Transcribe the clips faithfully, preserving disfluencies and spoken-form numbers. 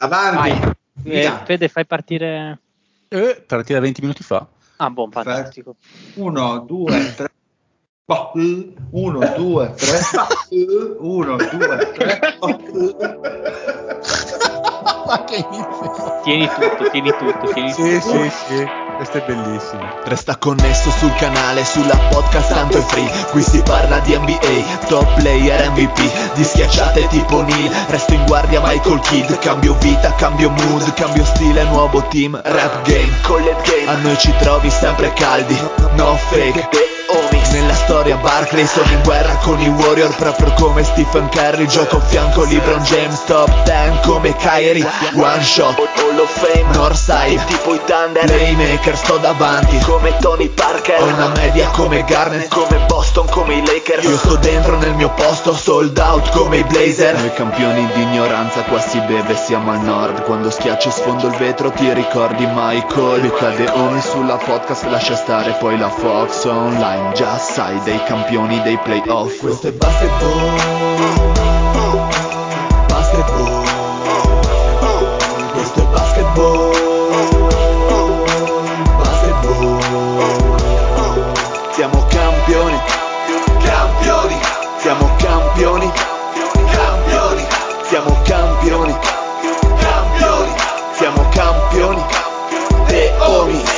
Avanti. Eh, Fede, fai partire... Eh, partire venti minuti fa. Ah, buon, fantastico. Uno, due, tre. Uno, due, tre. Uno, due, tre. Ma che inizio. Tieni tutto, tieni tutto, tieni Sì, tutto. sì, sì. Questo è bellissimo. Resta connesso sul canale, sulla podcast tanto è free. Qui si parla di N B A, top player M V P, di schiacciate tipo Neil. Resto in guardia Michael Kidd. Cambio vita, cambio mood, cambio stile, nuovo team. Rap game, collet game, a noi ci trovi sempre caldi. No fake, omics. Nella storia Barkley sono in guerra con i Warrior, proprio come Stephen Curry. Gioco a fianco LeBron James, top ten come Kyrie. One shot, Hall of Fame, Northside, tipo i Thunder. Playmaker, sto davanti come Tony Parker. Ho una media come Garnett, come Boston, come i Lakers. Io sto dentro nel mio posto, sold out come i Blazer. Noi campioni di ignoranza, qua si beve, siamo al nord. Quando schiacci sfondo il vetro ti ricordi Michael. Mi cade ogni sulla podcast, lascia stare poi la Fox online. Già sai dei campioni dei playoff. Questo è basketball, basketball. Questo è basketball, basketball. Siamo campioni, campioni. Siamo campioni, campioni. Siamo campioni, campioni. Siamo campioni. The Omis.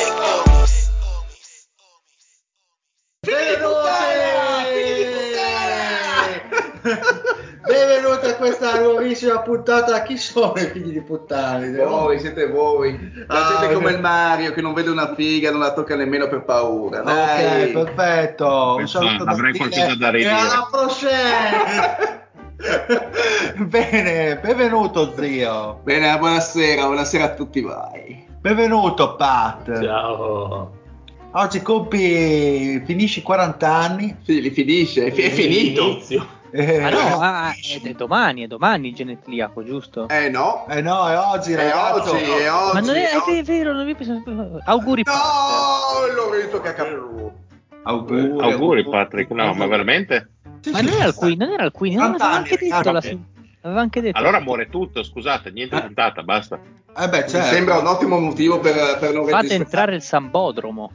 Benvenuti a questa nuovissima puntata. Chi sono i figli di puttane? Voi, siete voi. La Ah, gente come ok. il Mario che non vede una figa, non la tocca nemmeno per paura. Dai. Ok, perfetto. Un Penso, saluto da avrei Stile qualcosa da e ridire. alla prossima. Bene, benvenuto zio. Bene, buonasera, buonasera a tutti, vai. Benvenuto Pat. Ciao. Oggi compi, finisci quaranta anni. Sì, li finisce, è, fi- è finito. Inizio. Eh, Ah no, ah, è, è domani, è domani il genetliaco, giusto? Eh no, eh no, è oggi è ragazzo. oggi, è oggi. Ma non è, è è oggi. vero, non mi penso. Auguri. Pat. No, Lorenzo che ha capito. Auguri, Auguri Patrick, no, ma veramente? Sì, Ma sì, non era il sì. Queen, non era il Queen, no, quaranta aveva anni, anche detto ragazzi. alla fine. Aveva anche detto. Allora muore tutto, scusate, niente puntata, basta. Eh beh, Mi certo. sembra un ottimo motivo per, per non Fate registrare. entrare il Sambodromo.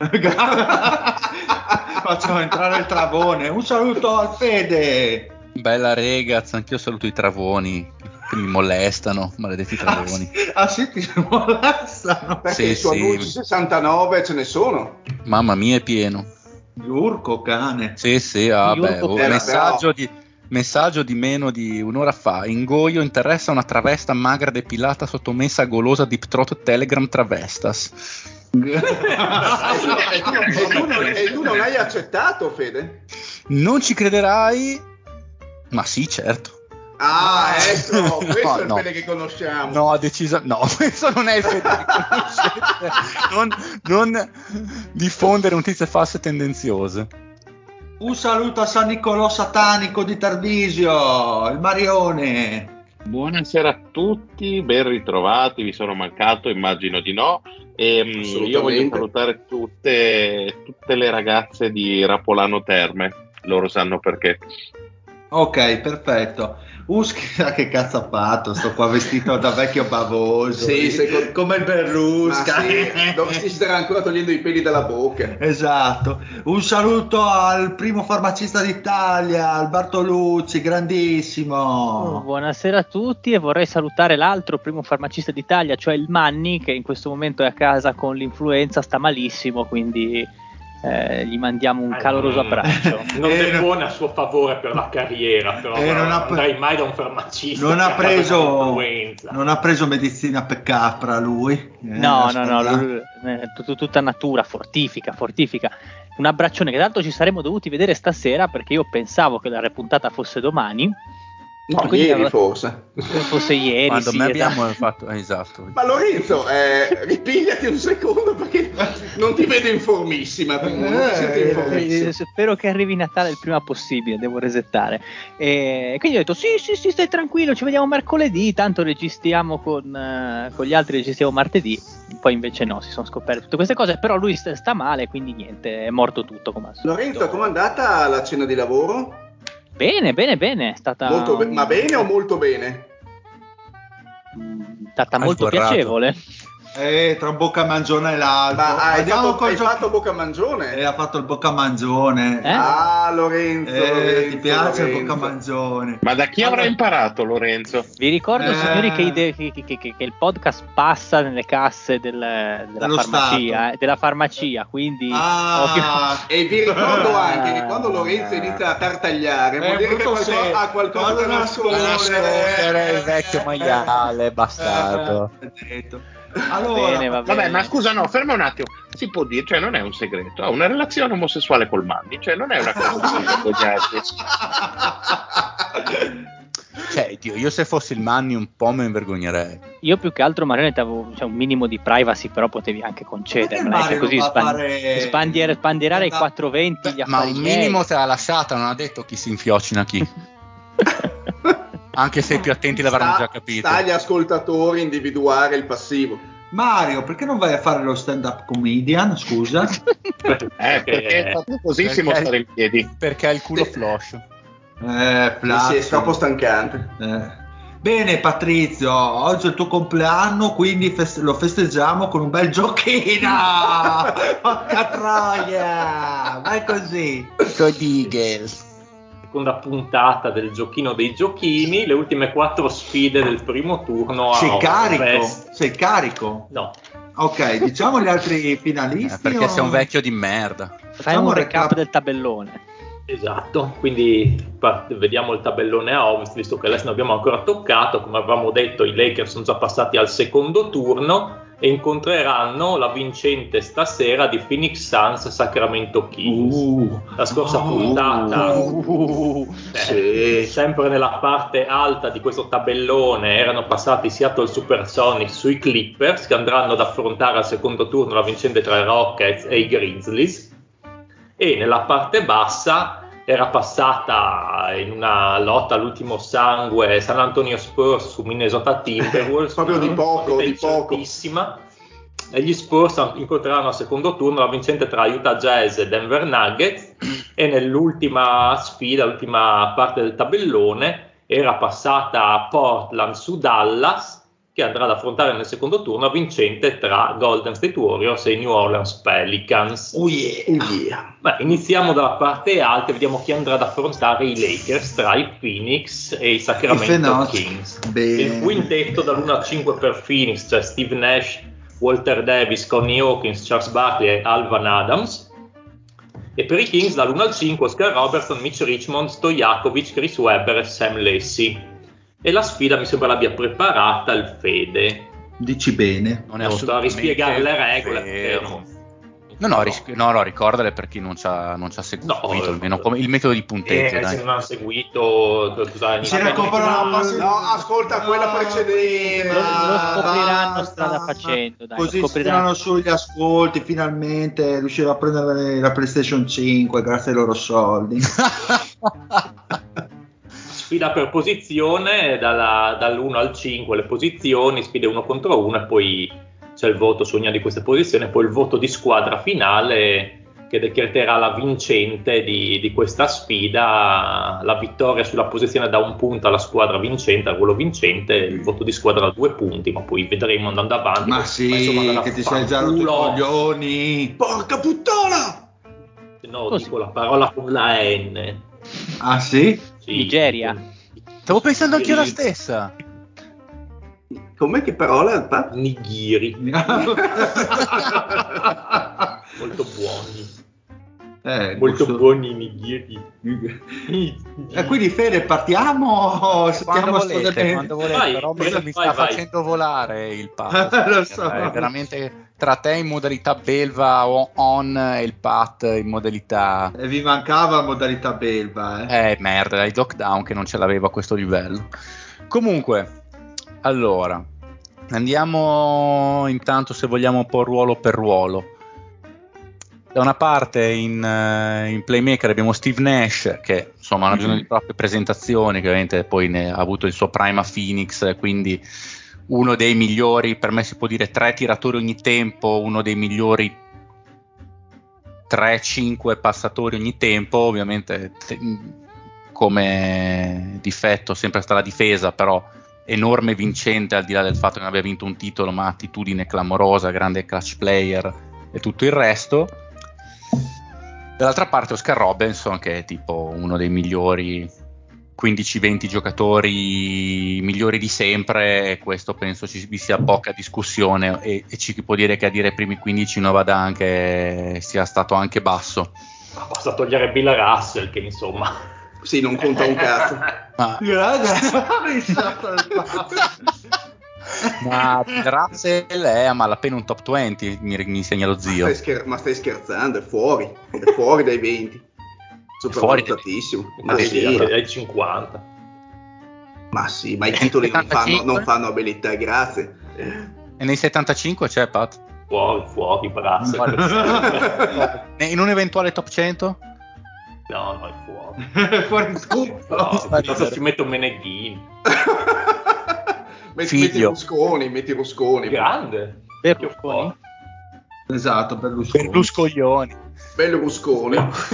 Facciamo entrare il Travone. Un saluto al Fede. Bella regaz, anch'io saluto i travoni che mi molestano, maledetti travoni. Ah sì, ti molestano. Perché Sì, su sì. Annunci sessantanove ce ne sono. Mamma mia, è pieno. L'urco cane. Sì, sì, ah, Io beh, lo oh, posso- messaggio, di, messaggio di meno di un'ora fa. Ingoio interessa una travesta magra depilata sottomessa a golosa deep throat Telegram travestas. e, tu, e tu non, e tu non hai accettato, Fede? Non ci crederai, ma sì, certo. Ah, ecco, questo No, è il no. Fede che conosciamo. No, decisa, no, questo non è il Fede che conoscete. Non, non diffondere notizie false e tendenziose. Un saluto a San Nicolò Satanico di Tarvisio, il Marione. Buonasera a tutti, ben ritrovati, vi sono mancato, immagino di no. E, mm, io voglio Assolutamente. salutare tutte, tutte le ragazze di Rapolano Terme, loro sanno perché. Ok, perfetto. Usca, che cazzo ha fatto? Sto qua vestito da vecchio bavoso. Sì, secondo- come il Ma Berlusca. sì, dove si starà ancora togliendo i peli dalla bocca. Esatto. Un saluto al primo farmacista d'Italia, al Bartolucci, grandissimo. Oh, buonasera a tutti e vorrei salutare l'altro primo farmacista d'Italia, cioè il Manni, che in questo momento è a casa con l'influenza, sta malissimo, quindi eh, gli mandiamo un caloroso abbraccio. Non Eh, depone a suo favore per la carriera, però Eh, non ha- andrai mai da un farmacista. Non che ha preso un'influenza. non ha preso medicina per capra lui. Eh, No, no, no, aspetta. lui- eh, tut- tutta natura, fortifica, fortifica. Un abbraccione che tanto ci saremmo dovuti vedere stasera perché io pensavo che la repuntata fosse domani. No, Quindi ieri avevo- forse. Fosse ieri, Quando sì, me abbiamo esatto. fatto, eh, esatto. Ma Lorenzo, eh, ripigliati un secondo perché non ti vedo in formissima. tu, non ti sento in Eh, formissima. Eh, spero che arrivi Natale il prima possibile, devo resettare. E quindi ho detto: sì, sì, sì, stai tranquillo, ci vediamo mercoledì. Tanto registriamo con, eh, con gli altri, registriamo martedì. Poi invece no, si sono scoperte tutte queste cose. Però lui sta, sta male, quindi niente, è morto tutto come al solito. Lorenzo, com'è andata la cena di lavoro? Bene, bene, bene. È stata Molto be- un- ma bene o molto bene? stata molto sborrato. piacevole. Eh, tra un boccamangione e l'altro. Ma hai Andiamo fatto, col hai gio- fatto boccamangione? Eh, ha fatto il boccamangione. Eh? Ah, Lorenzo, Eh, Lorenzo, ti piace il Lorenzo. boccamangione? Ma da chi avrà imparato Lorenzo? Vi ricordo, Eh. signori, che, i de- che- che- che- che il podcast passa nelle casse del- della Dello farmacia, Stato. eh, della farmacia, quindi Ah, E vi ricordo anche che quando Lorenzo inizia a tartagliare Eh, vuol dire che brutto qualcosa, se- ha qualcosa quando da nasconde- nascondere. il vecchio maiale, bastardo. Eh, detto. Allora, Bene, va bene. Vabbè, ma scusa, no, ferma un attimo. Si può dire, cioè non è un segreto. Ha una relazione omosessuale col Manni, cioè non è una cosa da vergognarsi. Cioè, Dio, io se fossi il Manni un po' me ne vergognerei. Io più che altro, Marione, avevo cioè, un minimo di privacy, però potevi anche concedermela, Perché cioè, così Mario non va a span- fare- spandier- sbandierare i Beh, quattrocentoventi, gli Ma affari un miei. minimo te l'ha lasciata, non ha detto chi si infiocina chi. Anche se i più attenti l'avranno Sta- già capito. Sta agli ascoltatori individuare il passivo. Mario, perché non vai a fare lo stand-up comedian? Scusa. Eh, perché fatto così si può Perché- stare in piedi. Perché ha il culo floscio. Eh, Sì, Plazzi. sì, è troppo stancante. Eh. Bene Patrizio, oggi è il tuo compleanno, quindi fes- lo festeggiamo con un bel giochino. Porca troia, vai così. Con gli Eagles. Seconda puntata del giochino dei giochini, le ultime quattro sfide del primo turno. a Sei carico? Ovest. Sei carico? No, Ok, diciamo gli altri finalisti. Eh, perché o- sei un vecchio di merda. Fai Facciamo un un recap recap. del tabellone. esatto, quindi pa- vediamo il tabellone a Ovest, visto che adesso non abbiamo ancora toccato. Come avevamo detto, i Lakers sono già passati al secondo turno e incontreranno la vincente stasera di Phoenix Suns Sacramento Kings. Uh, La scorsa oh, puntata, Uh, eh, Sì. sempre nella parte alta di questo tabellone, erano passati i Seattle Supersonics sui Clippers, che andranno ad affrontare al secondo turno la vincente tra i Rockets e i Grizzlies, e nella parte bassa era passata in una lotta all'ultimo sangue San Antonio Spurs su Minnesota Timberwolves, Proprio di poco, una di partita poco. incertissima. E gli Spurs incontreranno al secondo turno la vincente tra Utah Jazz e Denver Nuggets, e nell'ultima sfida, l'ultima parte del tabellone, era passata Portland su Dallas, che andrà ad affrontare nel secondo turno la vincente tra Golden State Warriors e New Orleans Pelicans. oh yeah. Oh yeah. Beh, iniziamo dalla parte alta e vediamo chi andrà ad affrontare i Lakers tra i Phoenix e i Sacramento Fenot. Kings. Bene. Il quintetto dall'uno al cinque per Phoenix, cioè Steve Nash, Walter Davis, Connie Hawkins, Charles Barkley e Alvan Adams. E per i Kings dall'uno al cinque Oscar Robertson, Mitch Richmond, Stojakovic, Chris Webber e Sam Lacy. E la sfida mi sembra l'abbia preparata il Fede. Dici bene. Non è Non sto a rispiegare le regole vero. perché no. No, no, ris- no, no, ricordale per chi non ci ha, non ci ha seguito, No, almeno come il metodo di punteggio, Eh, dai. se non hanno seguito, cosa, Se ne comprano la No, ascolta quella precedente. Lo, lo scopriranno basta. strada facendo, dai, Così lo si tirano scopriranno. su gli ascolti, finalmente riuscirò a prendere la PlayStation cinque grazie ai loro soldi. Sfida per posizione, dalla- dall'uno al cinque le posizioni, sfide uno contro uno, e poi c'è il voto su ognuna di queste posizioni, e poi il voto di squadra finale che decreterà la vincente di, di questa sfida. La vittoria sulla posizione da un punto alla squadra vincente, al ruolo vincente, il voto di squadra da due punti, ma poi vedremo andando avanti. Ma insomma, sì, andare a che ti sei già rotto i fanculo. coglioni. Porca puttana! No, Così. dico la parola con la N. Ah sì? Sì, Nigeria. Stavo pensando anch'io la Nigiri. stessa. Com'è che parola? Pa- Nigiri, molto buoni. Eh, Molto gusto- buoni i nigiri. E quindi Fede, partiamo o Quando sentiamo sto volete, delle- quando volete, Vai, però mi, vai, mi vai, sta vai. facendo volare il Pat. Lo so. È veramente tra te in modalità belva o- on e il Pat in modalità... E vi mancava la modalità belva, eh. Eh, merda, dai lockdown che non ce l'aveva a questo livello. Comunque, allora, andiamo intanto, se vogliamo, un po' ruolo per ruolo. Da una parte in, eh, in playmaker abbiamo Steve Nash, che insomma ha bisogno di proprie presentazioni, che ovviamente poi ne ha avuto il suo prime a Phoenix, quindi uno dei migliori, per me si può dire tre tiratori ogni tempo, uno dei migliori tre cinque passatori ogni tempo. Ovviamente te- come difetto sempre sta la difesa, però enorme vincente, al di là del fatto che non abbia vinto un titolo, ma attitudine clamorosa, grande clutch player e tutto il resto. Dall'altra parte Oscar Robertson, che è tipo uno dei migliori quindici venti giocatori migliori di sempre, e questo penso ci vi sia poca discussione, e, e ci può dire che a dire i primi quindici Novada anche sia stato anche basso. Basta togliere Bill Russell, che insomma sì, non conta un cazzo. Ma, ma Russell è a malapena un top venti, mi, mi insegna lo zio. Ma stai, scher- ma stai scherzando, è fuori, è fuori dai venti. Sopravvalutatissimo. Ma Ma sì, sì, è cinquanta. ma sì, ma i titoli non fanno, non fanno abilità, grazie. E nei settantacinque c'è Pat? Fuori, fuori, braccio. In un eventuale top cento? No, no, è fuori. Fuori tutto. No, piuttosto ci metto Meneghini. metti, metti Rusconi, metti Rusconi. Grande. Berlusconi? Esatto, Berlusconi. Berluscoglioni. Bello Rusconi.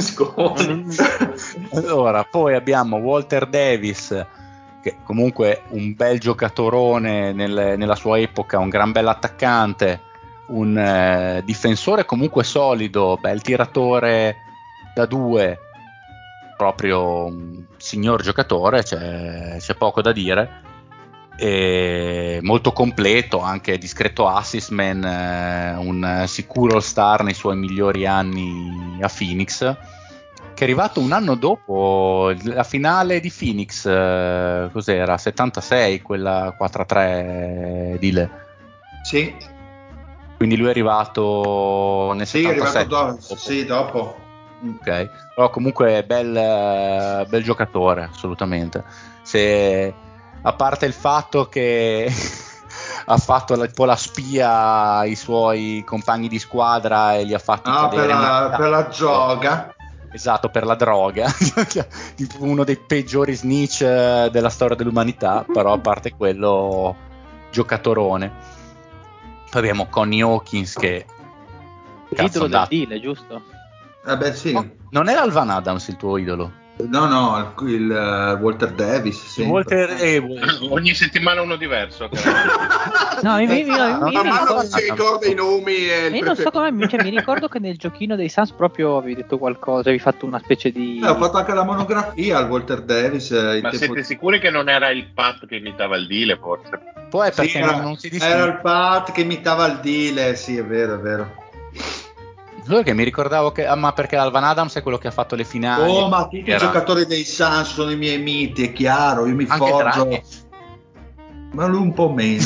Allora, poi abbiamo Walter Davis, che comunque un bel giocatorone nel, nella sua epoca, un gran bel attaccante, un eh, difensore comunque solido, bel tiratore da due, proprio un signor giocatore, c'è, c'è poco da dire, e molto completo, anche discreto assist man, eh, un sicuro all-star nei suoi migliori anni a Phoenix, che è arrivato un anno dopo la finale di Phoenix, eh, cos'era? settantasei, quella quattro a tre Dile. Sì. Quindi lui è arrivato nel sì, settantasette. È arrivato dopo. Sì, dopo. Ok, però comunque bel, bel giocatore, assolutamente. Se, a parte il fatto che ha fatto un po' la spia ai suoi compagni di squadra e li ha fatti ah, cadere per la, una... per la droga. Esatto, per la droga. Uno dei peggiori snitch della storia dell'umanità, però a parte quello, giocatorone. Poi abbiamo Connie Hawkins, che l'idolo del deal, giusto? Eh beh, sì. No, non era Alvan Adams il tuo idolo? No, no, il, il uh, Walter Davis. Sì. Walter, eh, ogni settimana uno diverso. No, io, io, io, io, io man mano che si ricorda i nomi. E io non so come, cioè, mi ricordo che nel giochino dei Suns proprio avevi detto qualcosa, avevi fatto una specie di. Eh, ho fatto anche la monografia al Walter Davis. Eh, Ma siete tempo... sicuri che non era il Pat che imitava il Dile, forse? Poi perché sì, era, non si distingue. Era il Pat che imitava il Dile, sì, è vero, è vero. Solo che mi ricordavo che, ah, ma perché Alvan Adams è quello che ha fatto le finali. Oh, ma tutti era... i giocatori dei Suns sono i miei miti, è chiaro, io mi anche forgio. Draghi. Ma lui un po' meno.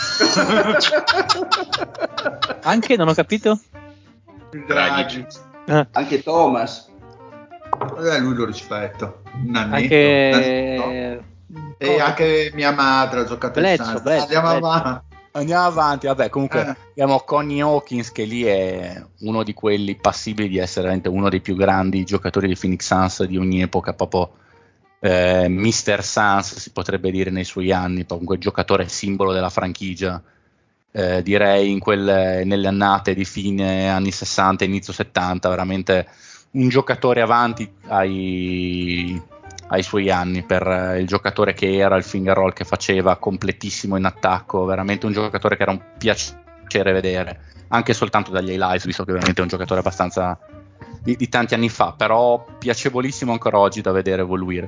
Anche, non ho capito? Draghi. Ah. Anche Thomas. Eh, lui lo rispetto. Un annetto, anche un e anche mia madre ha giocato in Suns. Andiamo avanti. Andiamo avanti, vabbè, comunque eh. abbiamo Connie Hawkins, che lì è uno di quelli passibili di essere veramente uno dei più grandi giocatori di Phoenix Suns di ogni epoca, proprio eh, mister Suns si potrebbe dire nei suoi anni, comunque giocatore simbolo della franchigia, eh, direi in quelle, nelle annate di fine anni sessanta, inizio settanta, veramente un giocatore avanti ai... ai suoi anni, per il giocatore che era, il finger roll che faceva, completissimo in attacco, veramente un giocatore che era un piacere vedere, anche soltanto dagli highlights, visto che veramente è un giocatore abbastanza di, di tanti anni fa, però piacevolissimo ancora oggi da vedere evoluire.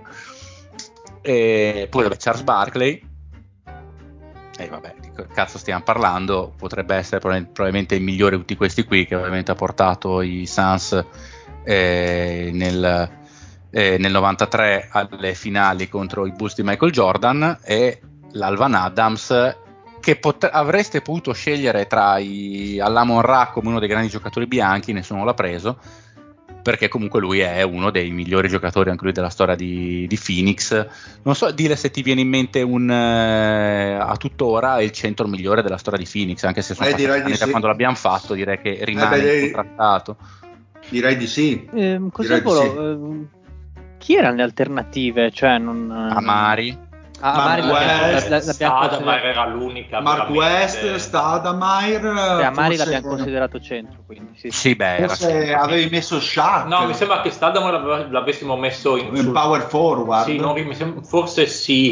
E poi vabbè, Charles Barkley, e vabbè, di che cazzo stiamo parlando, potrebbe essere probabilmente il migliore di tutti questi qui, che ovviamente ha portato i Suns eh, nel Eh, nel novantatré alle finali contro i Bulls di Michael Jordan, e l'Alvan Adams, che pot- avreste potuto scegliere tra i Allamon Ra come uno dei grandi giocatori bianchi, nessuno l'ha preso, perché comunque lui è uno dei migliori giocatori anche lui della storia di, di Phoenix. Non so dire se ti viene in mente un eh, a tuttora il centro migliore della storia di Phoenix, anche se sono eh, passati anni da sì. quando l'abbiamo fatto, direi che rimane eh beh, incontrastato. Direi di sì. Eh, cos'è direi sì. eh, chi erano le alternative? Cioè, non, Amari. Ah, Amari West, l'abbiamo, l'abbiamo Stoudemire era l'unica. Mark veramente... West, Stoudemire. Sì, Amari forse... l'abbiamo considerato centro, quindi sì. Sì, beh, forse era... avevi messo Shaq. No, mi sembra che Stoudemire l'avessimo messo in, in sul... power forward. Sì, non, forse sì.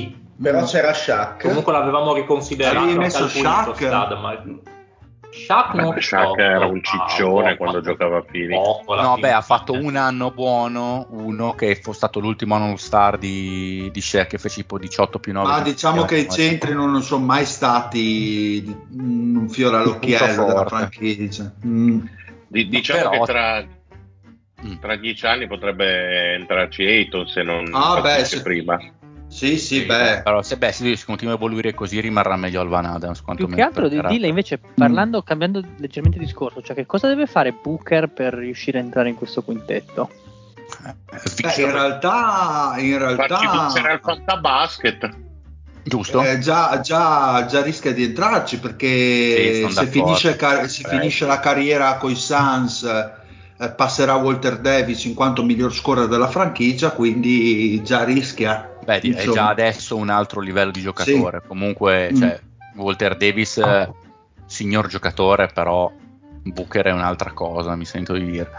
Però c'era Shaq. Comunque l'avevamo riconsiderato Avevi anche messo al Pulito Shaq? Stad, ma Shaq non Beh, Shaq so, era no, un ma ciccione no, quando fatto giocava a Phoenix. poco alla No, fine. beh, ha fatto un anno buono, uno che fu stato l'ultimo anno star di, di Shaq, che fece tipo diciotto più nove. Ma diciamo che i centri non sono mai stati un fiore all'occhiello della forte. franchigia. Mm. Di- diciamo Però- che tra, Mm. tra dieci anni potrebbe entrarci Ayton se non Ah, beh, impazzisce sì. prima. Sì, sì, Sì, beh. Però se, beh, se si continua a evoluire così rimarrà meglio Alvan Adams. Più quantomeno che altro per di Dilla carattere. invece parlando, cambiando leggermente discorso, cioè che cosa deve fare Booker per riuscire a entrare in questo quintetto? Eh, Beh, in realtà, in Farci vincere al realtà fantabasket. giusto? eh, già, già, già rischia di entrarci Sì, perché sono se, d'accordo. finisce, car- se Eh. finisce la carriera coi Suns eh, passerà Walter Davis in quanto miglior scorer della franchigia, quindi già rischia. Beh, di- è insomma. già adesso un altro livello di giocatore. Sì. Comunque, Mm. cioè, Walter Davis, eh, signor giocatore, però Booker è un'altra cosa, mi sento di dire.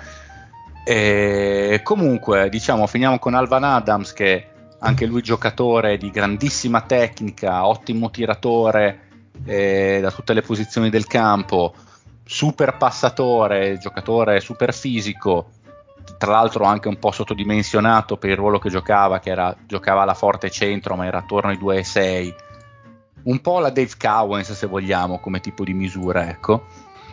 E comunque, diciamo, finiamo con Alvan Adams, che anche lui giocatore di grandissima tecnica, ottimo tiratore eh, da tutte le posizioni del campo, super passatore, giocatore super fisico, tra l'altro anche un po' sottodimensionato per il ruolo che giocava, che era giocava alla forte centro, ma era attorno ai due virgola sei, un po' la Dave Cowens se vogliamo come tipo di misura, ecco.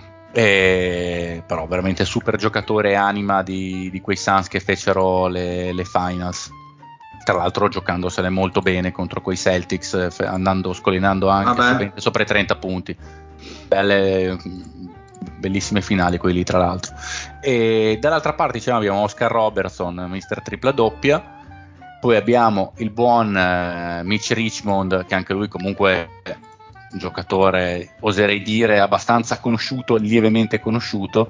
E, però veramente super giocatore e anima di, di quei Suns che fecero le, le finals, tra l'altro giocandosele molto bene contro quei Celtics, andando scollinando anche sopra, sopra i trenta punti. Belle, bellissime finali quelli, tra l'altro. E dall'altra parte diciamo, abbiamo Oscar Robertson, mister tripla doppia. Poi abbiamo il buon eh, Mitch Richmond, che anche lui comunque è un giocatore, oserei dire, abbastanza conosciuto, lievemente conosciuto,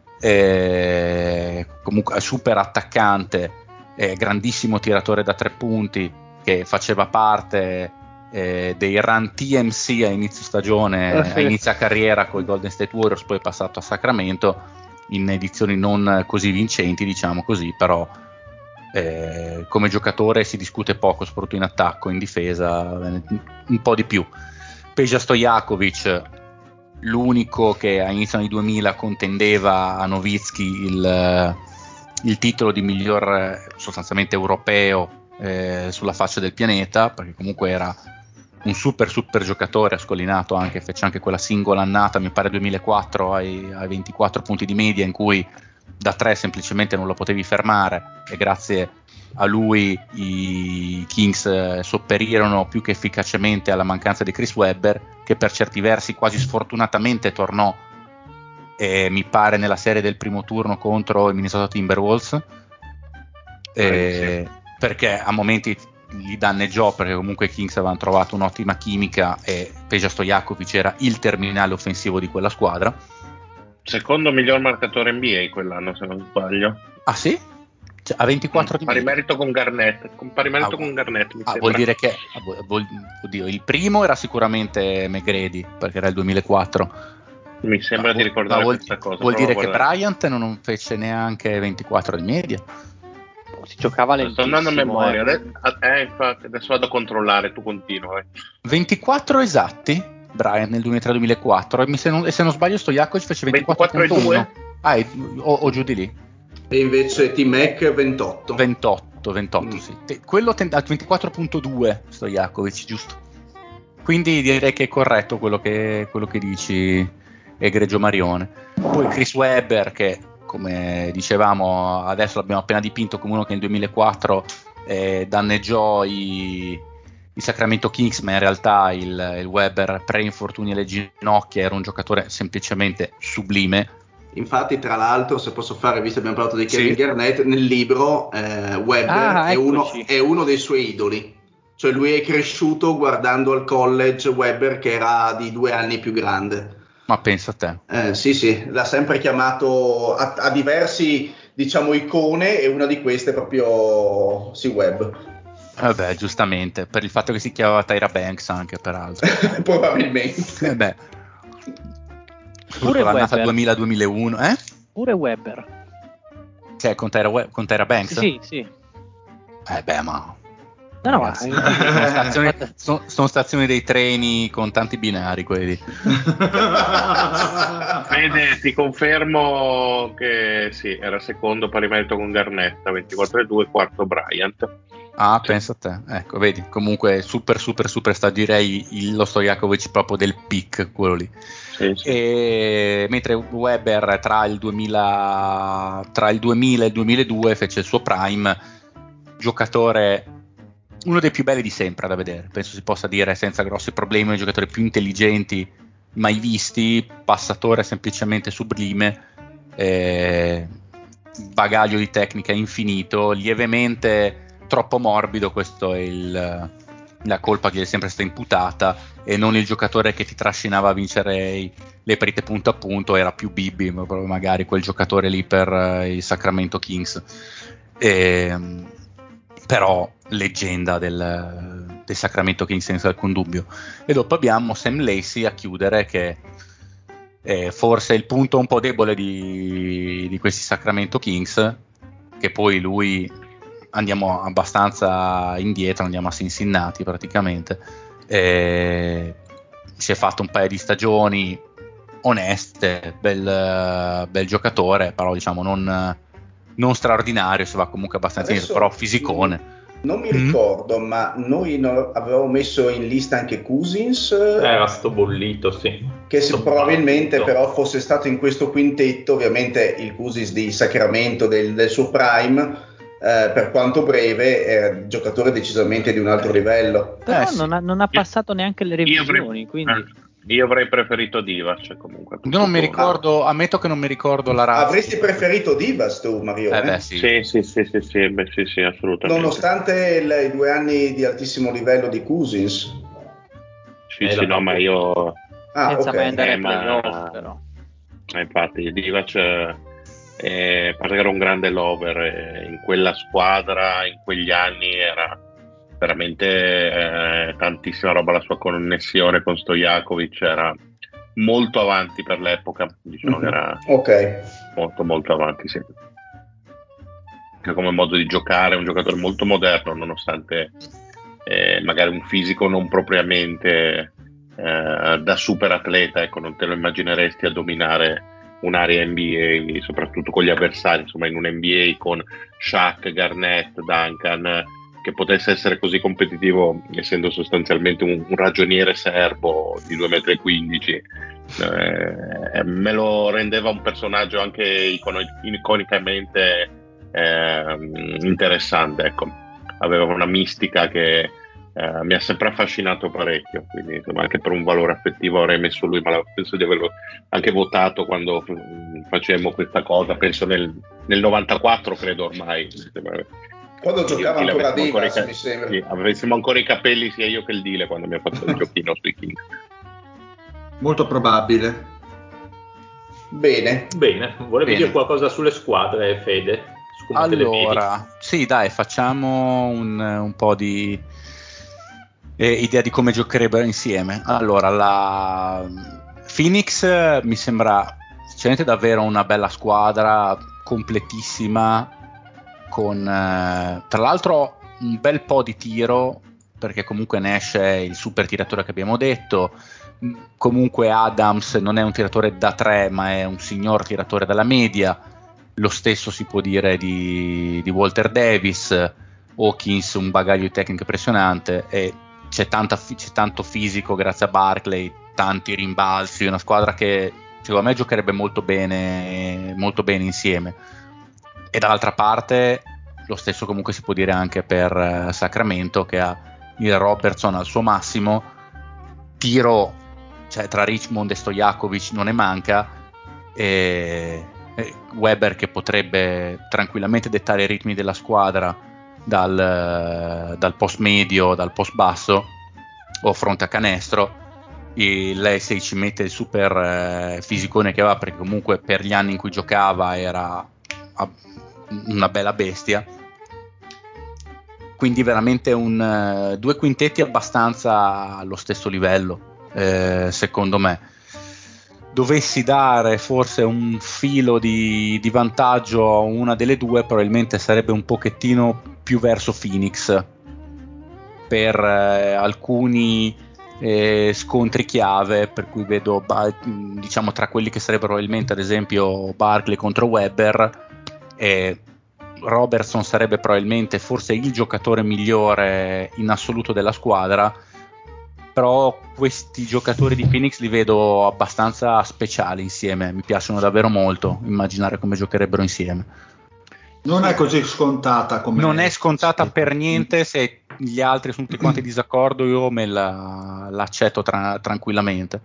eh, comunque super attaccante, eh, grandissimo tiratore da tre punti, che faceva parte eh, dei run T M C a inizio stagione, Ah, sì. a inizio carriera con i Golden State Warriors, poi è passato a Sacramento in edizioni non così vincenti, diciamo così, però eh, come giocatore si discute poco, soprattutto in attacco, in difesa un po' di più. Peja Stojakovic, l'unico che a inizio anni duemila contendeva a Nowitzki il, il titolo di miglior sostanzialmente europeo eh, sulla faccia del pianeta, perché comunque era un super super giocatore, ha scollinato anche, fece anche quella singola annata, mi pare duemilaquattro, ai, ai ventiquattro punti di media, in cui da tre semplicemente non lo potevi fermare, e grazie a lui i Kings eh, sopperirono più che efficacemente alla mancanza di Chris Webber, che per certi versi quasi sfortunatamente tornò eh, mi pare nella serie del primo turno contro i Minnesota Timberwolves, eh, perché a momenti gli danneggiò, perché comunque i Kings avevano trovato un'ottima chimica e Peja Stojakovic era il terminale offensivo di quella squadra. Secondo miglior marcatore N B A quell'anno, se non sbaglio. Ah sì? Cioè, a ventiquattro Mm, di pari media. merito con Garnett, con pari merito Ah, con Garnett, mi ah, sembra. vuol dire che ah, vuol, oddio, il primo era sicuramente McGrady, perché era il duemilaquattro. Mi sembra Ma di vuol, ricordare ma vuol, questa cosa. vuol prova dire a che guardare. Bryant non fece neanche ventiquattro di media. Si giocava Sto andando a lentissimo. memoria. eh. Ade- eh, infatti, adesso vado a controllare, tu continua. eh. ventiquattro esatti Bryant nel duemilatré duemilaquattro, e mi- se, non, e se non sbaglio Stojakovic fece ventiquattro virgola uno. ventiquattro e due? Ah, e- o, o giù di lì. E invece T-Mac ventotto. ventotto, ventotto Mm. sì. Te- quello ten- al ventiquattro virgola due Stojakovic, giusto. Quindi direi che è corretto quello che, quello che dici, egregio Marione. Poi Chris Webber, che come dicevamo adesso l'abbiamo appena dipinto come uno che nel duemilaquattro eh, danneggiò i, i Sacramento Kings, ma in realtà il, il Webber pre-infortuni alle ginocchia era un giocatore semplicemente sublime. Infatti, tra l'altro, se posso fare, visto che abbiamo parlato di Kevin Sì. Garnett, nel libro eh, Webber Ah, è, uno, eccoci. è uno dei suoi idoli. Cioè lui è cresciuto guardando al college Webber, che era di due anni più grande. Ma pensa a te. Eh, sì, sì, l'ha sempre chiamato a, a diversi, diciamo, icone, e una di queste è proprio sì, Webb. Vabbè, giustamente, per il fatto che si chiamava Tyra Banks anche, peraltro. Probabilmente. Eh beh. Pure Pure l'annata Webber. duemila duemilauno, eh? Pure Webber. Cioè con Tyra, We- con Tyra Banks? Sì, sì, sì. Eh beh, ma No, no, ragazzi. ma- sono, stazioni, sono- sono stazioni dei treni con tanti binari quelli. Fede, ti confermo che sì, era secondo pari merito con Garnetta, ventiquattro e due, quarto Bryant. Ah, Sì. pensa a te. Ecco, vedi, comunque super super super sta, direi il, lo Stojakovic proprio del peak, quello lì. Sì, sì. E mentre Weber tra il duemila tra il duemila e il duemiladue fece il suo prime, giocatore uno dei più belli di sempre da vedere, penso si possa dire senza grossi problemi, uno dei giocatori più intelligenti mai visti, passatore semplicemente sublime, eh, bagaglio di tecnica infinito, lievemente troppo morbido, questo è il, la colpa che gli è sempre stata imputata, e non il giocatore che ti trascinava a vincere i, le partite punto a punto, era più Bibby, magari quel giocatore lì per eh, il Sacramento Kings. E, però leggenda del, del Sacramento Kings senza alcun dubbio. E dopo abbiamo Sam Lacey a chiudere, che è forse il punto un po' debole di, di questi Sacramento Kings, che poi lui, andiamo abbastanza indietro, andiamo a Cincinnati praticamente, e si è fatto un paio di stagioni oneste, bel, bel giocatore, però diciamo non, non straordinario, si va comunque abbastanza Adesso, indietro, però fisicone. mh, non mi Mm. ricordo, ma noi no- avevamo messo in lista anche Cousins, Era sto bollito, sì. che se Sto probabilmente bollito. però fosse stato in questo quintetto, ovviamente il Cousins di Sacramento del, del suo prime, eh, per quanto breve, è un giocatore decisamente di un altro livello. Però Eh, sì. non, ha, non ha passato neanche le Io avrei, revisioni, quindi... io avrei preferito Divac comunque. a Io questo non mi punto. ricordo, ammetto che non mi ricordo la razza. Avresti preferito Divas tu, Marione? Eh beh, sì. Sì, sì, sì, sì, sì, beh, sì, sì, assolutamente. Nonostante il- i due anni di altissimo livello di Cousins? Sì, Eh, sì, la no, ma fatto- io... Ah, senza ok. mai andare Eh, ai ma- playoff, però. Eh, infatti, Divac, eh, a parte che era un grande lover, eh, in quella squadra, in quegli anni, era veramente eh, tantissima roba. La sua connessione con Stojakovic era molto avanti per l'epoca, diciamo che Mhm. era Ok. molto molto avanti, sì. Anche come modo di giocare, un giocatore molto moderno, nonostante eh, magari un fisico non propriamente eh, da super atleta, ecco, non te lo immagineresti a dominare un'area N B A, soprattutto con gli avversari, insomma, in un N B A con Shaq, Garnett, Duncan, che potesse essere così competitivo, essendo sostanzialmente un, un ragioniere serbo di due virgola quindici metri. Eh, me lo rendeva un personaggio anche icono- iconicamente eh, interessante, ecco. Aveva una mistica che eh, mi ha sempre affascinato parecchio, quindi insomma, anche per un valore affettivo avrei messo lui, ma penso di averlo anche votato quando f- facemmo questa cosa, penso nel, nel novantaquattro, credo ormai. Quando Io giocava Dile ancora a avessimo ancora i Divas, ca- mi sembra. sì, avessimo ancora i capelli sia io che il Dile quando mi ha fatto il giochino sui King. Molto probabile. Bene. Bene, volevi Bene. dire qualcosa sulle squadre, Fede? Su come te le vedi? Allora, sì, dai, facciamo un, un po' di eh, idea di come giocherebbero insieme. Allora, la Phoenix eh, mi sembra sinceramente davvero una bella squadra, completissima, con eh, tra l'altro un bel po' di tiro, perché comunque Nash è il super tiratore che abbiamo detto. Comunque Adams non è un tiratore da tre, ma è un signor tiratore dalla media. Lo stesso si può dire di, di Walter Davis. Hawkins, un bagaglio di tecnica impressionante, e c'è, tanta, c'è tanto fisico grazie a Barkley, tanti rimbalzi, una squadra che secondo me giocherebbe molto bene, molto bene insieme. E dall'altra parte lo stesso comunque si può dire anche per eh, Sacramento, che ha il Robertson al suo massimo, tiro, cioè tra Richmond e Stojakovic non ne manca, e, e Weber che potrebbe tranquillamente dettare i ritmi della squadra dal, dal post medio, dal post basso o fronte a canestro. E lei se ci mette il super eh, fisicone che aveva, perché comunque per gli anni in cui giocava era a, una bella bestia, quindi veramente un, uh, due quintetti abbastanza allo stesso livello, eh, secondo me. Dovessi dare forse un filo di, di vantaggio a una delle due, probabilmente sarebbe un pochettino più verso Phoenix, per eh, alcuni eh, scontri chiave, per cui vedo ba- diciamo tra quelli che sarebbero probabilmente ad esempio Barkley contro Webber, e Robertson sarebbe probabilmente forse il giocatore migliore in assoluto della squadra, però questi giocatori di Phoenix li vedo abbastanza speciali insieme, mi piacciono davvero molto immaginare come giocherebbero insieme. Non è così scontata come... Non è scontata per niente, se gli altri sono tutti quanti in disaccordo io me la, l'accetto tra, tranquillamente.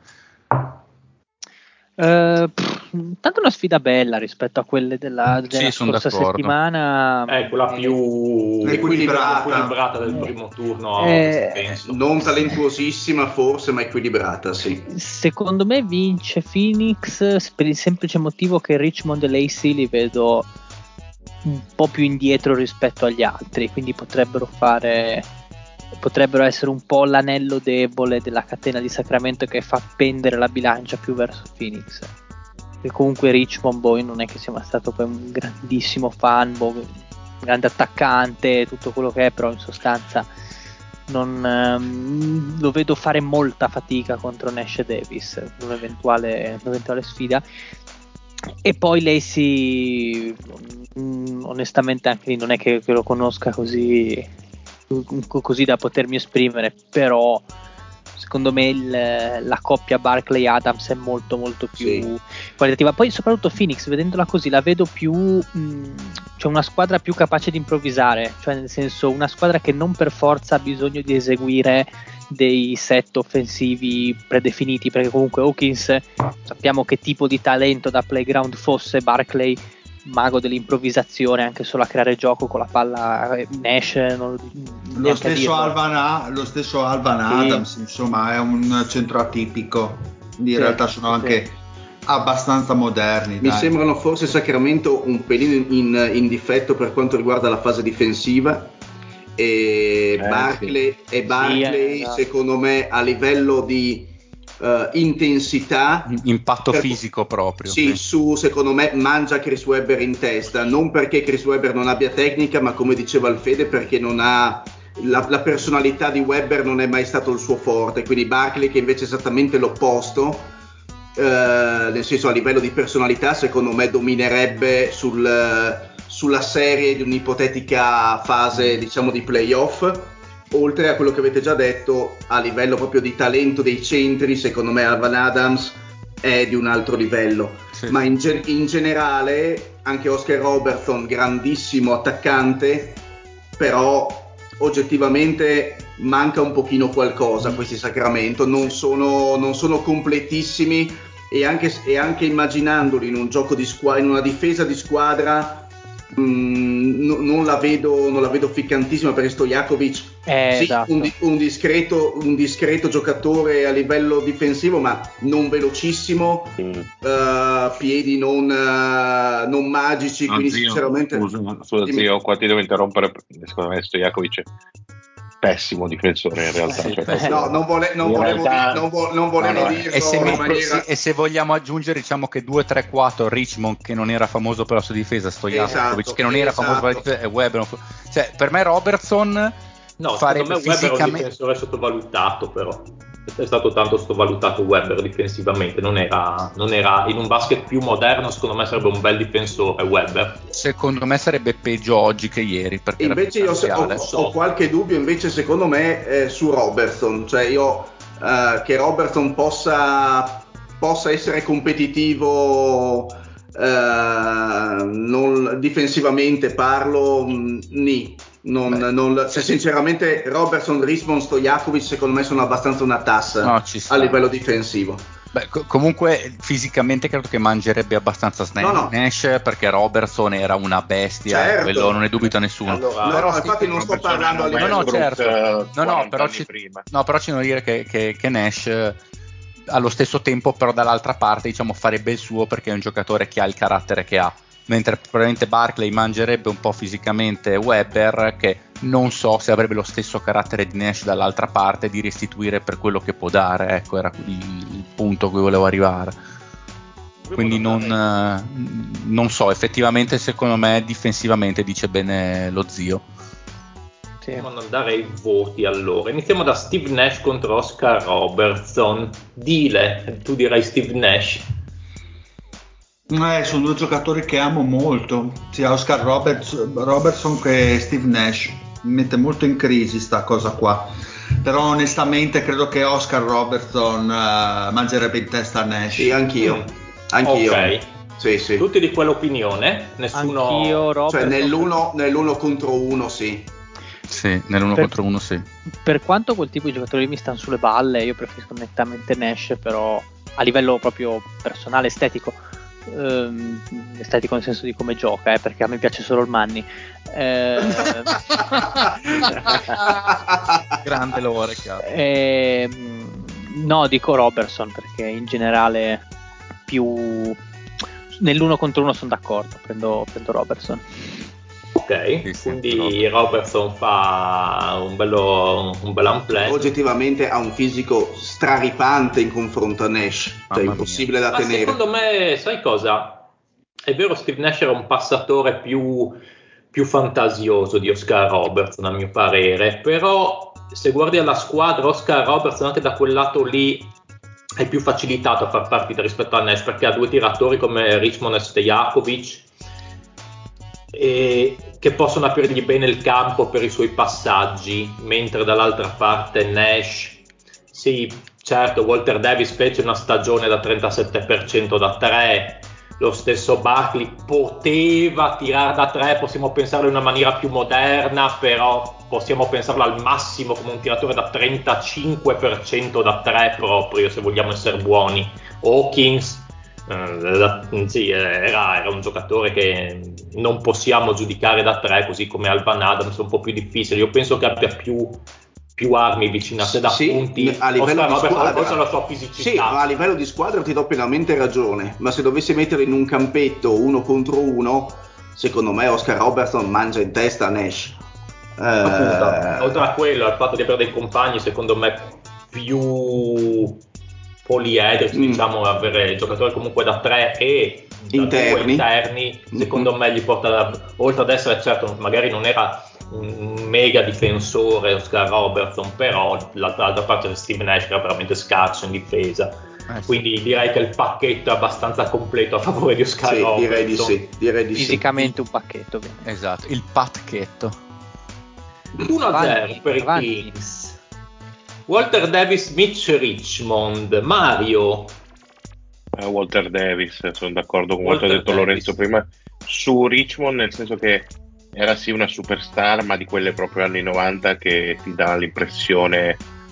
Uh, pff, tanto una sfida bella rispetto a quelle della, della sì, scorsa settimana, è quella più equilibrata, equilibrata del primo turno, eh, penso. Non talentuosissima forse, ma equilibrata, sì. Secondo me vince Phoenix per il semplice motivo che Richmond e l'A C li vedo un po' più indietro rispetto agli altri, quindi potrebbero fare potrebbero essere un po' l'anello debole della catena di Sacramento che fa pendere la bilancia più verso Phoenix. E comunque Richmond boy non è che sia mai stato poi un grandissimo fan, boh, un grande attaccante, tutto quello che è, però in sostanza non um, lo vedo fare molta fatica contro Nash e Davis un'eventuale, un'eventuale sfida. E poi lei si mh, onestamente anche lì non è che, che lo conosca così così da potermi esprimere, però secondo me il, la coppia Barkley-Adams è molto molto più sì. qualitativa. Poi soprattutto Phoenix, vedendola così, la vedo più mh, cioè una squadra più capace di improvvisare, cioè nel senso una squadra che non per forza ha bisogno di eseguire dei set offensivi predefiniti, perché comunque Hawkins sappiamo che tipo di talento da playground fosse, Barkley mago dell'improvvisazione, anche solo a creare gioco con la palla. Nash non, lo, stesso Alvan, lo stesso Alvan sì. Adams insomma è un centro atipico, in sì, realtà sono sì. anche abbastanza moderni. Mi dai. sembrano forse Sacramento un pelino in, in difetto per quanto riguarda la fase difensiva, e eh, Barkley, sì. e Barkley sì, eh, secondo me a livello di Uh, intensità, impatto per, fisico proprio sì, sì, su secondo me mangia Chris Webber in testa, non perché Chris Webber non abbia tecnica, ma come diceva il Fede, perché non ha la, la personalità di Webber, non è mai stato il suo forte, quindi Barkley che invece è esattamente l'opposto, uh, nel senso a livello di personalità secondo me dominerebbe sul, sulla serie di un'ipotetica fase diciamo di playoff. Oltre a quello che avete già detto, a livello proprio di talento dei centri, secondo me Alvan Adams è di un altro livello. Sì. Ma in, ge- in generale anche Oscar Robertson, grandissimo attaccante, però oggettivamente manca un pochino qualcosa a questi Sacramento, non sono, non sono completissimi, e anche, e anche immaginandoli in un gioco di squadra, in una difesa di squadra, Mm, no, non la vedo non la vedo ficcantissima, perché Stojakovic eh, sì, esatto. un, un, discreto, un discreto giocatore a livello difensivo, ma non velocissimo, mm. uh, piedi non, uh, non magici, no, quindi zio, sinceramente scusa, scusa zio, qua ti devo interrompere, secondo me Stojakovic pessimo difensore in realtà, sì, cioè, proprio, no, non, vole, non volevo, realtà, di, non vo, non volevo no, no, dirlo e se, in mi, maniera... sì, e se vogliamo aggiungere diciamo che due tre quattro Richmond che non era famoso per la sua difesa, Stojakovic esatto, che non era esatto. famoso per la difesa, e Webber, cioè per me Robertson no, farebbe secondo me fisicamente... Webber è un difensore sottovalutato, però è stato tanto sottovalutato Webber difensivamente, non era, non era in un basket più moderno, secondo me sarebbe un bel difensore Webber. Secondo me sarebbe peggio oggi che ieri, perché invece io ho, ho qualche dubbio invece secondo me eh, su Robertson, cioè io eh, che Robertson possa, possa essere competitivo eh, non, difensivamente parlo mh, ni Non, non, cioè, sinceramente Robertson, Richmond, Stojakovic secondo me sono abbastanza una tassa no, a livello difensivo. Beh, co- comunque fisicamente credo che mangerebbe abbastanza Nash, no, no. Nash perché Robertson era una bestia, certo. Quello non ne dubita nessuno. Allora, no, però no, infatti non sto parlando a livello no, no, certo. no, no, però ci, no, però ci devo dire che, che, che Nash allo stesso tempo però dall'altra parte diciamo farebbe il suo, perché è un giocatore che ha il carattere che ha, mentre probabilmente Barkley mangerebbe un po' fisicamente Webber, che non so se avrebbe lo stesso carattere di Nash dall'altra parte di restituire per quello che può dare, ecco era il, il punto a cui volevo arrivare. Quindi non, eh, non so, effettivamente secondo me difensivamente dice bene lo zio. Sì. Andiamo ad andare ai voti allora. Iniziamo da Steve Nash contro Oscar Robertson. Dile, tu dirai Steve Nash. Eh, sono due giocatori che amo molto, sia Oscar Roberts, Robertson che Steve Nash. Mi mette molto in crisi sta cosa qua. Però onestamente credo che Oscar Robertson uh, mangerebbe in testa Nash. Sì, anch'io. Anch'io. Ok. Sì, sì. Tutti di quell'opinione? Nessuno... Anch'io, Robertson. Cioè nell'uno, nell'uno contro uno, sì. Sì, nell'uno Per- contro uno sì. Per quanto quel tipo di giocatori mi stanno sulle balle, io preferisco nettamente Nash, però a livello proprio personale, estetico, ehm, estetico nel senso di come gioca, eh, perché a me piace solo il Manni. Eh, Grande lore, cazzo. ehm, no, dico Robertson perché in generale più nell'uno contro uno sono d'accordo, prendo, prendo Robertson. Ok, Sì, sì, quindi Robertson fa un bello un bel unplay. Oggettivamente ha un fisico straripante in confronto a Nash, cioè Mamma impossibile da Ma tenere. secondo me, sai cosa? È vero, Steve Nash era un passatore più, più fantasioso di Oscar Robertson, a mio parere, però se guardi alla squadra, Oscar Robertson anche da quel lato lì è più facilitato a far partita rispetto a Nash, perché ha due tiratori come Richmond e Stojakovic e che possono aprirgli bene il campo per i suoi passaggi, mentre dall'altra parte Nash, sì, certo, Walter Davis fece una stagione da trentasette per cento da tre, lo stesso Barkley poteva tirare da tre, possiamo pensarlo in una maniera più moderna, però possiamo pensarlo al massimo come un tiratore da trentacinque per cento da tre proprio, se vogliamo essere buoni. Hawkins Uh, sì, era, era un giocatore che non possiamo giudicare da tre, così come Alvan Adams è un po' più difficile. Io penso che abbia più, più armi vicine a sé da Sì, punti a livello Oscar di Robertson, squadra. oltre alla sua fisicità. Sì, ma a livello di squadra ti do pienamente ragione, ma se dovessi mettere in un campetto uno contro uno, secondo me Oscar Robertson mangia in testa a Nash. Eh... Appunto, oltre a quello, al fatto di avere dei compagni, secondo me più poliedrici, Mm. diciamo, avere giocatori comunque da tre e da Interni. due interni, secondo Mm-hmm. me gli porta, da, oltre ad essere, certo, magari non era un mega difensore Oscar Robertson, però dall'altra parte Steve Nash era veramente scarso in difesa. Eh, sì. Quindi direi che il pacchetto è abbastanza completo a favore di Oscar Sì, Robertson. direi di sì, direi di Fisicamente un pacchetto, ovviamente. Esatto, il pacchetto. uno a zero Avanti, per avanti. i Kings. Walter Davis, Mitch Richmond. Mario. Eh, Walter Davis, sono d'accordo con Walter quanto ha detto Davis. Lorenzo prima su Richmond, nel senso che era sì una superstar, ma di quelle proprio anni novanta che ti dà l'impressione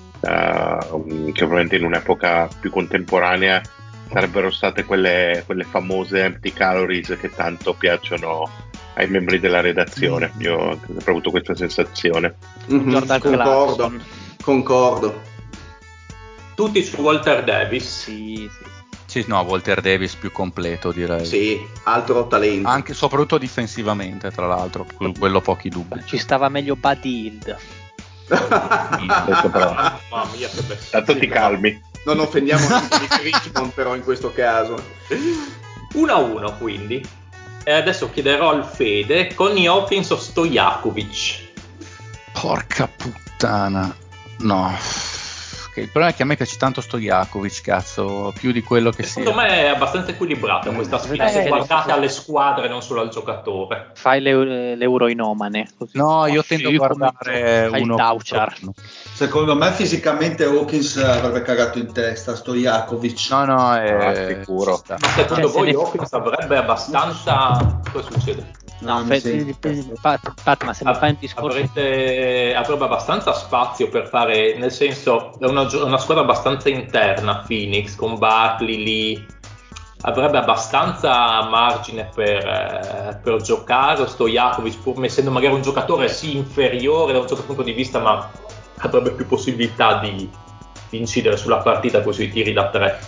uh, che ovviamente in un'epoca più contemporanea sarebbero state quelle, quelle famose empty calories che tanto piacciono ai membri della redazione. Io ho sempre avuto questa sensazione. Mm-hmm. Jordan Concordo, Clarkson. concordo. Tutti su Walter Davis. Sì, sì. Sì, no, Walter Davis più completo, direi. Sì, altro talento. Anche, soprattutto difensivamente, tra l'altro, quello pochi dubbi. Ci stava meglio Buddy Hield. Adesso però, Mamma mia, che bello. tanto Sì, ti però calmi. non offendiamo Mitch Richmond però in questo caso. uno a uno quindi. E adesso chiederò al Fede con Hawkins o Stojakovic. Porca puttana. No. Che il problema è che a me piace tanto Stojakovic, cazzo, più di quello che Secondo sia. me è abbastanza equilibrata questa sfida, Eh, se eh, guardate lo so. alle squadre, non solo al giocatore. Fai l'e- l'euroinomane. Così. No, io tendo a Sì, come guardare fai il uno Dauchar. contro uno. Secondo me fisicamente Hawkins avrebbe cagato in testa Stojakovic. No, no, è Ah, sicuro. ci sta. Ma secondo Cioè, voi se ne- Hawkins avrebbe abbastanza... Cosa succede? No, mi Fe- sento- Pat, Pat, ma se mi Av- fai un discorso avrete, avrebbe abbastanza spazio per fare, nel senso, è una, gio- una squadra abbastanza interna, Phoenix, con Barkley lì, avrebbe abbastanza margine per, eh, per giocare. Stojakovic, pur essendo magari un giocatore sì inferiore da un certo punto di vista, ma avrebbe più possibilità di, di incidere sulla partita con i suoi tiri da tre.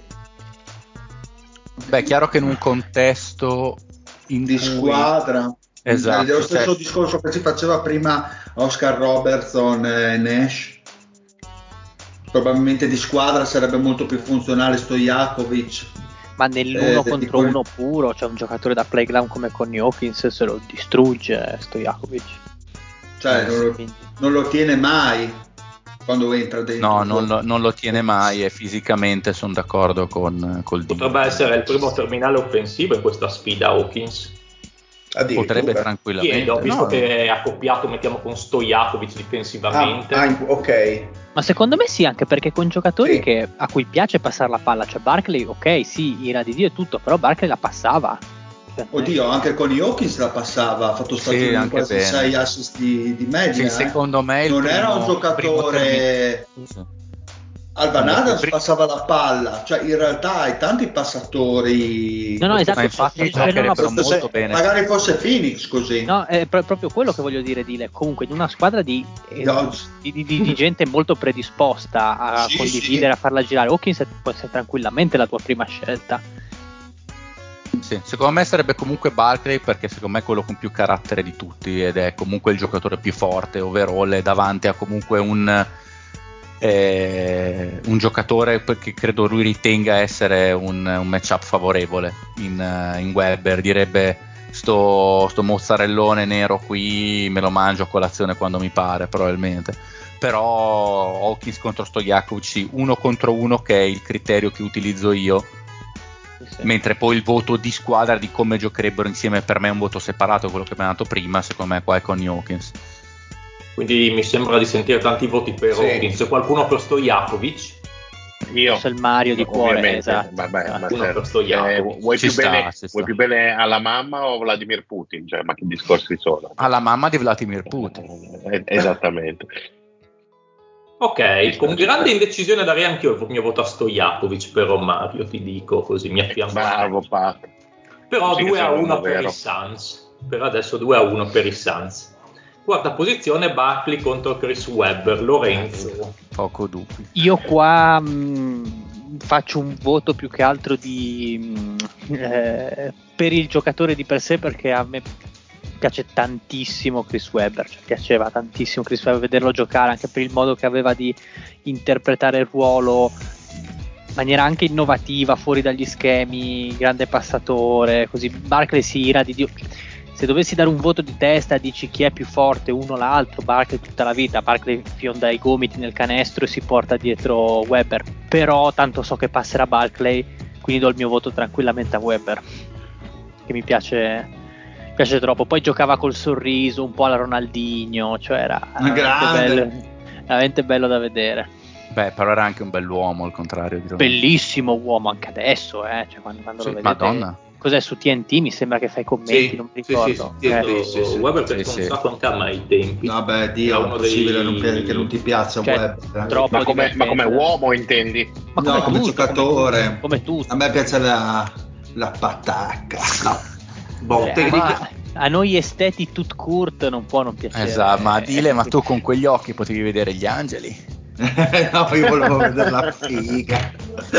Beh, è chiaro che in un contesto in di cui... squadra. Esatto, È lo stesso cioè- discorso che si faceva prima Oscar Robertson e Nash. Probabilmente di squadra sarebbe molto più funzionale Stojakovic. ma nell'uno Eh, di contro quel- uno puro c'è un giocatore da playground come Connie Hawkins, se lo distrugge Stojakovic. cioè Eh, non, lo, quindi- non lo tiene mai quando entra dentro. No, non lo, non lo tiene mai e fisicamente sono d'accordo con col Dio. Potrebbe essere il primo terminale offensivo in questa sfida Hawkins. Addirittura. Potrebbe tranquillamente. Chiedo, visto no, che è accoppiato, mettiamo con Stojakovic difensivamente. Ah, ah, in- ok. Ma secondo me sì, anche perché con giocatori Sì. che, a cui piace passare la palla, cioè Barkley, ok, sì, ira di Dio e tutto, però Barkley la passava. Cioè, non è- Oddio, anche con gli Hawkins la passava, ha fatto Sì, stagioni anche quasi bene. sei assist di, di media. sì, eh. secondo me il non primo, era un primo giocatore. termine- sì. Alvan Comunque, Adams pri- passava la palla, cioè in realtà hai tanti passatori. No, no, esatto, Ma infatti per- per giocherebbero una- molto Se- bene. Magari fosse Phoenix così. No, è pro- proprio quello che voglio dire, Dile. Comunque, in una squadra di, eh, No. di, di- di gente molto predisposta a Sì, condividere, sì. a farla girare, Hawkins può essere tranquillamente la tua prima scelta. Sì, secondo me sarebbe comunque Barkley perché secondo me è quello con più carattere di tutti ed è comunque il giocatore più forte overall e davanti a comunque un eh, un giocatore che credo lui ritenga essere un, un matchup favorevole in, uh, in Webber. Direbbe sto, sto mozzarellone nero qui me lo mangio a colazione quando mi pare probabilmente. Però Hawkins contro Stojakovic uno contro uno, che è il criterio che utilizzo io, Sì, sì. mentre poi il voto di squadra di come giocherebbero insieme per me è un voto separato, quello che abbiamo dato prima. Secondo me qua è con Hawkins. Quindi mi sembra di sentire tanti voti per Sì. Hawkins. Qualcuno per Stojakovic? Io, Forse il Mario di cuore, ovviamente, esatto. vabbè, Esatto. ma Uno certo. per Stojakovic. Eh, vuoi, Ci più sta, bene, ci sta. vuoi più bene alla mamma o Vladimir Putin? Cioè, ma che discorsi sono? Alla mamma di Vladimir Putin. Eh, esattamente. Ok, Ci con sta, ci grande sta. indecisione darei anch'io il mio voto a Stojakovic, però Mario, ti dico così, mi affianco a te. Bravo, Pat. Però Sì, che due a sei un uno uomo per vero. i Suns. Per adesso due a uno per i Suns. Quarta posizione, Barkley contro Chris Webber. Lorenzo. Poco dubbio. Io qua mh, faccio un voto più che altro di mh, eh, per il giocatore di per sé, perché a me piace tantissimo Chris Webber, cioè piaceva tantissimo Chris Webber vederlo giocare, anche per il modo che aveva di interpretare il ruolo in maniera anche innovativa, fuori dagli schemi, grande passatore, così. Barkley si ira di Dio. Se dovessi dare un voto di testa, dici chi è più forte, uno o l'altro, Barkley tutta la vita. Barkley fionda i gomiti nel canestro e si porta dietro Webber, però tanto so che passerà Barkley, quindi do il mio voto tranquillamente a Webber, che mi piace, piace troppo. Poi giocava col sorriso, un po' alla Ronaldinho, cioè era veramente grande. bello, veramente bello da vedere. Beh, però era anche un bell'uomo al contrario di Ronaldo. Bellissimo uomo anche adesso, eh? Cioè, quando, quando Sì, lo vedete. Madonna. Cos'è su T N T? Mi sembra che fai commenti, Sì, non mi sì, sì, ricordo. sì, Eh. sì, sì, sì. Webber Sì, per un sì. sacco anche a me ai tempi. Vabbè, Dio, Era è uno possibile dei- non pi- che non ti piaccia Cioè, Webber. troppo Ma come, ma come divertente. uomo intendi? Ma No, come tutto, giocatore. come tutto. A me piace la, la patacca. No. Boh, Cioè, tecnica- a, a noi esteti tut court non può non piacere. Esatto, ma Dile, ma tu con quegli occhi potevi vedere gli angeli? No, io volevo vedere la figa.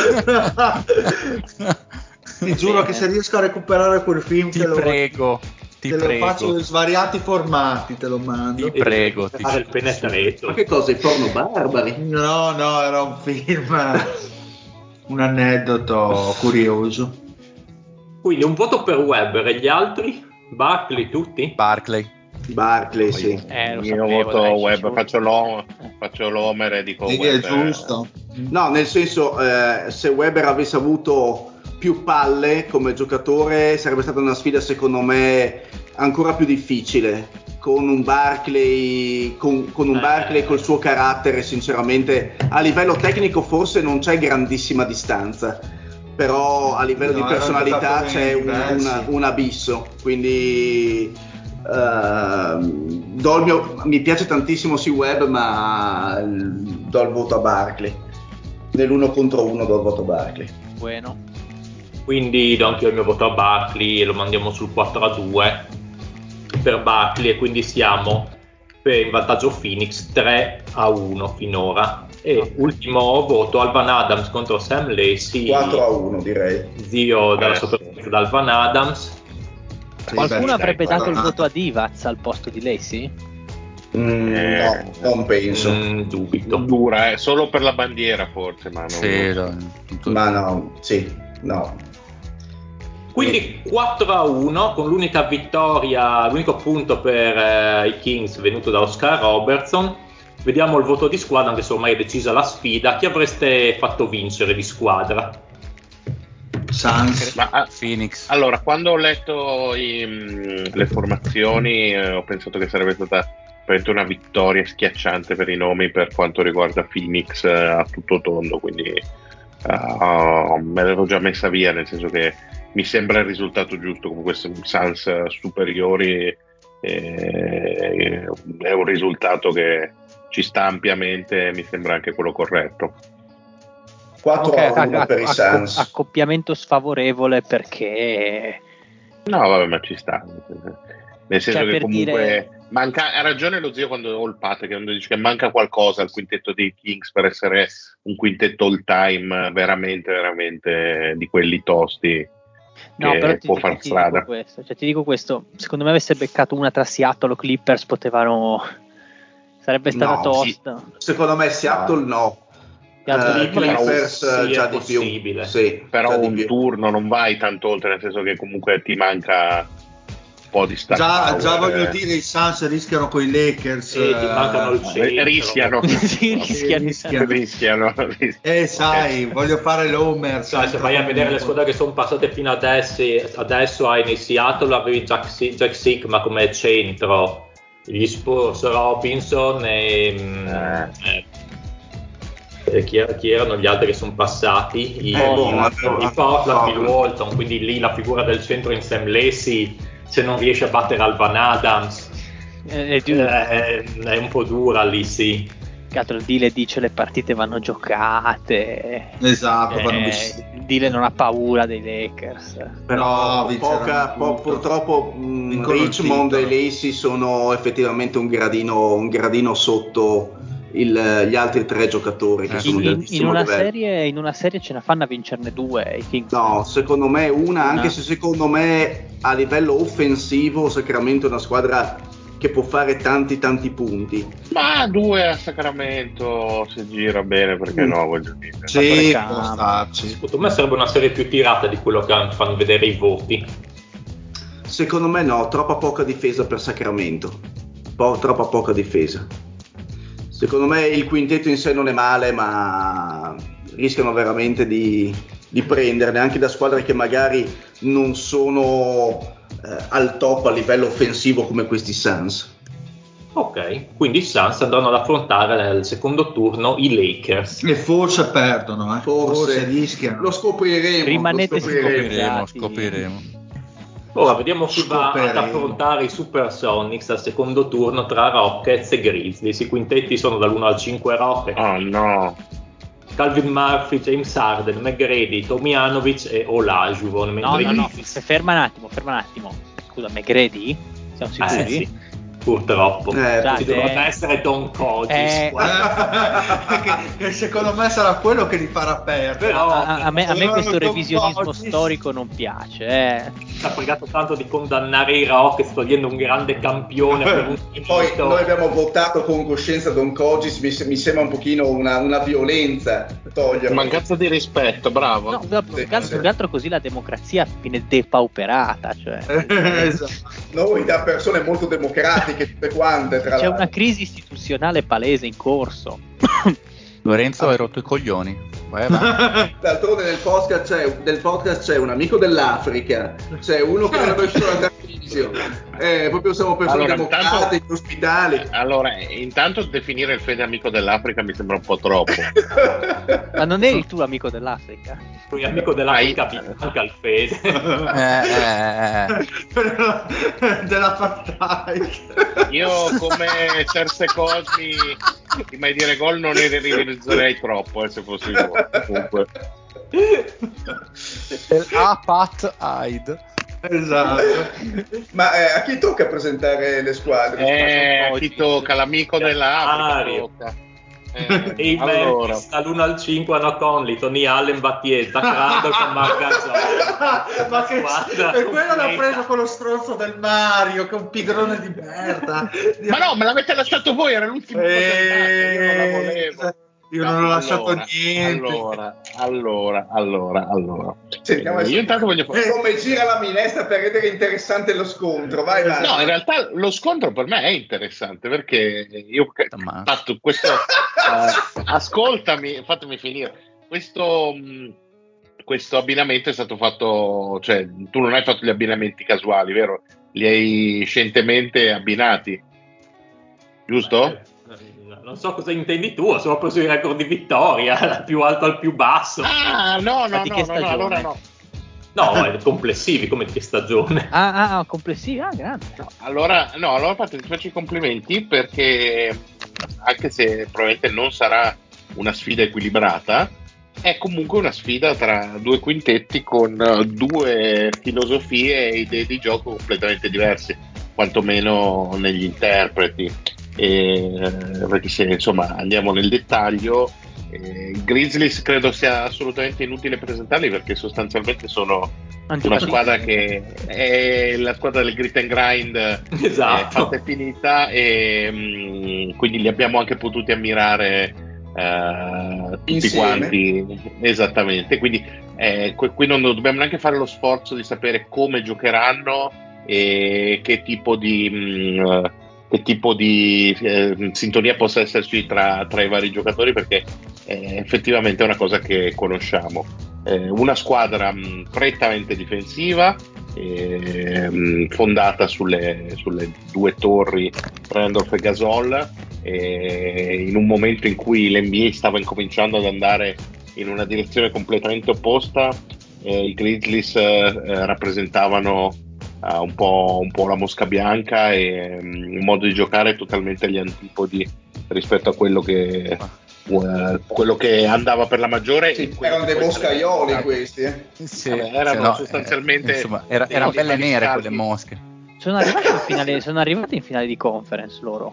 Ti giuro che se riesco a recuperare quel film Ti te lo, prego, ti te lo prego. faccio in svariati formati, te lo mando. Ti prego, ti fare il penetretto. Ma che cosa, i porno barbari? No, no, era un film, un aneddoto curioso. Quindi un voto per Webber e gli altri? Barkley tutti? Barkley. Barkley, sì. Eh, lo Io sapevo, voto dai, Webber, Ciccio. faccio l'homer, faccio l'homer e dico Sì, è Webber. giusto. No, nel senso, eh, se Webber avesse avuto più palle come giocatore, sarebbe stata una sfida, secondo me, ancora più difficile. Con un Barkley, con, con un Eh. Barkley col suo carattere, sinceramente, a livello tecnico forse non c'è grandissima distanza, però a livello No, di erano personalità giocatori c'è un, diversi. una- un abisso. Quindi ehm, do il mio, mi piace tantissimo sì Webb, ma do il voto a Barkley. Nell'uno contro uno do il voto a Barkley. Bueno. Quindi do anche io il mio voto a Barkley e lo mandiamo sul quattro a due per Barkley, e quindi siamo per in vantaggio Phoenix tre a uno finora. E ultimo voto, Alvan Adams contro Sam Lacey. quattro a uno direi. Zio dalla Eh, sua sì. preferenza da Alvan Adams. Sì, Qualcuno beh, avrebbe dai, dato il guarda. voto a Divac al posto di Lacey? Mm, Eh, no, non penso. Mm, dubito. Dura, eh, solo per la bandiera forse, ma non Sì, lo so. dai, tutto- Ma no, sì, no. Quindi quattro a uno, con l'unica vittoria, l'unico punto per eh, i Kings venuto da Oscar Robertson. Vediamo il voto di squadra, anche se ormai è decisa la sfida. Chi avreste fatto vincere di squadra? Suns. Ma, ah, Phoenix. Allora, quando ho letto i, mh, le formazioni, eh, ho pensato che sarebbe stata veramente una vittoria schiacciante per i nomi per quanto riguarda Phoenix eh, a tutto tondo, quindi uh, me l'ero già messa via, nel senso che mi sembra il risultato giusto. Comunque Suns superiori eh, è un risultato che ci sta ampiamente, mi sembra anche quello corretto. quattro Okay, a uno a- per i a- Suns. accoppiamento sfavorevole perché No, vabbè, ma ci sta. Nel senso Cioè, che per comunque dire- manca, ha ragione lo zio quando o il Pat che quando dice che manca qualcosa al quintetto dei Kings per essere un quintetto all time veramente, veramente di quelli tosti no, che però ti, può ti- far ti strada. dico questo, cioè ti dico questo, secondo me avesse beccato una tra Seattle o Clippers potevano sarebbe stata No, tosta. Secondo me Seattle no. Seattle Eh, no. Clippers Sì, già è di più. possibile. Sì, Però già di un più. turno non vai tanto oltre, nel senso che comunque ti manca un po' di star Già, power. già voglio dire, i Suns rischiano con i Lakers. Sì, ti mancano il Eh, centro. rischiano. Sì, rischiano. rischiano. rischiano, rischiano. Eh, sai, Ok. voglio fare l'Homer. Cioè, se vai a vedere le squadre che sono passate fino adesso, adesso hai nei Seattle avevi Jack, Si- Jack Sigma come centro, gli Spurs Robinson e, Eh. eh, e chi, er- chi erano gli altri che sono passati? I, Eh, boh, i, ma- i Portland, Bill Portland. Walton, quindi lì la figura del centro in Sam Lacey, se non riesce a battere Alvan Adams, Eh, eh, eh, è un po' dura lì, sì. che altro il Dile dice le partite vanno giocate. Esatto, Eh, vanno vissute. il Dile non ha paura dei Lakers. Però No, vinceranno poca, po- tutto. purtroppo mh, Vincono il Richmond e titolo. Lacey sono effettivamente un gradino, un gradino sotto il- gli altri tre giocatori che Eh, sono In, di in- in altissimo una livello. serie, in una serie ce ne fanno a vincerne due i Kings. No, secondo me una, Una? anche se secondo me a livello offensivo Sacramento è una squadra che può fare tanti tanti punti. Ma due a Sacramento se gira bene, perché Mm. no, voglio dire. Sì, Fattore può campo. starci. Secondo me sarebbe una serie più tirata di quello che fanno vedere i voti. Secondo me no, troppa poca difesa per Sacramento. Po- troppa poca difesa. Secondo me il quintetto in sé non è male, ma rischiano veramente di, di prenderne anche da squadre che magari non sono eh, al top a livello offensivo come questi Suns. Ok, quindi i Suns andranno ad affrontare nel secondo turno i Lakers. E forse perdono, eh. Forse, forse rischiano. Lo scopriremo. Rimanete lo scopriremo. Scopriremo, Scusate. scopriremo. Ora vediamo chi va ad Scopriremo. affrontare i Supersonics al secondo turno tra Rockets e Grizzlies. I quintetti sono dall'uno al cinque Rockets. Oh no. Calvin Murphy, James Harden, McGrady, Tomjanovic e Olajuwon. No, mentre no, i no, Grizzlies- f- ferma un attimo, ferma un attimo. Scusa, McGrady? Siamo Eh, sicuri? sì, purtroppo. Eh, Già, Ci eh, dovrebbe essere Don Cogis. eh, che, che secondo me sarà quello che li farà perdere. Però- a, a- a me, a me questo Don revisionismo Cogis. storico non piace. Eh. Ci ha pregato tanto di condannare i Rockets togliendo un grande campione per un Poi finito. noi abbiamo votato con coscienza Don Cogis, mi, mi sembra un pochino una, una violenza toglierlo. Mancanza di rispetto, bravo. No, più che altro- più che altro così la democrazia viene depauperata. Cioè. Esatto. Noi da persone molto democratiche tutte quante, tra C'è l'altro. una crisi istituzionale palese in corso. Lorenzo hai rotto i coglioni. Vai avanti. D'altronde nel podcast, c'è, nel podcast c'è un amico dell'Africa, c'è uno che non è uscito dalla televisione. Eh, proprio siamo persone Allora, democratiche, intanto- ospitali. Allora, intanto definire il Fede amico dell'Africa mi sembra un po' troppo. Ma non eri tu amico dell'Africa? Lui è amico dell'Africa Ai- bianca al Fede. Eh, eh, eh. Della partita. Io come Cerse Cosmi prima di dire gol non ne realizzerei troppo eh, se fossi io. Comunque. Apartheid. Esatto. Ma eh, a chi tocca presentare le squadre? Eh, chi tocca? L'amico dell'Africa Mario. tocca. Eh, E i allora, Memphis dall'uno al cinque hanno Conley, Tony Allen, Battier, Zach Randolph e Marc Gasol. Ma che Squadra e quello l'ha completa. preso con lo stronzo del Mario, che è un pigrone di merda. ma no, me l'avete lasciato voi, era l'ultimo Eh, io non la volevo. Io non ho lasciato allora, niente. Allora, allora, allora, allora. Sentiamo Eh, io intanto voglio fare. come gira la minestra per rendere interessante lo scontro. Vai, Mario. No, in realtà lo scontro per me è interessante perché io ho Ma- fatto questo. eh, ascoltami, fatemi finire. Questo, mh, questo abbinamento è stato fatto, cioè tu non hai fatto gli abbinamenti casuali, vero? Li hai scientemente abbinati, giusto? Eh, non so cosa intendi tu, sono preso il record di vittoria, dal più alto al più basso. Ah, no, Ma no, di no, che no, no, stagione? allora no. No, è complessivi, come di che stagione. Ah, ah, complessivi, ah, grande. No, allora, no, allora fate, ti faccio i complimenti perché anche se probabilmente non sarà una sfida equilibrata, è comunque una sfida tra due quintetti con eh, due filosofie e idee di gioco completamente diverse, quantomeno negli interpreti. E, eh, perché se insomma andiamo nel dettaglio, eh, i Grizzlies credo sia assolutamente inutile presentarli perché sostanzialmente sono Non una giocatissimi. squadra che è la squadra del grit and grind, eh, Esatto. fatta e finita, e mh, quindi li abbiamo anche potuti ammirare eh, tutti Insieme. quanti, esattamente. Quindi eh, qui, qui non dobbiamo neanche fare lo sforzo di sapere come giocheranno e che tipo di mh, che tipo di eh, sintonia possa esserci tra, tra i vari giocatori, perché eh, effettivamente è una cosa che conosciamo. Eh, una squadra mh, prettamente difensiva, eh, mh, fondata sulle, sulle due torri Randolph e Gasol, eh, in un momento in cui l'N B A stava incominciando ad andare in una direzione completamente opposta. Eh, i Grizzlies eh, rappresentavano eh, un po', un po' la mosca bianca e um, un modo di giocare totalmente agli antipodi rispetto a quello che Uh, quello che andava per la maggiore. Sì, e quello erano che dei poi boscaioli sarebbe- questi. Eh. Sì, Vabbè, erano cioè, no, sostanzialmente eh, insomma, era, dei- erano dei belle nere maniscalchi. quelle mosche. Sono arrivati in finale, sono arrivati in finale di conference loro.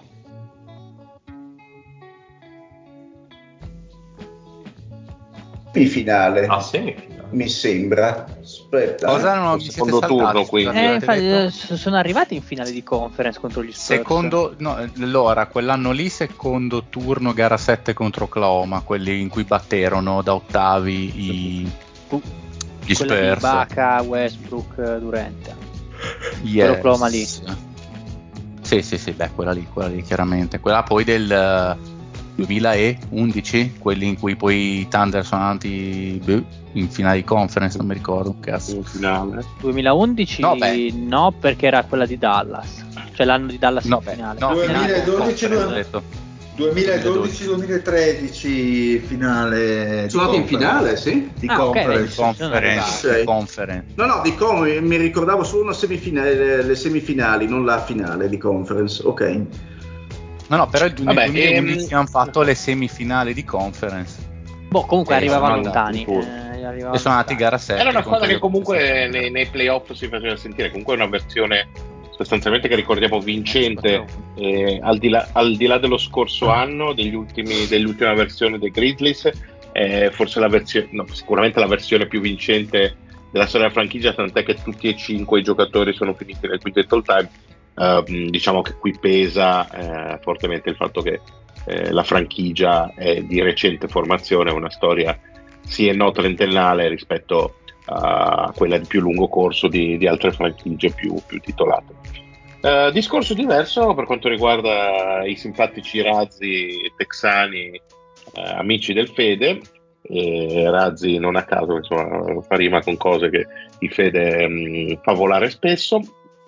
Semifinale, Ah, semifinale. mi sembra. Aspetta. Cosa eh. non il vi siete secondo saltati? turno, Scusate, quindi. Eh, avete infatti, detto? eh, s- sono arrivati in finale di conference contro gli Spurs. Secondo, no, allora, quell'anno lì, secondo turno, gara sette contro Oklahoma, quelli in cui batterono da ottavi i, Uh, gli quella di Spurs. Ibaka, Westbrook, Durant. Yes. Quell'Oklahoma lì. Sì, sì, sì, beh, quella lì, quella lì, chiaramente. Quella poi del eh, duemilaundici, quelli in cui poi i Thunder sono andati beh, in finale di conference, non mi ricordo, cazzo. In finale. duemilaundici No, beh. no, perché era quella di Dallas. Cioè l'anno di Dallas No, in beh, finale. no, finale duemiladodici, conference, ho detto. duemiladodici duemilatredici finale. Sono andati in finale, sì? Di Ah, ok, conference. sono arrivati. Conference, Ok. conference. No, no, di come mi ricordavo solo una semifinale, le, le semifinali, non la finale di conference. Ok. No, no, però il, nel Vabbè, duemilaundici ehm, hanno fatto le semifinali di conference Boh, comunque Eh, arrivavano sono andati lontani. in turno. eh, arrivavano e sono andati lontani. gara sette. Era una contro squadra gli che comunque Oklahoma nei, City. nei playoff si faceva sentire, comunque è una versione sostanzialmente che ricordiamo vincente, eh, al, di là, al di là dello scorso anno, degli ultimi, dell'ultima versione dei Grizzlies, eh, forse la versione, no, sicuramente la versione più vincente della storia della franchigia, tant'è che tutti e cinque i giocatori sono finiti nel quintetto all time. Uh, diciamo che qui pesa eh, fortemente il fatto che eh, la franchigia è di recente formazione, una storia sì e no trentennale rispetto a quella di più lungo corso di, di altre franchigie più, più titolate. Uh, discorso diverso per quanto riguarda i simpatici razzi texani, eh, amici del Fede. E Razzi non a caso, insomma, fa rima con cose che il Fede mh, fa volare spesso.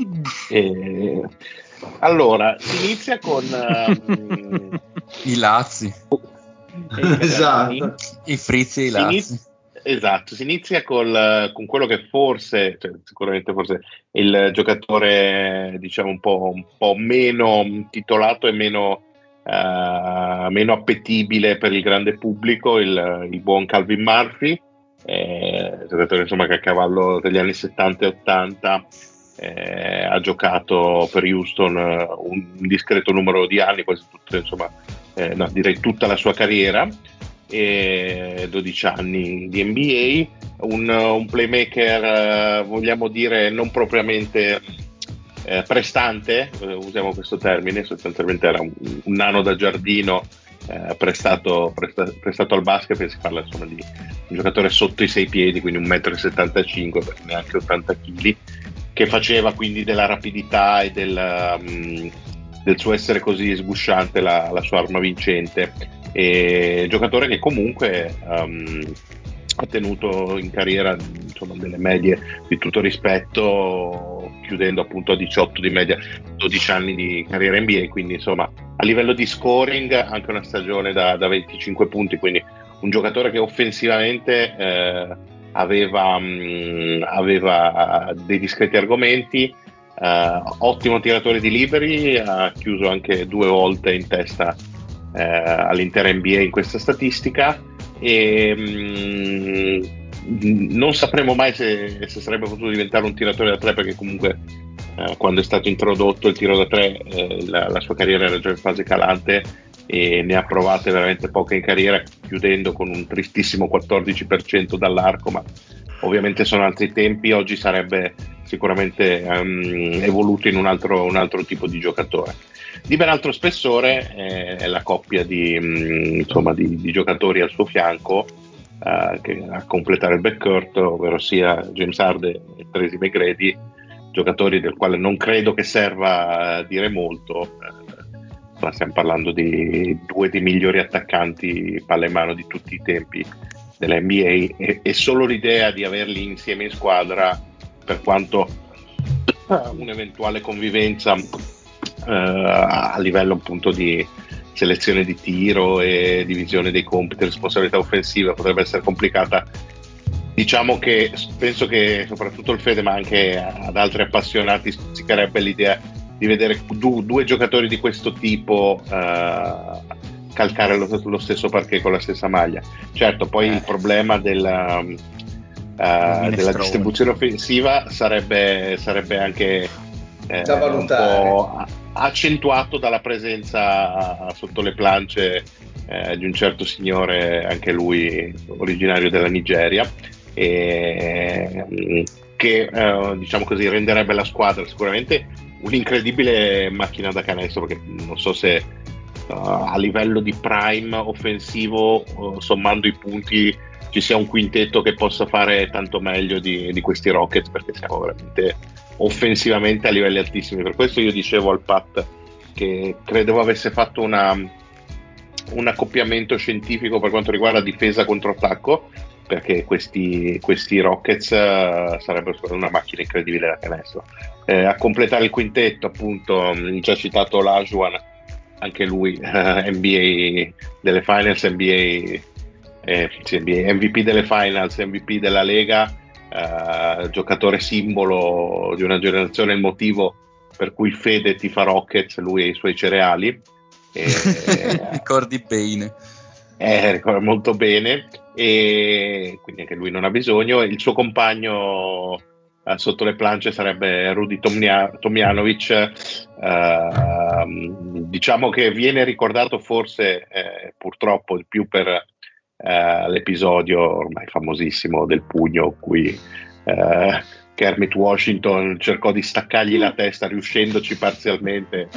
E, allora, si inizia con um, I Lazzi, Esatto. i Frizzi e i si Lazzi. inizia, esatto, si inizia col, con quello che forse, cioè, sicuramente forse il giocatore diciamo un po', un po' meno titolato e meno, uh, meno appetibile per il grande pubblico, il, il buon Calvin Murphy, eh, giocatore insomma che a cavallo degli anni settanta e ottanta eh, ha giocato per Houston uh, un discreto numero di anni, quasi tutte, insomma, eh, no, direi tutta la sua carriera. E dodici anni di N B A, un, un playmaker eh, vogliamo dire non propriamente eh, prestante, eh, usiamo questo termine, sostanzialmente era un, un nano da giardino eh, prestato, presta, prestato al basket, e si parla insomma di un giocatore sotto i sei piedi, quindi un metro e settantacinque, per neanche ottanta chili, che faceva quindi della rapidità e del, um, del suo essere così sgusciante la, la sua arma vincente, e giocatore che comunque um, ha tenuto in carriera insomma delle medie di tutto rispetto, chiudendo appunto a diciotto di media, dodici anni di carriera N B A, quindi insomma a livello di scoring anche una stagione da, da venticinque punti, quindi un giocatore che offensivamente eh, aveva, mh, aveva dei discreti argomenti, eh, ottimo tiratore di liberi, ha chiuso anche due volte in testa eh, all'intera N B A in questa statistica, e mh, non sapremo mai se, se sarebbe potuto diventare un tiratore da tre, perché comunque eh, quando è stato introdotto il tiro da tre eh, la, la sua carriera era già in fase calante, e ne ha provate veramente poche in carriera, chiudendo con un tristissimo quattordici per cento dall'arco, ma ovviamente sono altri tempi. Oggi sarebbe sicuramente um, evoluto in un altro, un altro tipo di giocatore. Di ben altro spessore eh, è la coppia di, um, insomma, di, di giocatori al suo fianco, uh, che a completare il backcourt, ovvero sia James Harden e Tracy McGrady, giocatori del quale non credo che serva uh, dire molto. Ma stiamo parlando di due dei migliori attaccanti palla in mano di tutti i tempi della N B A, e, e solo l'idea di averli insieme in squadra, per quanto un'eventuale convivenza eh, a livello appunto di selezione di tiro e divisione dei compiti e responsabilità offensiva potrebbe essere complicata, diciamo che penso che soprattutto il Fede, ma anche ad altri appassionati, stuzzicherebbe l'idea di vedere du- due giocatori di questo tipo uh, calcare lo, lo stesso parquet con la stessa maglia. Certo, poi eh. il problema della, uh, della distribuzione offensiva sarebbe, sarebbe anche eh, da valutare, un po' accentuato dalla presenza sotto le planche eh, di un certo signore, anche lui originario della Nigeria, e, che eh, diciamo così renderebbe la squadra sicuramente un'incredibile macchina da canestro, perché non so se uh, a livello di prime offensivo, uh, sommando i punti, ci sia un quintetto che possa fare tanto meglio di, di questi Rockets, perché siamo veramente offensivamente a livelli altissimi. Per questo io dicevo al Pat che credevo avesse fatto una, un accoppiamento scientifico per quanto riguarda difesa contro attacco, perché questi, questi Rockets uh, sarebbero una macchina incredibile da canestro. Eh, a completare il quintetto, appunto, mh, già citato Olajuwon, anche lui uh, N B A delle Finals, N B A, eh, sì, N B A, M V P delle Finals, M V P della Lega, uh, giocatore simbolo di una generazione, il motivo per cui il Fede tifa Rockets, lui e i suoi cereali. E, ricordi bene. Eh, ricordo molto bene, e quindi anche lui non ha bisogno. Il suo compagno eh, sotto le planche sarebbe Rudy Tomja- Tomjanovic, eh, diciamo che viene ricordato forse eh, purtroppo di più per eh, l'episodio ormai famosissimo del pugno, cui eh, Kermit Washington cercò di staccargli la testa, riuscendoci parzialmente,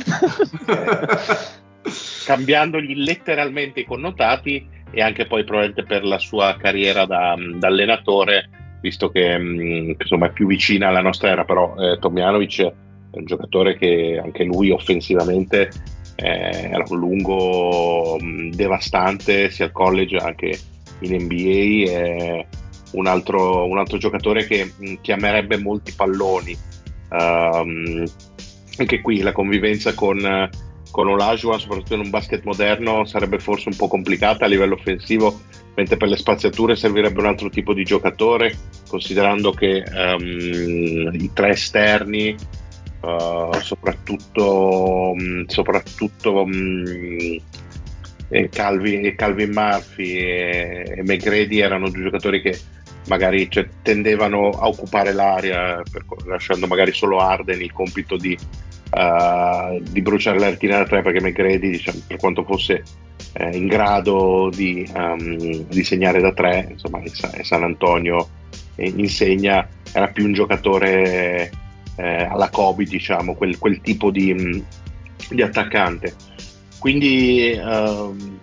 eh, cambiandogli letteralmente i connotati, e anche poi probabilmente per la sua carriera da, da allenatore, visto che mh, insomma è più vicina alla nostra era. Però eh, Tomjanovic è un giocatore che anche lui offensivamente eh, era un lungo mh, devastante, sia al college anche in N B A, è un altro, un altro giocatore che mh, chiamerebbe molti palloni. Um, anche qui la convivenza con con Olajuwon, soprattutto in un basket moderno, sarebbe forse un po' complicata a livello offensivo, mentre per le spaziature servirebbe un altro tipo di giocatore, considerando che um, i tre esterni, uh, soprattutto, um, soprattutto um, e Calvin, e Calvin Murphy e, e McGrady erano due giocatori che magari cioè, tendevano a occupare l'area, per, lasciando magari solo Harden il compito di Uh, di bruciare la retina da tre, perché McGrady, diciamo, per quanto fosse eh, in grado di, um, di segnare da tre, insomma, e San Antonio eh, insegna, era più un giocatore eh, alla Kobe, diciamo, quel, quel tipo di, di attaccante. Quindi uh,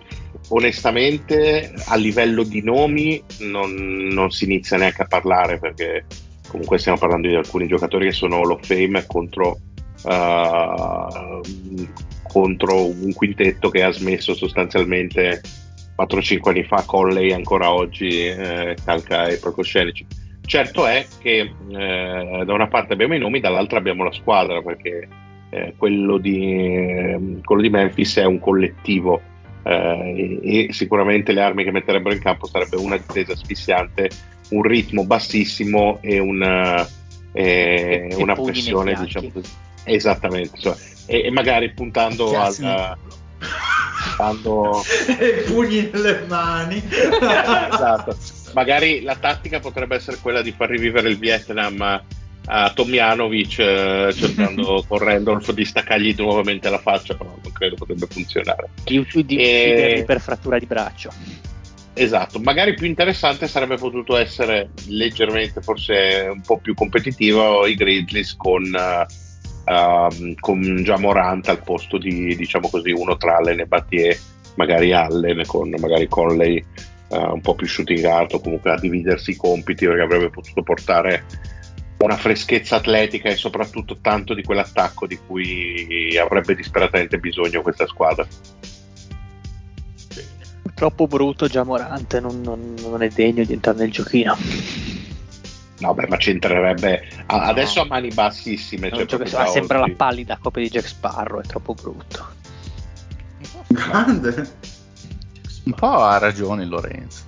onestamente a livello di nomi non, non si inizia neanche a parlare, perché comunque stiamo parlando di alcuni giocatori che sono Hall of Fame contro, uh, contro un quintetto che ha smesso sostanzialmente quattro cinque anni fa. Conley ancora oggi eh, calca e Prokoscienic. Certo è che eh, da una parte abbiamo i nomi, dall'altra abbiamo la squadra, perché eh, quello, di, eh, quello di Memphis è un collettivo, eh, e, e sicuramente le armi che metterebbero in campo sarebbe una difesa asfissiante, un ritmo bassissimo e una, eh, e, una e pressione, diciamo così. Esattamente, cioè, e, e magari puntando al puntando... e pugni nelle mani. Esatto. Magari la tattica potrebbe essere quella di far rivivere il Vietnam a Tomjanovic, eh, cercando con Randolph di staccargli nuovamente la faccia, però non credo potrebbe funzionare. Di, di e... ucciderli per frattura di braccio. Esatto, magari più interessante sarebbe potuto essere leggermente, forse un po' più competitivo, i Grizzlies con, uh, um, con Ja Morant al posto di, diciamo così, uno tra Allen e Battier, magari Allen con magari Conley uh, un po' più shooting guard, o comunque a dividersi i compiti, perché avrebbe potuto portare una freschezza atletica e soprattutto tanto di quell'attacco di cui avrebbe disperatamente bisogno questa squadra. Troppo brutto Ja Morant, non, non, non è degno di entrare nel giochino. No, beh, ma c'entrerebbe a, adesso a mani bassissime, cioè gioca, da sembra oggi. La pallida copia di Jack Sparrow, è troppo brutto. Grande. Un po' ha ragione Lorenzo.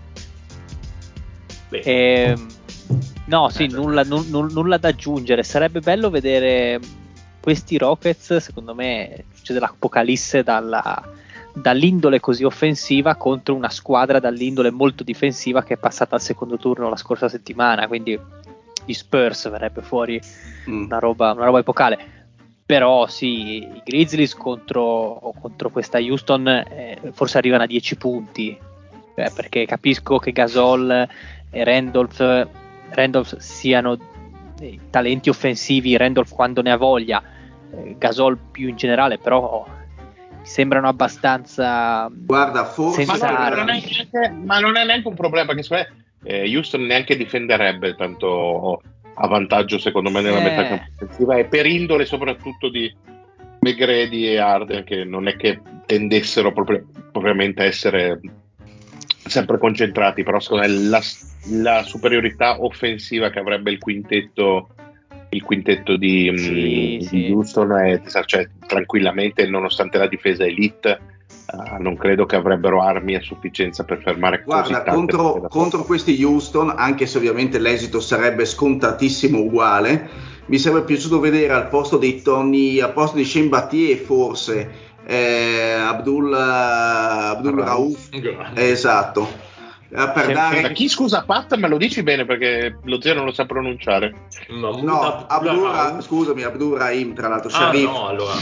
E, no, sì, nulla, n- n- nulla da aggiungere. Sarebbe bello vedere questi Rockets, secondo me succede l'apocalisse dalla, dall'indole così offensiva contro una squadra dall'indole molto difensiva che è passata al secondo turno la scorsa settimana, quindi gli Spurs verrebbe fuori mm. una, roba, una roba epocale. Però sì, i Grizzlies contro, contro questa Houston eh, forse arrivano a dieci punti, eh, perché capisco che Gasol e Randolph, Randolph siano dei talenti offensivi, Randolph quando ne ha voglia, eh, Gasol più in generale, però sembrano abbastanza guarda forse ma, no, non è neanche, ma non è neanche un problema, perché secondo me eh, Houston neanche difenderebbe tanto a vantaggio secondo me nella eh. metà campo offensiva, e per indole soprattutto di McGrady e Harden, che non è che tendessero proprio, propriamente a essere sempre concentrati, però secondo me la, la superiorità offensiva che avrebbe il quintetto il quintetto di, sì, mh, sì. di Houston è, cioè, tranquillamente, nonostante la difesa elite, uh, non credo che avrebbero armi a sufficienza per fermare guarda così contro, contro questi Houston, anche se ovviamente l'esito sarebbe scontatissimo uguale, mi sarebbe piaciuto vedere al posto di Tony, al posto di Shane Battier forse eh, Abdul, Abdul Rauf, esatto. Per dare... Da chi, scusa Pat, me lo dici bene perché lo zio non lo sa pronunciare. No, Abdul, scusami, Abdul Rahim, tra l'altro, ah, Sharif. No, allora.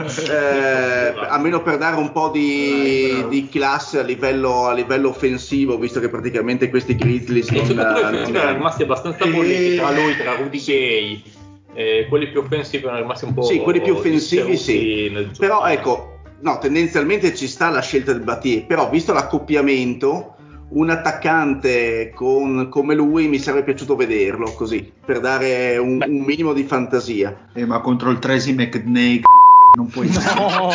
eh, almeno per dare un po' di, di classe a livello, a livello offensivo, visto che praticamente questi Grizzlies I giocatori non, offensivi non erano rimasti abbastanza bolliti, tra lui, tra Rudy sì. Gay, eh, quelli più offensivi erano rimasti un po'. Sì, quelli più offensivi sì, però ecco, no, tendenzialmente ci sta la scelta del Battier, però visto l'accoppiamento, un attaccante con, come lui mi sarebbe piaciuto vederlo così, per dare un, un minimo di fantasia. Eh, ma contro il Tracy McNay non puoi no.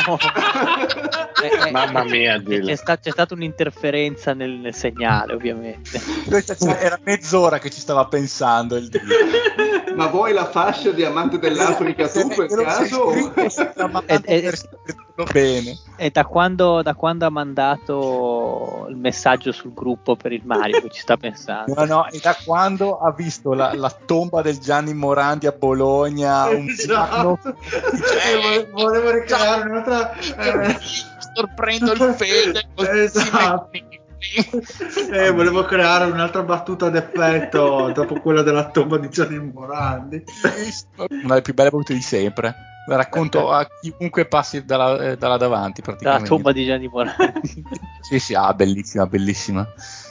eh, eh, Mamma mia, c'è, c'è, sta, c'è stata un'interferenza nel, nel segnale, ovviamente. Era mezz'ora che ci stava pensando il dio. Ma vuoi la fascia diamante dell'Africa tu per caso? È, è, bene. è da quando, da quando ha mandato il messaggio sul gruppo per il Mario che ci sta pensando. No, no, è da quando ha visto la, la tomba del Gianni Morandi a Bologna. Un esatto. eh, volevo ricreare un'altra eh, sorprendo il Fede. Esatto. Eh, volevo creare un'altra battuta d'effetto dopo quella della tomba di Gianni Morandi. Una delle più belle battute di sempre. La racconto a chiunque passi dalla, eh, dalla davanti praticamente. Dalla tomba di Gianni Morandi. Sì, sì, ah, bellissima, bellissima.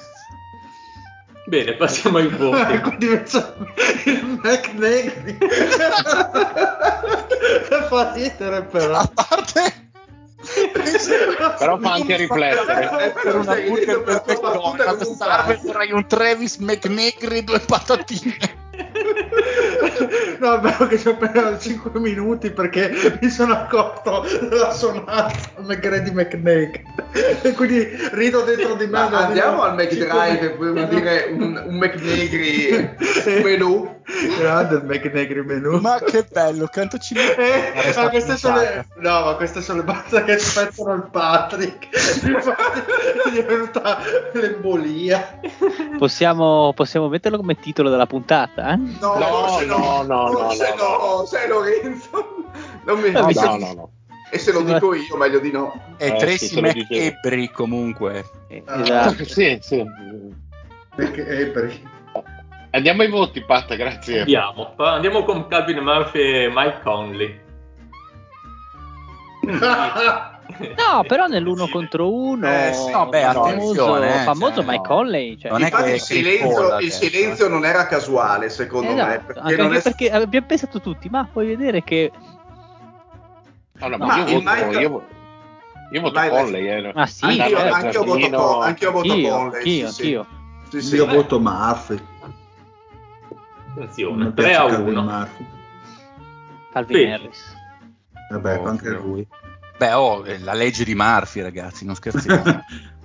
Bene, passiamo ai voti. Quindi il McNaghy fa ridere però. A parte pensi Però fa anche riflettere. È per una burger perfettona, quando serve vorrei un Travis McNegri, due patatine. No, è vero che ci ho perso cinque minuti perché mi sono accorto della sonata McGrady McNake e quindi rido dentro di me. Ma andiamo al McDrive, McDrive, vuol dire un, un McNegri menù. Grande il McNegri menù. Ma che bello, quanto ci eh, ma queste sono le, no, ma queste sono le basta che spezzano il Patrick. Infatti gli è venuta l'embolia. Possiamo, possiamo metterlo come titolo della puntata? Eh? No, No, se no, no, no, se no, no, sei Lorenzo. Non mi No, mi No, sa- no, no. E se lo dico io, meglio di no. È Eh, sì, Tracy se lo dicevo. McEbry comunque. Eh, Ah. esatto. Sì, sì. McEbry. Andiamo ai voti, Pat, grazie. Andiamo, Pa- andiamo con Calvin Murphy e Mike Conley. No, però nell'uno contro uno, Eh, sì. No, beh, famoso, attenzione, eh, famoso cioè, Mike no. Conley. Cioè, Non è Infatti che il silenzio, il adesso, silenzio eh. non era casuale, secondo me. esatto, Perché anche, non anche è... perché abbiamo pensato tutti, ma puoi vedere che No, no, Ma ma io il voto, Mike- io, io voto Vai, vai. Conley. Eh. Ma sì, Anch'io, certo. anch'io voto Giardino, con, anch'io voto Anch'io, con lei. anch'io, sì, anch'io. Sì, sì. Io voto Murphy. Non Attenzione, mi tre piace a Calvin uno. Murphy. Calvin Sì. Harris. Vabbè, Oh, anche Dio. lui. Beh, oh, è la legge di Murphy, ragazzi, non scherziamo.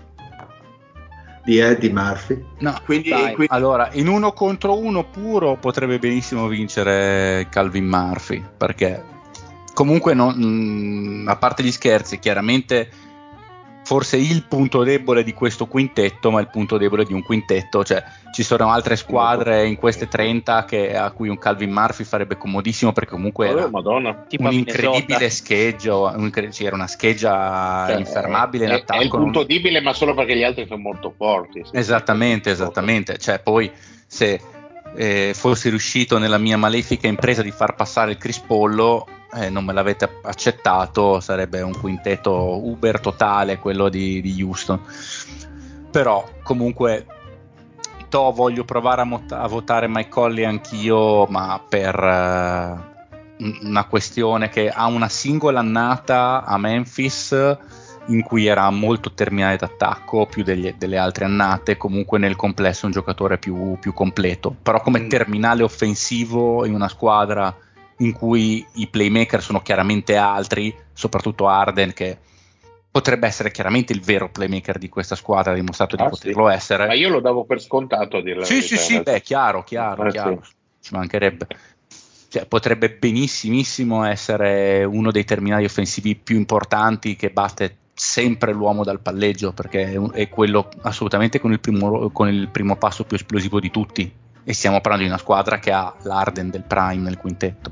Di Eddie Murphy. No, Quindi, Dai. quindi- allora, in uno contro uno puro potrebbe benissimo vincere Calvin Murphy, perché comunque, non, mh, a parte gli scherzi, chiaramente forse il punto debole di questo quintetto, ma il punto debole di un quintetto, cioè ci sono altre squadre in queste trenta che, a cui un Calvin Murphy farebbe comodissimo, perché comunque era Oh, Madonna. Tipo un a incredibile Minnesota. scheggio, un incre- sì, era una scheggia Cioè, infermabile in è, è il attacco. punto non- debole, ma solo perché gli altri sono molto forti. Sì, Esattamente, sì. esattamente. Cioè, poi se eh, fossi riuscito nella mia malefica impresa di far passare il Crispollo, eh, non me l'avete accettato, sarebbe un quintetto uber totale quello di, di Houston. Però comunque to voglio provare a, mot- a votare Mike Conley anch'io, ma per eh, una questione che ha una singola annata a Memphis in cui era molto terminale d'attacco più degli, delle altre annate, comunque nel complesso è un giocatore più, più completo, però come Mm. terminale offensivo in una squadra in cui i playmaker sono chiaramente altri, soprattutto Harden, che potrebbe essere chiaramente il vero playmaker di questa squadra, ha dimostrato Ah, di poterlo sì. essere. Ma io lo davo per scontato a dire la Sì, verità, sì, in sì, realtà. beh, chiaro, chiaro, Eh, chiaro, sì. ci mancherebbe. Cioè, potrebbe benissimissimo essere uno dei terminali offensivi più importanti, che batte sempre l'uomo dal palleggio, perché è, un- è quello assolutamente con il, primo, con il primo passo più esplosivo di tutti, e stiamo parlando di una squadra che ha l'Arden del Prime nel quintetto.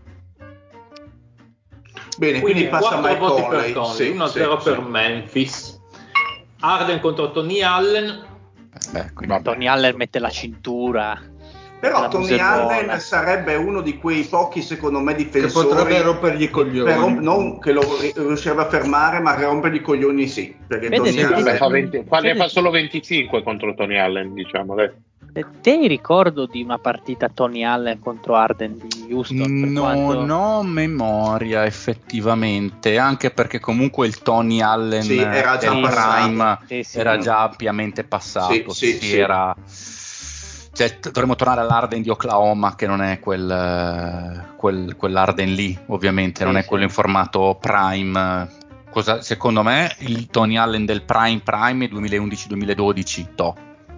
Bene, Quindi quindi passa quattro Mike voti Conley. per Conley, Sì, uno a sì, zero sì. per Memphis. Arden contro Tony Allen. Beh, quindi- Vabbè. Tony Allen mette la cintura. Però la Tony museruola. Allen sarebbe uno di quei pochi, secondo me, Che difensori potrebbe rompergli i coglioni. per rom- non che lo ri- riuscirebbe a fermare, ma che rompergli i coglioni sì, perché Vede, Tony Sì, se- Allen... vabbè, fa venti, fa, ne Vedi- fa solo venticinque contro Tony Allen, diciamo. Dai. Te hai ricordo di una partita Tony Allen contro Arden di Houston? Per non quanto... ho memoria effettivamente, anche perché comunque il Tony Allen Sì, era già del passato. Prime Sì, sì. era già ampiamente passato. Sì, sì, si sì. Era... Cioè, t- dovremmo tornare all'Arden di Oklahoma, che non è quel, eh, quel, quell'Arden lì, ovviamente, non Sì, è sì. quello in formato Prime. Cosa, secondo me il Tony Allen del Prime Prime duemilaundici duemiladodici, to.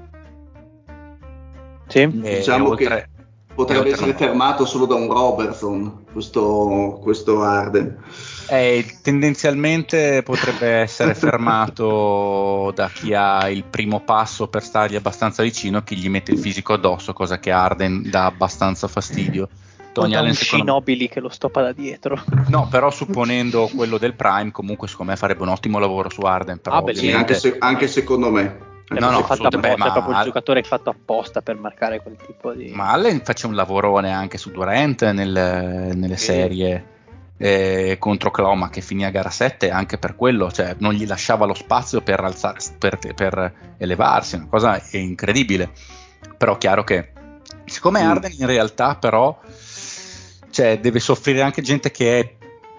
Sì. E Diciamo oltre- che potrebbe e oltre essere non- fermato solo da un Robertson, questo, questo Arden. Eh, tendenzialmente potrebbe essere fermato da chi ha il primo passo per stargli abbastanza vicino, chi gli mette il fisico addosso, cosa che a Arden dà abbastanza fastidio. O Tony da Allen, un secondo me- Shinobili che lo stoppa da dietro. No, però supponendo quello del Prime, comunque secondo me farebbe un ottimo lavoro su Arden, però Ah, beh, Sì, ovviamente... anche, se- anche secondo me. È No, no, fatto assolutamente, apposta, beh, è proprio ma- il giocatore fatto apposta per marcare quel tipo di... Ma Allen faceva un lavorone anche su Durant nel- nelle Sì. serie eh, contro Oklahoma, che finì a gara sette anche per quello, cioè non gli lasciava lo spazio per, alzare, per, per elevarsi, una cosa incredibile. Però chiaro che siccome Mm. Arden in realtà però cioè, deve soffrire anche gente che è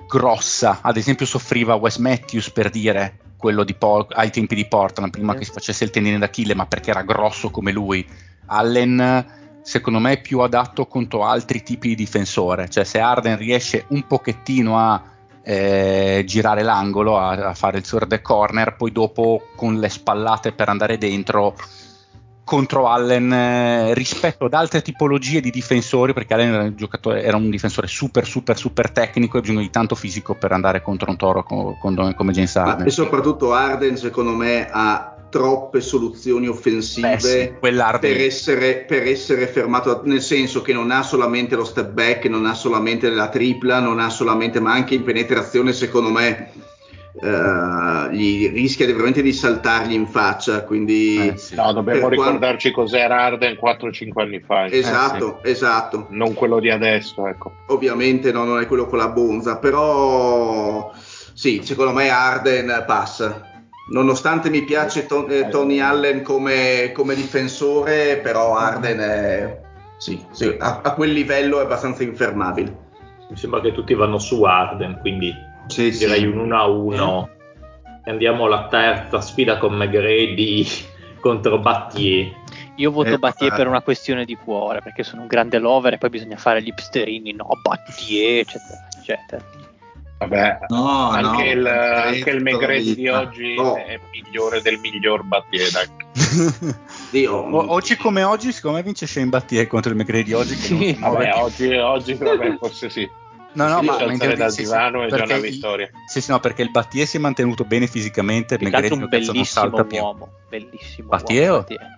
grossa. Ad esempio soffriva Wes Matthews, per dire, quello di Pol- ai tempi di Portland, prima che si facesse il tendine d'Achille, ma perché era grosso come lui. Allen secondo me è più adatto contro altri tipi di difensore, cioè se Harden riesce un pochettino a eh, girare l'angolo, a, a fare il third corner, poi dopo con le spallate per andare dentro, contro Allen eh, rispetto ad altre tipologie di difensori, perché Allen era un giocatore, era un difensore super super super tecnico e bisogno di tanto fisico per andare contro un toro co- con, come James Harden. E soprattutto Harden secondo me ha troppe soluzioni offensive. Beh, sì, per, essere, per essere fermato, nel senso che non ha solamente lo step back, non ha solamente la tripla, non ha solamente, ma anche in penetrazione secondo me Uh, gli rischia veramente di saltargli in faccia, quindi eh, sì. No, dobbiamo per ricordarci quando... cos'era Harden quattro cinque anni fa, esatto, eh, sì. esatto, non quello di adesso, ecco. Ovviamente no, non è quello con la bonza, però sì, secondo me Harden passa, nonostante mi piace to- eh, Tony Allen come, come difensore, però Harden è, sì, sì, a, a quel livello è abbastanza infermabile. Mi sembra che tutti vanno su Harden, quindi Sì, direi sì. un uno a uno. E andiamo alla terza sfida con McGrady contro Battier. Io voto Eh, Battier eh. per una questione di cuore, perché sono un grande lover e poi bisogna fare gli hipsterini, no, Battier, eccetera, eccetera. Vabbè, No, anche, no, il, McGrady anche il tutta la McGrady di vita. oggi Oh. è migliore del miglior Battier, dai. Dio, O- oggi come oggi secondo me vince Shane Battier contro il McGrady di oggi, che non si muove Vabbè, più. oggi, oggi vabbè, forse sì. No, no, Si ma, riesce a ma alzare intendo- dal sì, sì, divano è già perché una il- vittoria. Sì, sì, no, perché il Battier si è mantenuto bene fisicamente, il Più che altro McGrady un cazzo non bellissimo salta più. uomo, bellissimo Battier? uomo, Battier.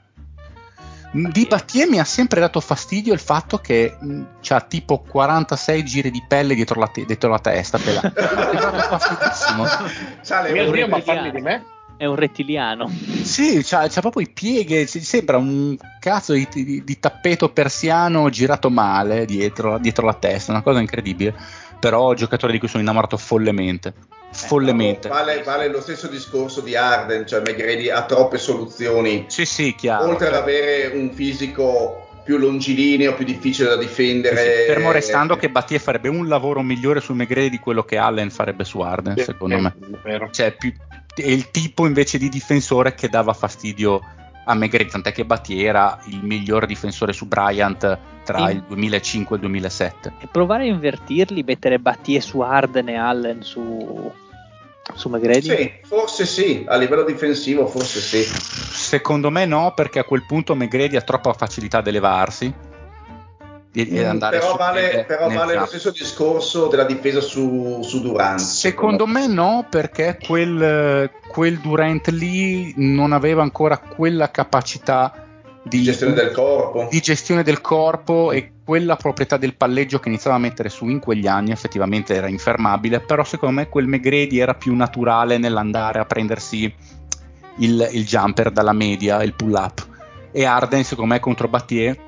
Di Battier mi ha sempre dato fastidio il fatto che mh, c'ha tipo quarantasei giri di pelle dietro la, te- dietro la testa, pelata. Mi ha dato fastidissimo. Sale Mio un Dio, ma rettiliano. parli di me? È un rettiliano. Sì, c'ha, c'ha proprio i pieghi, ci sembra un cazzo di, di- di tappeto persiano girato male dietro, dietro la testa, una cosa incredibile. Però giocatore di cui sono innamorato follemente. Follemente. Vale, vale lo stesso discorso di Harden, cioè McGrady ha troppe soluzioni, Sì, sì, chiaro. oltre ad Cioè, avere un fisico più longilineo, più difficile da difendere. sì, sì, fermo restando che Battier farebbe un lavoro migliore su McGrady di quello che Allen farebbe su Harden, Sì, secondo è me. vero. Cioè, più, è il tipo invece di difensore che dava fastidio a McGrady, tant'è che Battier era il miglior difensore su Bryant tra Sì. il duemilacinque e il duemilasette. E provare a invertirli, mettere Battier su Harden e Allen su, su McGrady? Sì, forse sì, a livello difensivo forse sì. Secondo me no, perché a quel punto McGrady ha troppa facilità ad elevarsi e e Mm, andare però su vale, nel- però nel vale lo jump. stesso discorso della difesa su, su Durant. Secondo me no, perché quel, quel Durant lì non aveva ancora quella capacità di, Di gestione del corpo. di gestione del corpo e quella proprietà del palleggio che iniziava a mettere su in quegli anni. Effettivamente era infermabile, però secondo me quel McGrady era più naturale nell'andare a prendersi il, il jumper dalla media, il pull up, e Harden secondo me contro Battier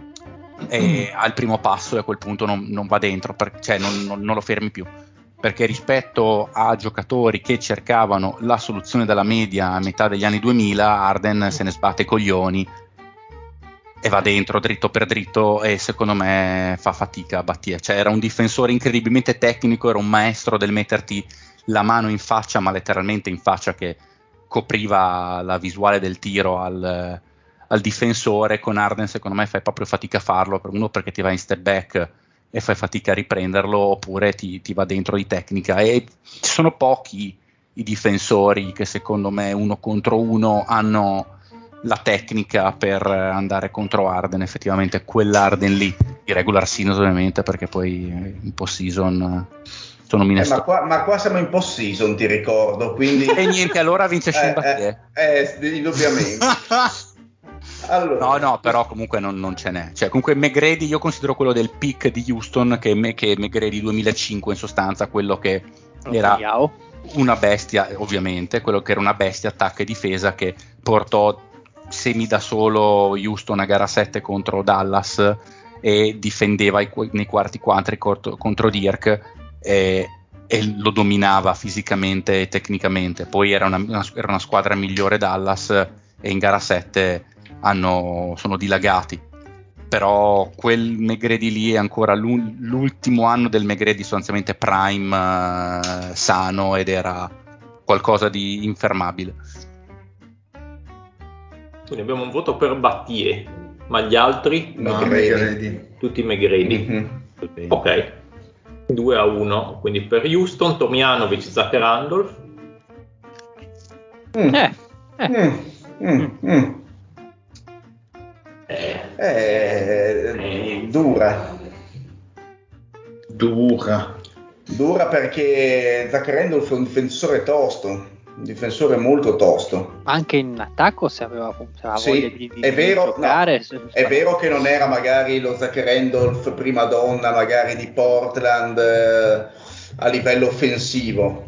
e al primo passo e a quel punto non, non va dentro, per, cioè non, non, non lo fermi più, perché rispetto a giocatori che cercavano la soluzione della media a metà degli anni duemila, Harden se ne sbatte i coglioni e va dentro dritto per dritto, e secondo me fa fatica a Battier. Cioè era un difensore incredibilmente tecnico, era un maestro del metterti la mano in faccia, ma letteralmente in faccia, che copriva la visuale del tiro al, al difensore. Con Harden secondo me fai proprio fatica a farlo, uno perché ti va in step back e fai fatica a riprenderlo, oppure ti, ti va dentro di tecnica, e ci sono pochi i difensori che secondo me uno contro uno hanno la tecnica per andare contro Harden. Effettivamente quell'Harden lì di regular season, ovviamente, perché poi in post season sono Eh, ma, Minnesota. qua, ma qua siamo in post season, ti ricordo, quindi E niente, allora vince Shane eh, Battier. eh, eh, indubbiamente. Allora, No, no, però comunque non, non ce n'è. Cioè, comunque McGrady io considero quello del pick di Houston, che, me, che McGrady duemilacinque in sostanza, quello che era Yao. una bestia, ovviamente, quello che era una bestia attacco e difesa, che portò semi da solo Houston a gara sette contro Dallas e difendeva i, nei quarti quadri contro, contro Dirk e, e lo dominava fisicamente e tecnicamente. Poi era una, una, era una squadra migliore Dallas, e in gara sette hanno, sono dilagati, però quel McGrady lì è ancora l'u- l'ultimo anno del McGrady sostanzialmente prime, uh, sano, ed era qualcosa di infermabile. Quindi abbiamo un voto per Battier, ma gli altri? No, McGrady. McGrady. Tutti McGrady. Mhm. Ok, due a uno, quindi per Houston, Tomjanovic, Zach Randolph. Mm. Eh, eh. Mm, mm, mm. Eh, Eh, dura. Dura. Dura perché Zach Randolph è un difensore tosto, un difensore molto tosto. Anche in attacco, se aveva, se aveva Sì, voglia di, di, è vero, di giocare, no, se- è vero che non era magari lo Zach Randolph prima donna magari di Portland eh, a livello offensivo,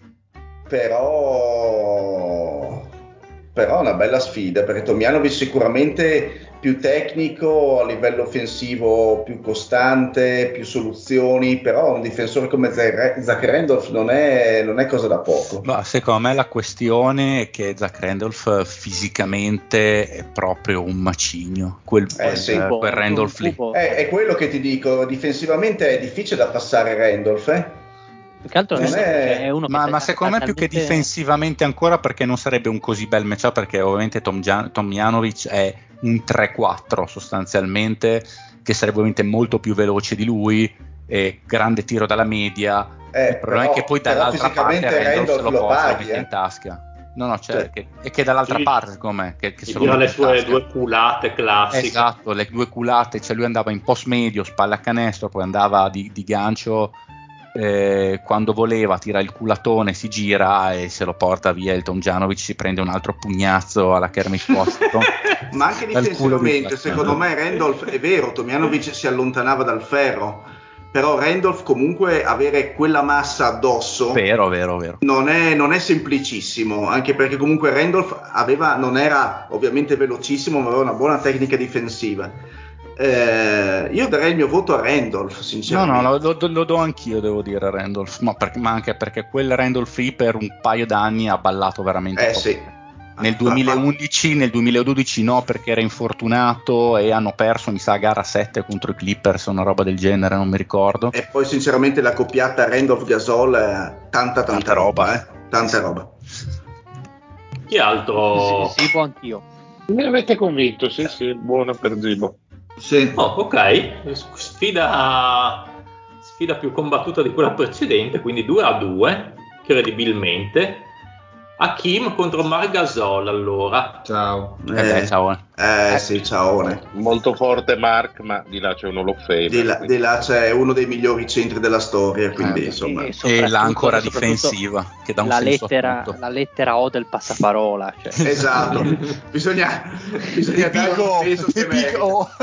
però però è una bella sfida perché Tomjanovic sicuramente più tecnico, a livello offensivo più costante, più soluzioni, però un difensore come Zach Randolph non è, non è cosa da poco. Ma secondo me la questione è che Zach Randolph fisicamente è proprio un macigno, quel, Eh, quel, sì. quel Randolph lì. È, è quello che ti dico, difensivamente è difficile da passare Randolph, eh? Più che altro Non adesso, è- cioè, è uno Ma, che ma secondo me più che talmente- difensivamente ancora, perché non sarebbe un così bel matchup, perché ovviamente Tom Gian- Tomjanovic è un tre quattro sostanzialmente, che sarebbe ovviamente molto più veloce di lui, e grande tiro dalla media. Eh, Il problema però- è che poi però dall'altra parte fisicamente Randolph se Randolph lo lo porta e lo paghi, mette eh. in tasca. No, no, cioè, Cioè- che, è che dall'altra Sì. parte secondo me che, che se lo Tira mette le in sue tasca. due culate classiche. Esatto, le due culate, cioè lui andava in post medio, spalla a canestro, poi andava di, di gancio, eh, quando voleva tira il culatone, si gira e se lo porta via. Il Tomjanovic si prende un altro pugnazzo alla Kermit Washington. Ma anche Dal culo di difensivamente, Washington. secondo me Randolph è vero, Tomjanovic si allontanava dal ferro, però Randolph comunque avere quella massa addosso Vero, vero, vero. non è, non è semplicissimo, anche perché comunque Randolph aveva, non era ovviamente velocissimo, ma aveva una buona tecnica difensiva. Eh, io darei il mio voto a Randolph, No, sinceramente. no, lo, lo- lo do anch'io, devo dire, Randolph, ma, perché- ma anche perché quel Randolph lì per un paio d'anni ha ballato veramente Eh poco. sì. Nel Fa- fa- duemilaundici, nel duemiladodici no, perché era infortunato e hanno perso, mi sa, gara sette contro i Clippers, una roba del genere, non mi ricordo. E poi sinceramente la coppiata Randolph-Gasol è tanta tanta, Tanta roba, roba. eh? Tanta roba. Chi altro? Sì, Zibo anch'io. Mi avete convinto, sì, sì, buono per Zibo. Sì. Oh, ok, sfida, sfida più combattuta di quella precedente, quindi due a due, credibilmente. Hakim contro Margasol, allora. Ciao. Eh beh, ciao. Eh sì, ciaone. Molto forte Mark, ma di là c'è un Hall of Famer. Di là, quindi- di là c'è uno dei migliori centri della storia, quindi Eh, insomma. E E soprattutto- l'ancora soprattutto difensiva, che dà un la senso a lettera, tutto. la lettera O del passaparola, cioè. Esatto, bisogna, bisogna dare un peso che merita.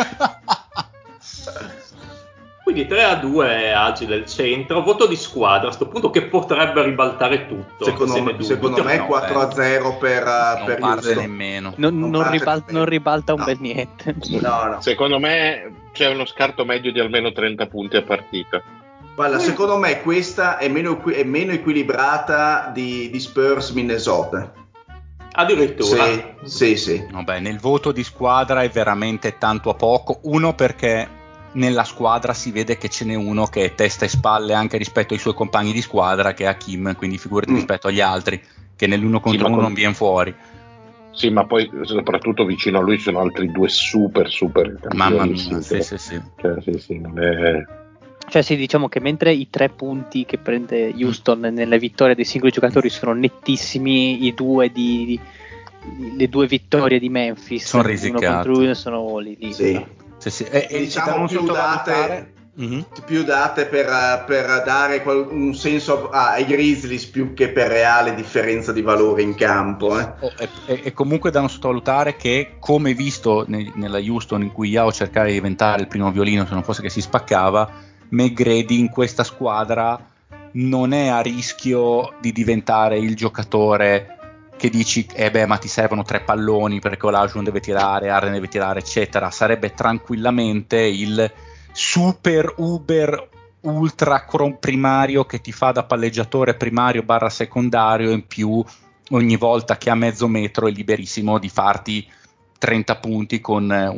Quindi tre a due Agile il centro, voto di squadra a sto punto che potrebbe ribaltare tutto. Secondo, se ne me, dubiti secondo o me no. quattro a zero per, uh, Non per parte Houston. nemmeno. Non, Non non parte ribal- nemmeno. non ribalta un No. bel niente. No, no. Secondo me c'è uno scarto medio di almeno trenta punti a partita. Guarda, secondo me questa è meno, equi- è meno equilibrata di, di Spurs Minnesota. Addirittura. Sì, sì, sì. Vabbè, nel voto di squadra è veramente tanto a poco. Uno, perché nella squadra si vede che ce n'è uno che è testa e spalle anche rispetto ai suoi compagni di squadra, che è Hakim, quindi figurati Mm. rispetto agli altri, che nell'uno contro ma uno con- non viene fuori. Sì, ma poi soprattutto vicino a lui ci sono altri due super, super Mamma campionissimi. mia, sì, sì, sì. Cioè, sì, sì, non è... Cioè sì, diciamo che mentre i tre punti che prende Houston nelle vittorie dei singoli giocatori sono nettissimi, i due di, di- le due vittorie di Memphis Sono uno risicate. contro uno sono lì, lì. Sì. Sì, sì. E, e Diciamo da non più sottovalutare- date- Mhm. più date per, uh, per dare qual- un senso a- ai Grizzlies più che per reale differenza di valore in campo. Eh. Oh, e, e- e comunque da non sottovalutare che, come visto ne- nella Houston in cui Yao cercava di diventare il primo violino, se non fosse che si spaccava, McGrady in questa squadra non è a rischio di diventare il giocatore che dici eh beh, ma ti servono tre palloni perché Olajuwon deve tirare, Harden deve tirare, eccetera. Sarebbe tranquillamente il super uber ultra cron primario che ti fa da palleggiatore primario barra secondario, in più ogni volta che ha mezzo metro è liberissimo di farti trenta punti con eh,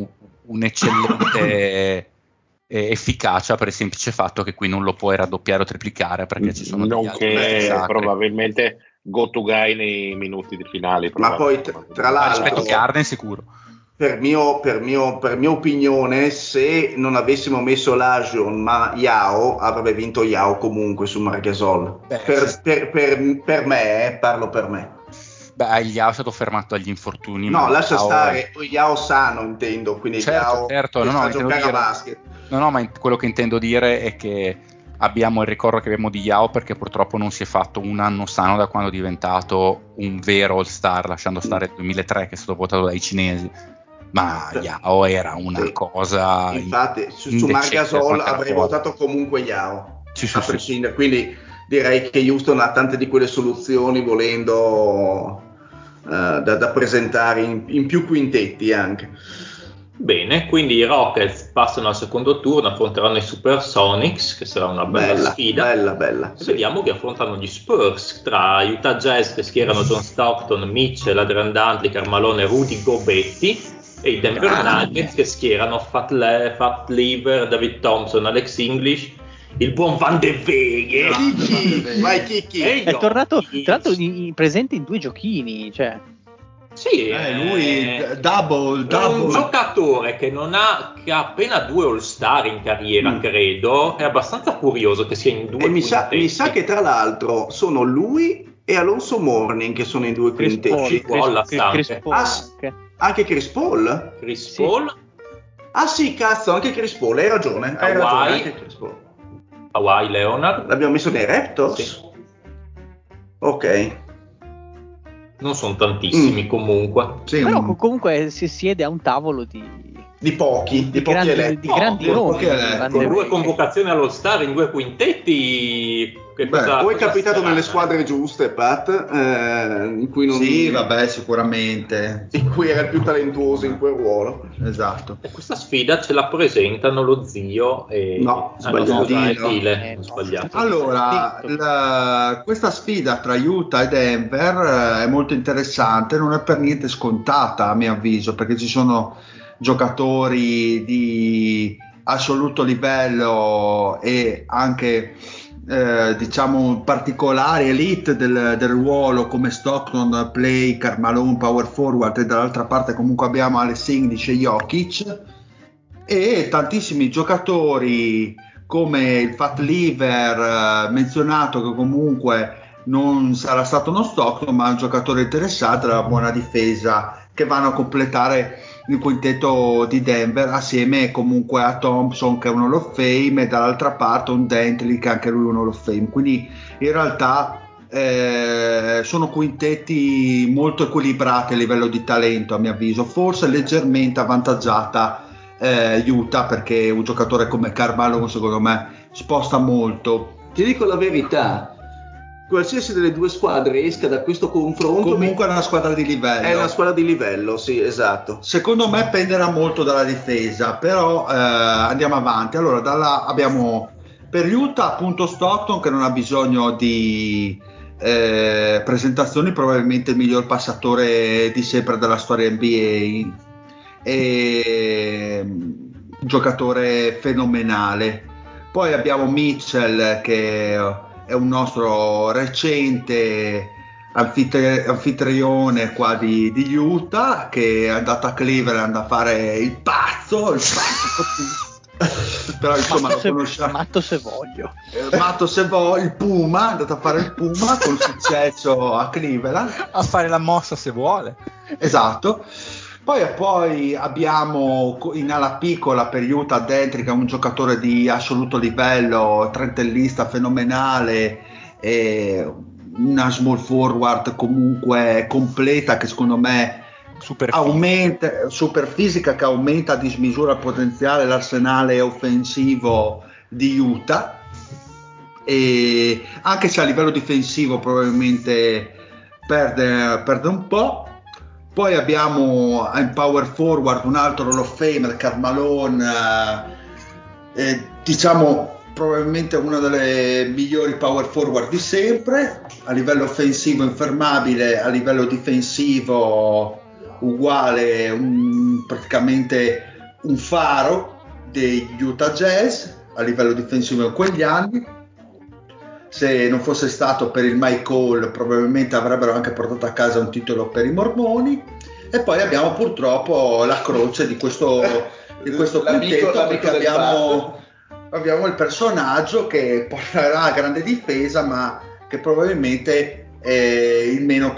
un'eccellente efficacia per il semplice fatto che qui non lo puoi raddoppiare o triplicare perché ci sono degli altri nonché sacri. probabilmente go to guy nei minuti finali, ma poi tra, tra l'altro rispetto Garden sicuro. Per, mio, per, mio, per mia opinione, se non avessimo messo l'Asion ma Yao, avrebbe vinto Yao comunque su Margasol. Beh, per, sì. per, per, per me, eh, parlo per me. Beh, Yao è stato fermato dagli infortuni. No, ma lascia Yao... stare, Yao sano intendo, quindi certo, Yao certo, che no, sa no, giocare dire... a basket. No, no, ma in... quello che intendo dire è che abbiamo il ricordo che abbiamo di Yao perché purtroppo non si è fatto un anno sano da quando è diventato un vero all-star, lasciando stare il duemilatré che è stato votato dai cinesi. Ma Yao era una sì. cosa infatti su, su Margasol avrei votato comunque Yao sì, sì, a prescindere, sì. Quindi direi che Houston ha tante di quelle soluzioni volendo uh, da, da presentare in, in più quintetti anche. Bene, quindi i Rockets passano al secondo turno, affronteranno i Supersonics, che sarà una bella, bella sfida. Bella, bella. E sì. Vediamo che affrontano gli Spurs, tra Utah Jazz che schierano John Stockton, Mitchell, Adrian Dantley, Carmalone e Rudy Gobetti, e i Denver ah, Nuggets che schierano Fat, Le- Fat Lever, David Thompson, Alex English, il buon Van de Veghe. Kiki, vai Kiki. È tornato, tra l'altro, in, presente in due giochini, cioè... Sì, eh, lui double, double. Un giocatore che non ha che ha appena due All-Star in carriera, mm. credo, è abbastanza curioso che sia in due e mi sa, mi sa che tra l'altro sono lui e Alonso Mourning che sono in due Chris quintetti. Paul, Chris, Chris Paul, ah, anche. anche Chris Paul? Chris sì. Paul? Ah sì, cazzo, anche Chris Paul, hai ragione, hai Hawaii. ragione, anche Chris Paul. Kawhi Leonard. L'abbiamo messo nei Raptors? Sì. Ok. Non sono tantissimi mm. comunque. Sì, però un... comunque si siede a un tavolo di, di pochi, di, di pochi grandi, eletti. di grandi oh, nomi. Con due convocazioni allo Star in due quintetti. Che Beh, cosa, o è cosa capitato strana, nelle squadre giuste, Pat, eh, in cui non... Sì, vabbè, sicuramente. In cui era il più talentuoso in quel ruolo. Esatto. E questa sfida ce la presentano lo zio e... No, ah, no, scusa, Dile, eh, ho sbagliato. Allora, la, questa sfida tra Utah e Denver è molto interessante, non è per niente scontata a mio avviso, perché ci sono giocatori di assoluto livello e anche eh, diciamo particolari, elite del, del ruolo come Stockton, Play, Carmalone, power forward, e dall'altra parte comunque abbiamo Alex English e Jokic, e tantissimi giocatori come il Fat Lever eh, menzionato, che comunque non sarà stato uno Stockton ma un giocatore interessante, la buona difesa, che vanno a completare il quintetto di Denver assieme comunque a Thompson che è un Hall of Fame e dall'altra parte un Dantley che anche lui è un Hall of Fame, quindi in realtà eh, sono quintetti molto equilibrati a livello di talento a mio avviso, forse leggermente avvantaggiata eh, Utah perché un giocatore come Carmelo secondo me sposta molto. Ti dico la verità, qualsiasi delle due squadre esca da questo confronto comunque mi... è una squadra di livello, è una squadra di livello, sì, esatto. Secondo me penderà molto dalla difesa, però eh, andiamo avanti. Allora, dalla, abbiamo per Utah appunto Stockton che non ha bisogno di eh, presentazioni, probabilmente il miglior passatore di sempre della storia N B A e un giocatore fenomenale. Poi abbiamo Mitchell che è un nostro recente Anfitri- anfitrione qua di, di Utah, che è andato a Cleveland a fare il pazzo, il pazzo però insomma matto, lo conosciamo, se, matto se voglio eh, matto se voglio, il Puma, è andato a fare il Puma con successo a Cleveland, a fare la mossa se vuole, esatto. Poi, poi abbiamo in ala piccola per Utah Dantley, che è un giocatore di assoluto livello, trentellista fenomenale, e una small forward comunque completa che secondo me super aumenta, fisica. super fisica che aumenta a dismisura il potenziale, l'arsenale offensivo di Utah, e anche se a livello difensivo probabilmente perde, perde un po'. Poi abbiamo in power forward un altro Hall of Famer, Carmalone, eh, eh, diciamo probabilmente una delle migliori power forward di sempre, a livello offensivo infermabile, a livello difensivo uguale, un, praticamente un faro degli Utah Jazz a livello difensivo in quegli anni. Se non fosse stato per il Mike Cole probabilmente avrebbero anche portato a casa un titolo per i Mormoni. E poi abbiamo purtroppo la croce di questo, di questo quintetto, perché abbiamo, abbiamo il personaggio che porterà a grande difesa ma che probabilmente è il meno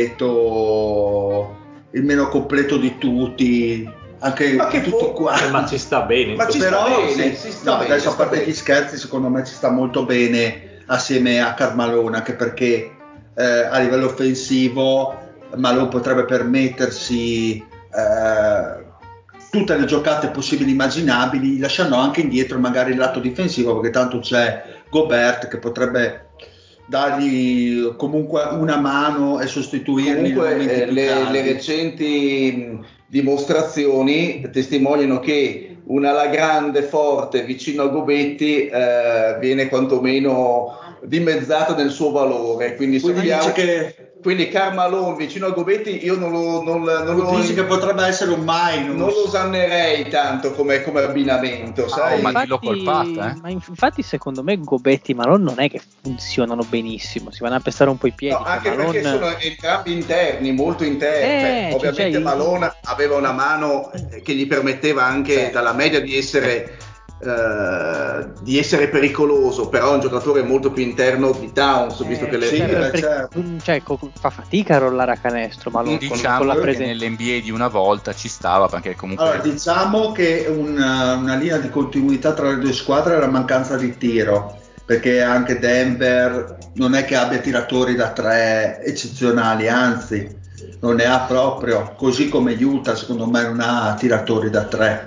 completo il meno completo di tutti, anche ma che tutti po- qua. Ma ci sta bene. Ma ci Però sta bene, sì, ci sta no, bene, adesso a sta parte bene. gli scherzi, secondo me ci sta molto bene assieme a Carmalone, anche perché eh, a livello offensivo Malone potrebbe permettersi eh, tutte le giocate possibili e immaginabili, lasciando anche indietro magari il lato difensivo, perché tanto c'è Gobert che potrebbe dargli comunque una mano e sostituirgli Comunque nei momenti eh, più le, caldi. le recenti mh, dimostrazioni testimoniano che un alla grande forte vicino a Gobetti eh, viene quantomeno dimezzato nel suo valore, quindi, Quindi sappiamo dici che quindi Carmalone vicino a Gobetti io non lo, non, non lo, dici che potrebbe essere un minus. non lo osannerei tanto come, come abbinamento, sai? Oh, ma dillo col pat, eh. Ma infatti secondo me Gobetti e Malone non è che funzionano benissimo, si vanno a pestare un po' i piedi. No, anche cioè, Malone... perché sono entrambi interni, molto interni. Eh, cioè, cioè, ovviamente cioè, Malone aveva una mano che gli permetteva anche Sì. dalla media di essere, eh, di essere pericoloso, però è un giocatore molto più interno di Towns, visto eh, che le... sì, cioè, beh, per- certo. cioè, co- fa fatica a rollare a canestro Malone con, Diciamo con la che presenza. nell'N B A di una volta ci stava, perché comunque Allora, diciamo che una, una linea di continuità tra le due squadre è la mancanza di tiro, perché anche Denver non è che abbia tiratori da tre eccezionali, anzi non ne ha proprio, così come Utah secondo me non ha tiratori da tre,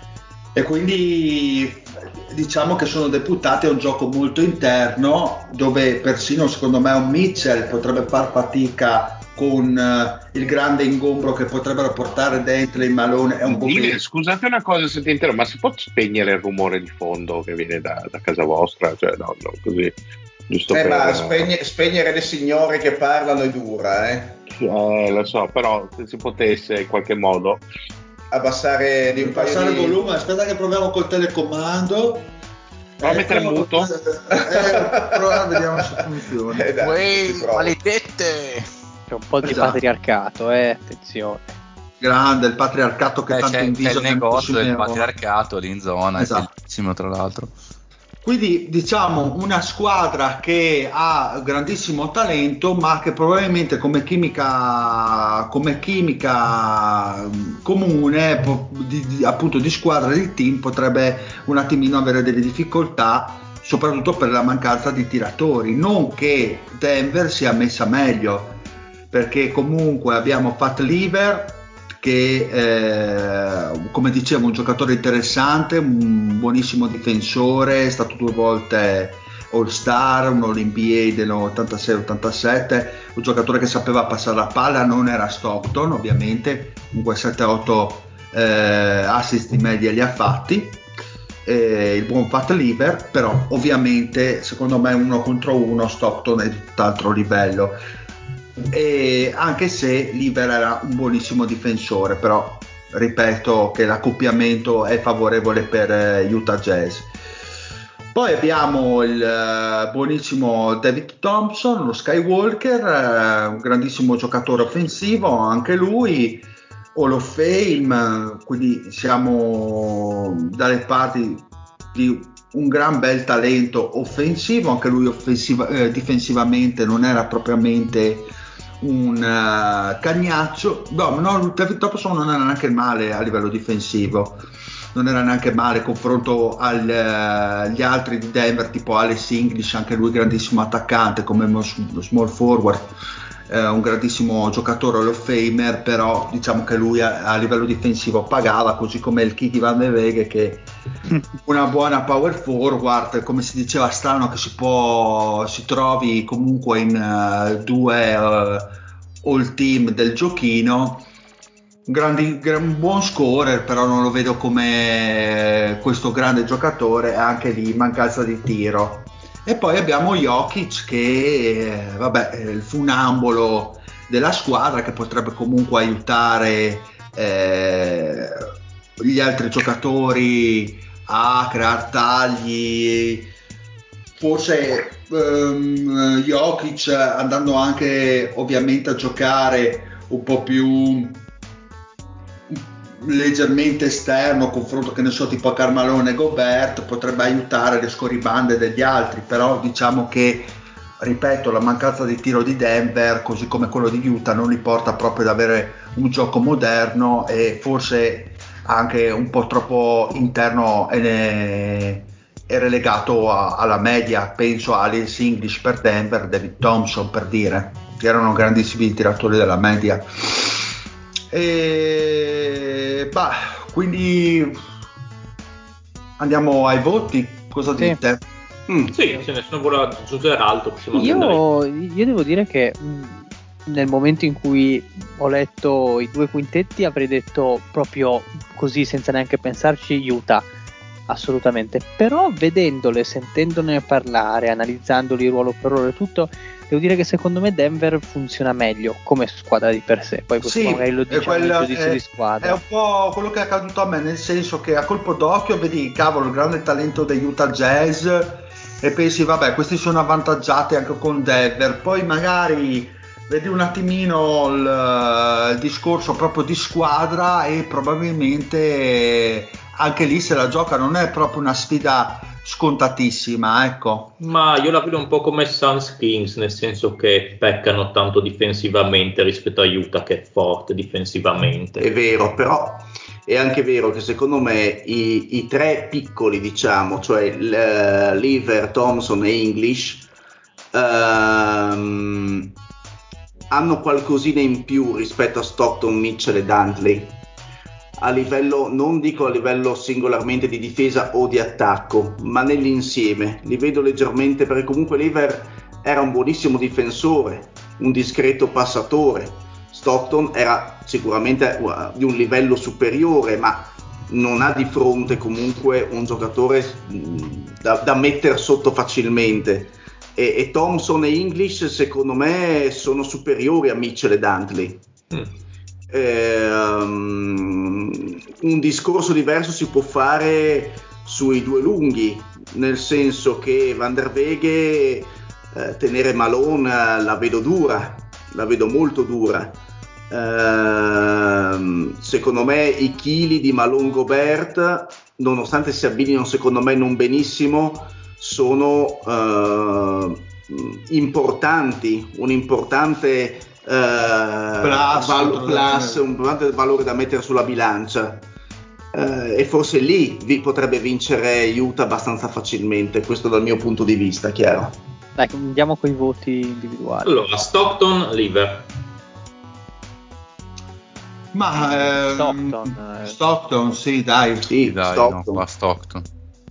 e quindi diciamo che sono deputati a un gioco molto interno, dove persino secondo me un Mitchell potrebbe far fatica con uh, il grande ingombro che potrebbero portare Dantley, Malone e un po' Dile, meno. scusate una cosa se ti interrompo, ma si può spegnere il rumore di fondo che viene da, da casa vostra? Cioè, no, no, così, giusto Eh, per... ma spegne- spegnere le signore che parlano è dura, eh? Eh, lo so, però se si potesse in qualche modo... Abbassare di un paio Passare il di... volume, aspetta che proviamo col telecomando. Prova a mettere muto. Eh, prova, vediamo se funziona. Eh, dai, Uè, ci provo. maledette! C'è un po' di Esatto. patriarcato, eh, attenzione. Grande il patriarcato che Beh, tanto c'è, c'è invidia il negozio del Simeone. patriarcato lì in zona, Esatto. è bellissimo tra l'altro. Quindi diciamo una squadra che ha grandissimo talento, ma che probabilmente come chimica, come chimica comune, po- di, di- appunto di squadra, di team, potrebbe un attimino avere delle difficoltà, soprattutto per la mancanza di tiratori. Non che Denver sia messa meglio, perché comunque abbiamo Fat Lever, che eh, come dicevo un giocatore interessante, un buonissimo difensore, è stato due volte All Star, un All N B A dell'ottantasei ottantasette, un giocatore che sapeva passare la palla, non era Stockton ovviamente, comunque sette otto eh, assist di media li ha fatti, eh, il buon Fat Lever, però ovviamente secondo me uno contro uno Stockton è di tutt'altro livello. E anche se Liver era un buonissimo difensore, però ripeto che l'accoppiamento è favorevole per Utah Jazz. Poi abbiamo il uh, buonissimo David Thompson, lo Skywalker, uh, un grandissimo giocatore offensivo, anche lui Hall of Fame, quindi siamo dalle parti di un gran bel talento offensivo, anche lui offensiva, eh, difensivamente non era propriamente un uh, cagnaccio. No, no, David Thompson non era neanche male a livello difensivo, non era neanche male confronto agli uh, altri di Denver, tipo Alex English, anche lui grandissimo attaccante come small forward, eh, un grandissimo giocatore Hall of Famer, però diciamo che lui a, a livello difensivo pagava, così come il Kiki Van de Veghe, che una buona power forward, come si diceva strano che si può si trovi comunque in uh, due uh, all team del giochino, un, grandi, un buon scorer, però non lo vedo come questo grande giocatore, anche lì mancanza di tiro. E poi abbiamo Jokic che vabbè, il funambolo della squadra, che potrebbe comunque aiutare eh, gli altri giocatori a creare tagli, forse um, Jokic andando anche ovviamente a giocare un po' più leggermente esterno a confronto, che ne so, tipo a Carmalone e Gobert, potrebbe aiutare le scorribande degli altri, però diciamo che, ripeto, la mancanza di tiro di Denver, così come quello di Utah, non li porta proprio ad avere un gioco moderno, e forse anche un po' troppo interno e, e relegato a, alla media. Penso a Alice English per Denver, David Thompson per dire, che erano grandissimi tiratori della media. E bah, quindi andiamo ai voti, cosa Sì. dite? Mm. Sì, se nessuno vuole aggiungere altro possiamo io, io devo dire che mh, nel momento in cui ho letto i due quintetti avrei detto proprio così, senza neanche pensarci, Utah, assolutamente. Però vedendole, sentendone parlare, analizzandoli ruolo per ruolo e tutto, devo dire che secondo me Denver funziona meglio come squadra di per sé. Poi questo Sì, magari lo diciamo quella, nel giudizio è, di squadra. è un po' quello che è accaduto a me, nel senso che a colpo d'occhio vedi, cavolo, il grande talento degli Utah Jazz e pensi, vabbè, questi sono avvantaggiati anche con Denver. Poi magari vedi un attimino il, il discorso proprio di squadra e probabilmente anche lì se la gioca, non è proprio una sfida scontatissima, ecco. Ma io la vedo un po' come Suns Kings, nel senso che peccano tanto difensivamente rispetto a Utah, che è forte difensivamente. È vero, però è anche vero che secondo me i, i tre piccoli, diciamo, cioè Lever, Thompson e English, ehm, hanno qualcosina in più rispetto a Stockton, Mitchell e Dantley. A livello, non dico a livello singolarmente di difesa o di attacco, ma nell'insieme li vedo leggermente, perché comunque Lever era un buonissimo difensore, un discreto passatore. Stockton era sicuramente di un livello superiore, ma non ha di fronte comunque un giocatore da, da mettere sotto facilmente. E, e Thompson e English secondo me sono superiori a Mitchell e Dantley. Mm. Eh, um, un discorso diverso si può fare sui due lunghi, nel senso che Van der Wege, eh, tenere Malone la vedo dura, la vedo molto dura. Eh, secondo me i chili di Malone Gobert, nonostante si abbinino secondo me non benissimo, sono eh, importanti, un importante Uh, plus, val- plus un valore da mettere sulla bilancia, uh, e forse lì vi potrebbe vincere Utah abbastanza facilmente, questo dal mio punto di vista, chiaro. Dai, andiamo con i voti individuali. Allora, Stockton, Lever. Ma ehm, Stockton, eh. Stockton, sì, dai, sì, dai, Stockton. No, Stockton.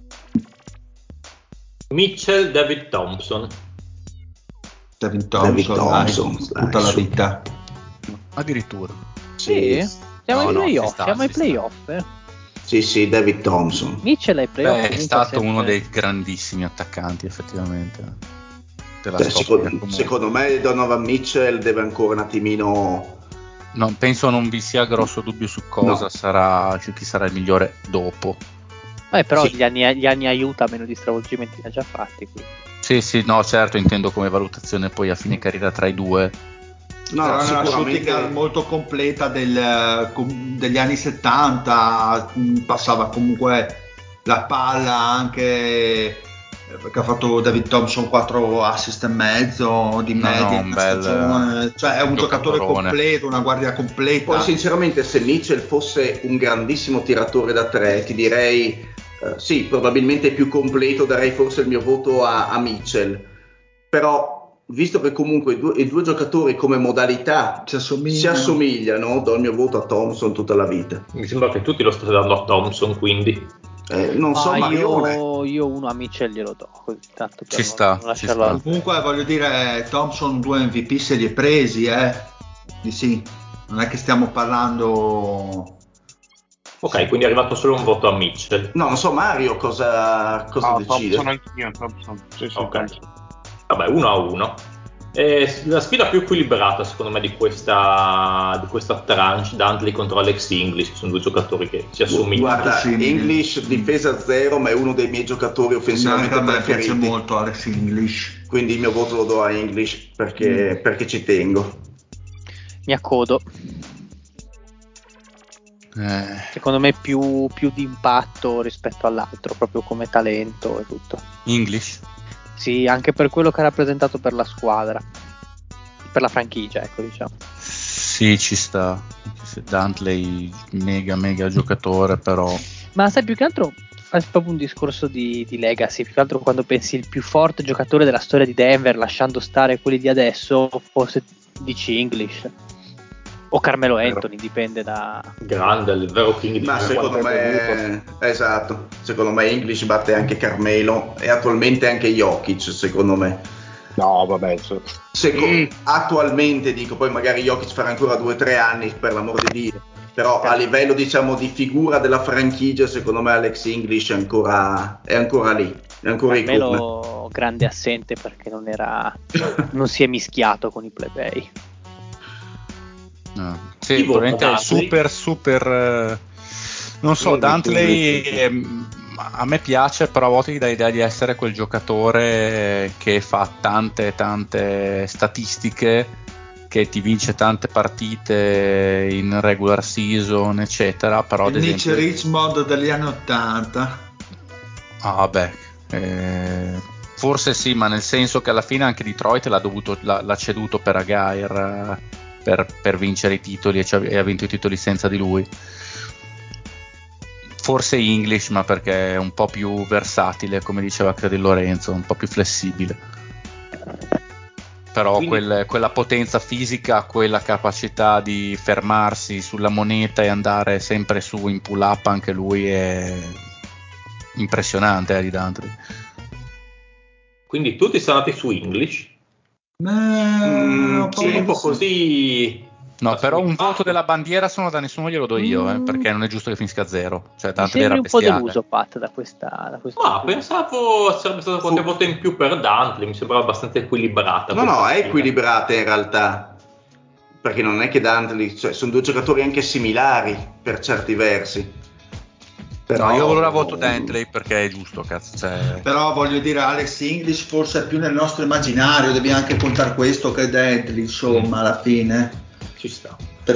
Mitchell, David Thompson. David Thompson, David Thompson dai, dai, tutta la su. vita. Addirittura. Sì, siamo No, ai no, playoff, ci sta, siamo ai ci sta. playoff. Eh. Sì, sì, David Thompson. Mitchell ai playoff. Beh, è stato sempre... uno dei grandissimi attaccanti effettivamente della Beh, storia. secondo, secondo me Donovan Mitchell deve ancora un attimino. No, penso non vi sia grosso dubbio su cosa No. sarà, su chi sarà il migliore dopo. Beh, però Sì. gli, anni, gli anni aiuta, meno di stravolgimenti li ha già fatti. Quindi. Sì, sì, no, certo, intendo come valutazione poi a fine carriera tra i due. No, Era una sicuramente shooting guard molto completa del, degli anni settanta, passava comunque la palla anche, perché ha fatto David Thompson quattro assist e mezzo di No, media no, in un una bel stagione, cioè è un giocatore giocatorone. completo, una guardia completa. Poi sinceramente se Mitchell fosse un grandissimo tiratore da tre ti direi Uh, sì, probabilmente più completo, darei forse il mio voto a, a Mitchell, però visto che comunque i due, i due giocatori come modalità si assomigliano. si assomigliano, do il mio voto a Thompson tutta la vita. Mi sembra che tutti lo state dando a Thompson, quindi Eh, non so, Ah, Marione. io, io uno a Mitchell glielo do, così tanto per Ci non, sta, non ci lasciarlo sta. al- Comunque voglio dire, Thompson due M V P se li è presi, eh? Di sì, non è che stiamo parlando. ok, quindi è arrivato solo un voto a Mitchell. No, non so Mario cosa, cosa Ah, decide. Thompson anch'io, Thompson. Sì, sì, Ok. Thompson. Vabbè, uno a uno. È la sfida più equilibrata secondo me di questa, di questa tranche, Dantley contro Alex English, che sono due giocatori che si assomigliano. Guarda, English difesa zero, ma è uno dei miei giocatori offensivamente Anche a me preferiti. piace molto Alex English. Quindi il mio voto lo do a English perché, mm. perché ci tengo. Mi accodo. Eh. Secondo me più, più di impatto rispetto all'altro, proprio come talento e tutto. English? Sì, anche per quello che ha rappresentato per la squadra, per la franchigia, ecco, diciamo. Sì, ci sta. Dantley mega mega giocatore, però. Ma sai, più che altro è proprio un discorso di, di legacy, più che altro quando pensi il più forte giocatore della storia di Denver, lasciando stare quelli di adesso, forse dici English o Carmelo Anthony, dipende da grande, il vero king di ma secondo me esatto, secondo me English batte anche Carmelo e attualmente anche Jokic, secondo me. No, vabbè, so. Seco- mm. attualmente dico, poi magari Jokic farà ancora due o tre anni, per l'amor di Dio, però a livello diciamo di figura della franchigia secondo me Alex English è ancora, è ancora lì, è ancora Carmelo grande assente perché non era non si è mischiato con i plebei. No. Sì, probabilmente è super super eh, non so, non Dantley eh, a me piace, però a volte gli dà l'idea di essere quel giocatore che fa tante tante statistiche, che ti vince tante partite in regular season eccetera, però il ad Mitch esempio Richmond degli anni ottanta. Ah vabbè, eh, forse sì, ma nel senso che alla fine anche Detroit l'ha, dovuto, l'ha, l'ha ceduto per Aguirre per, per vincere i titoli, e, cioè, e ha vinto i titoli senza di lui. Forse English, ma perché è un po' più versatile, come diceva credo Lorenzo, un po' più flessibile. Però Quindi... quel, quella potenza fisica, quella capacità di fermarsi sulla moneta e andare sempre su in pull up, anche lui è impressionante, eh, di Dantley. Quindi tutti sono andati su English? Mm, sì, un po' così. No, però un voto della bandiera sono da nessuno glielo do io, mm. eh, perché non è giusto che finisca a zero. Cioè, Dantley era un bestiale. po' deluso, Pat, da questa. Da questa Ma pensavo sarebbe stato qualche voto in più per Dantley, mi sembrava abbastanza equilibrata. No, no, è sfida. equilibrata in realtà. Perché non è che Dantley, cioè, sono due giocatori anche similari per certi versi. Però no, io allora voto Dantley perché è giusto, cazzo. Cioè... Però voglio dire, Alex English forse è più nel nostro immaginario, devi anche contare questo che è Dantley, insomma, mm. alla fine. Ci sta.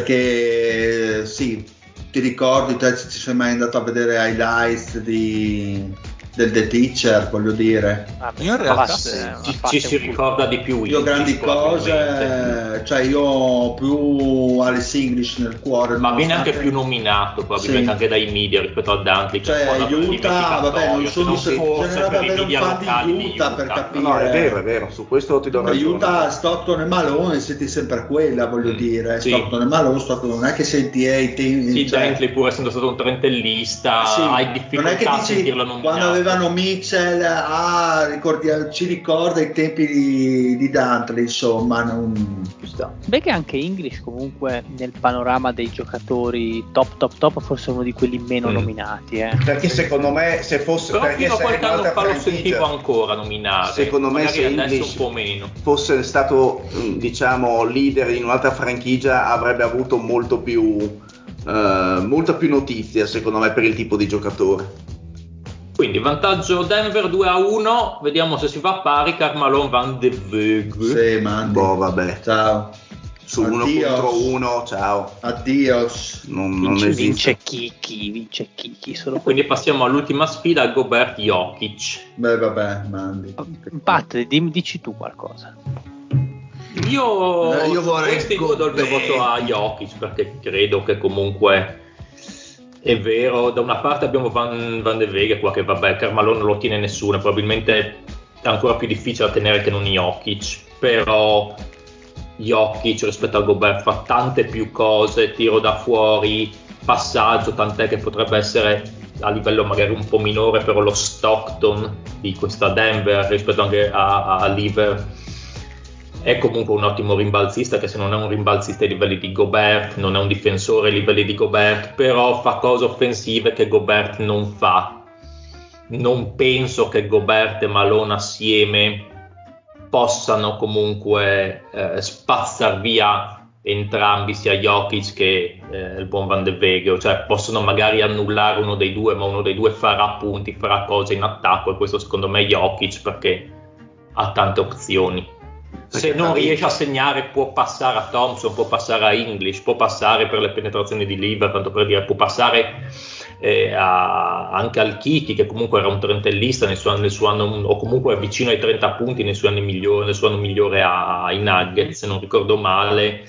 Perché sì, ti ricordi, te ci sei mai andato a vedere highlights di, del The Teacher, voglio dire. Ah, io in realtà se, ci, ci si ricorda di più. Io grandi cose, cioè io ho più Alex English nel cuore. Ma viene anche più nominato probabilmente, sì, anche dai media rispetto a Dantley. Cioè Utah, vabbè, non sono se bisognerebbe avere un fan di Utah per capire. No, è vero, è vero, su questo ti do ragione. Utah, Stockton e Malone, senti sempre quella, voglio mm, dire. Sì. Stockton e Malone, Stockton non è che senti eh, i temi. Sì, cioè... Dantley pur essendo stato un trentellista, sì, hai difficoltà a sentirlo nominato. Quando avevano Mitchell, ah, ricordi, ci ricorda i tempi di, di Dantley, insomma. Non... Beh, che anche English comunque nel panorama dei giocatori top top top forse è uno di quelli meno mm. nominati, eh. Perché secondo me se fosse però perché fino a qualche anno fa lo franchigia, sentivo ancora nominato, secondo me se English un po' meno fosse stato diciamo leader in un'altra franchigia avrebbe avuto molto più uh, molta più notizia secondo me per il tipo di giocatore. Quindi vantaggio Denver due a uno, vediamo se si va a pari. Carmelo Van de Beek. Sì, mandi. Boh, vabbè. Ciao. Su uno contro uno, ciao. Addios. Non, non vince, esiste. Vince Chicchi, vince Chicchi. Solo quindi passiamo all'ultima sfida, Gobert Jokic. Beh, vabbè, mandi. Pat, dici tu qualcosa. Io, eh, io vorrei questi do il mio voto a Jokic perché credo che comunque è vero, da una parte abbiamo Van, Van de Vega qua che vabbè, Carmelo non lo tiene nessuno, probabilmente è ancora più difficile da tenere che non Jokic, però Jokic rispetto a Gobert fa tante più cose, tiro da fuori, passaggio, tant'è che potrebbe essere a livello magari un po' minore, però lo Stockton di questa Denver rispetto anche a, a Lever. È comunque un ottimo rimbalzista, che se non è un rimbalzista ai livelli di Gobert, non è un difensore ai livelli di Gobert, però fa cose offensive che Gobert non fa. Non penso che Gobert e Malone assieme possano comunque eh, spazzar via entrambi, sia Jokic che eh, il buon Van de Veghe, cioè possono magari annullare uno dei due, ma uno dei due farà punti, farà cose in attacco, e questo secondo me è Jokic, perché ha tante opzioni. Se Perché non tanti... riesce a segnare può passare a Thompson, può passare a English, può passare per le penetrazioni di Liver, tanto per dire, può passare eh, a, anche al Kiki, che comunque era un trentellista nel suo, nel suo anno, o comunque vicino ai trenta punti nel suo anno migliore, nel suo anno migliore ai Nuggets, se non ricordo male,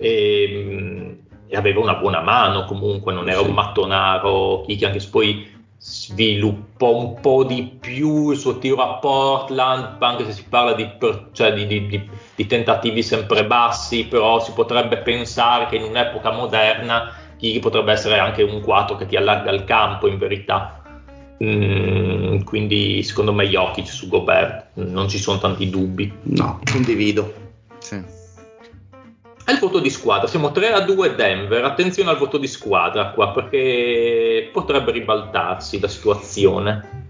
e, e aveva una buona mano comunque, non era sì. un mattonaro Kiki, anche se poi sviluppò un po' di più il suo tiro a Portland, anche se si parla di, cioè di, di, di, di tentativi sempre bassi, però si potrebbe pensare che in un'epoca moderna chi potrebbe essere anche un quattro che ti allarga il campo in verità. Mm, quindi secondo me Jokic su Gobert non ci sono tanti dubbi. No, condivido. Sì. È il voto di squadra, siamo tre a due Denver, attenzione al voto di squadra qua perché potrebbe ribaltarsi la situazione.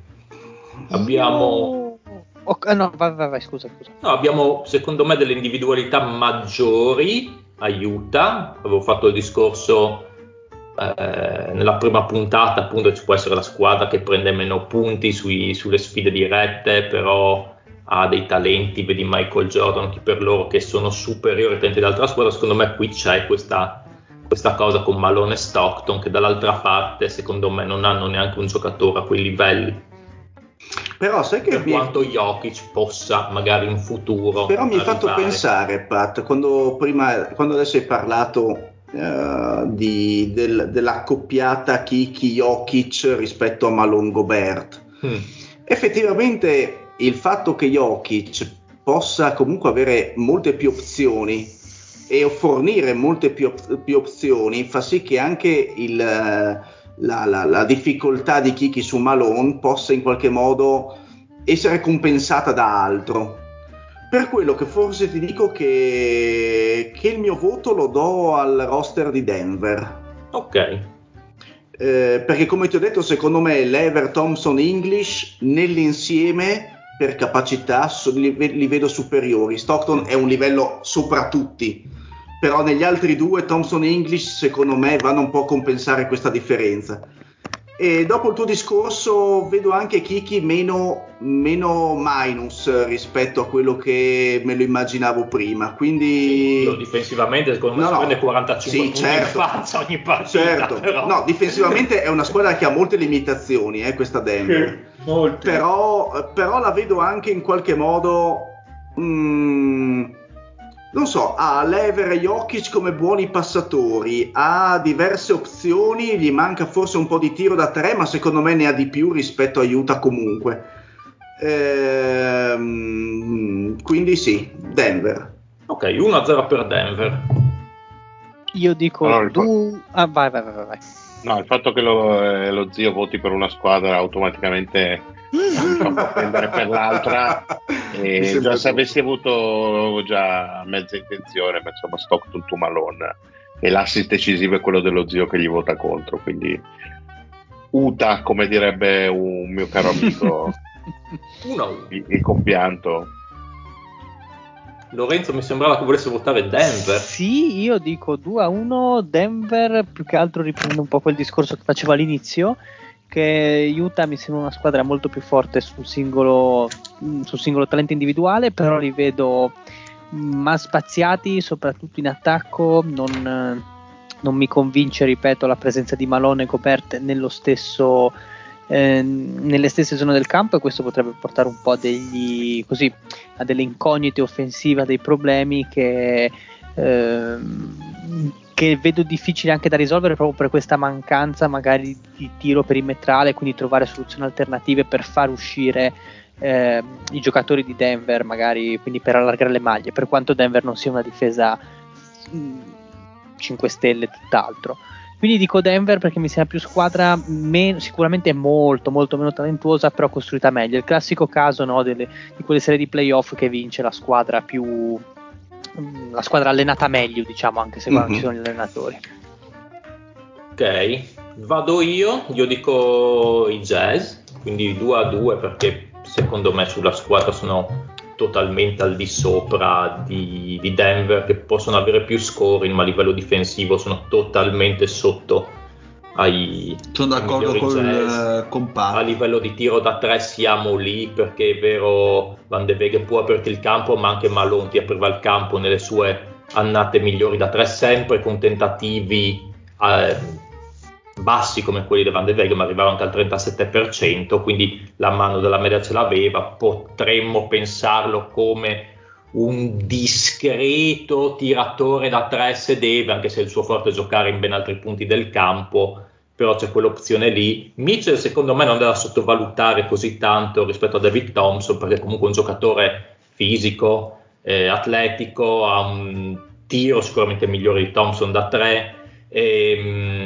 Abbiamo okay, no, vai, vai, vai, scusa, scusa. No, abbiamo secondo me delle individualità maggiori a Utah. Avevo fatto il discorso eh, nella prima puntata, appunto, ci può essere la squadra che prende meno punti sui, sulle sfide dirette, però ha dei talenti, vedi Michael Jordan, chi per loro, che sono superiori ai talenti dell'altra squadra. Secondo me qui c'è questa, questa cosa con Malone e Stockton, che dall'altra parte secondo me non hanno neanche un giocatore a quei livelli. Però sai che Per mi... quanto Jokic possa magari in futuro però mi hai arrivare. fatto pensare, Pat, quando, prima, quando adesso hai parlato uh, di, del, dell'accoppiata Kiki-Jokic rispetto a Malone Gobert, hmm. effettivamente il fatto che Jokic possa comunque avere molte più opzioni e fornire molte più, più opzioni fa sì che anche il, la, la, la difficoltà di Kiki su Malone possa in qualche modo essere compensata da altro. Per quello che forse ti dico che, che il mio voto lo do al roster di Denver. Ok. Eh, perché come ti ho detto, secondo me Lever, Thompson, English nell'insieme per capacità li, li vedo superiori. Stockton è un livello sopra tutti, però negli altri due Thompson e English secondo me vanno un po' a compensare questa differenza. E dopo il tuo discorso vedo anche Kiki meno, meno minus rispetto a quello che me lo immaginavo prima, quindi io difensivamente secondo me no, si no. prende quarantacinque sì, punti certo. in faccia ogni partita, certo. però. No, difensivamente è una squadra che ha molte limitazioni, eh, questa Denver, sì, però, però la vedo anche in qualche modo mm, non so, ha Lever e Jokic come buoni passatori, ha diverse opzioni, gli manca forse un po' di tiro da tre, ma secondo me ne ha di più rispetto a Utah comunque. Ehm, quindi sì, Denver. Ok, uno a zero per Denver. Io dico allora, du... ah, vai, vai, vai, vai. No, il fatto che lo, eh, lo zio voti per una squadra automaticamente mi fa propendere per l'altra. E già se avessi avuto già mezza intenzione, ma insomma Stockton to Malone, e l'assist decisivo è quello dello zio che gli vota contro, quindi Uta, come direbbe un mio caro amico, uno. il, il compianto. Lorenzo mi sembrava che volesse votare Denver. Sì, io dico due a uno Denver, più che altro riprendo un po' quel discorso che facevo all'inizio, che Utah mi sembra una squadra molto più forte sul singolo, sul singolo talento individuale, però li vedo mal spaziati, soprattutto in attacco. Non, non mi convince, ripeto, la presenza di Malone e Gobert nello stesso, eh, nelle stesse zone del campo, e questo potrebbe portare un po' a degli, così, a delle incognite offensive, a dei problemi che ehm, che vedo difficile anche da risolvere proprio per questa mancanza magari di tiro perimetrale, quindi trovare soluzioni alternative per far uscire eh, i giocatori di Denver, magari, quindi per allargare le maglie, per quanto Denver non sia una difesa mh, cinque stelle, tutt'altro. Quindi dico Denver perché mi sembra più squadra, meno, sicuramente molto molto meno talentuosa, però costruita meglio. Il classico caso, no, delle, di quelle serie di playoff che vince la squadra più, la squadra allenata meglio, diciamo, anche se mm-hmm. non ci sono gli allenatori. Ok, vado io, io dico i Jazz, quindi due a due perché secondo me sulla squadra sono totalmente al di sopra di, di Denver, che possono avere più scoring, ma a livello difensivo sono totalmente sotto ai sono d'accordo ai col, Jazz. con Pat. A livello di tiro da tre siamo lì, perché è vero, Van de Veghe può aprirti il campo, ma anche Malone ti apriva il campo nelle sue annate migliori da tre, sempre con tentativi eh, bassi come quelli di Van de Veghe, ma arrivava anche al trentasette per cento, quindi la mano della media ce l'aveva. Potremmo pensarlo come un discreto tiratore da tre se deve, anche se il suo forte è giocare in ben altri punti del campo, però c'è quell'opzione lì. Mitchell secondo me non è da sottovalutare così tanto rispetto a David Thompson, perché comunque è un giocatore fisico, eh, atletico, ha un tiro sicuramente migliore di Thompson da tre, e,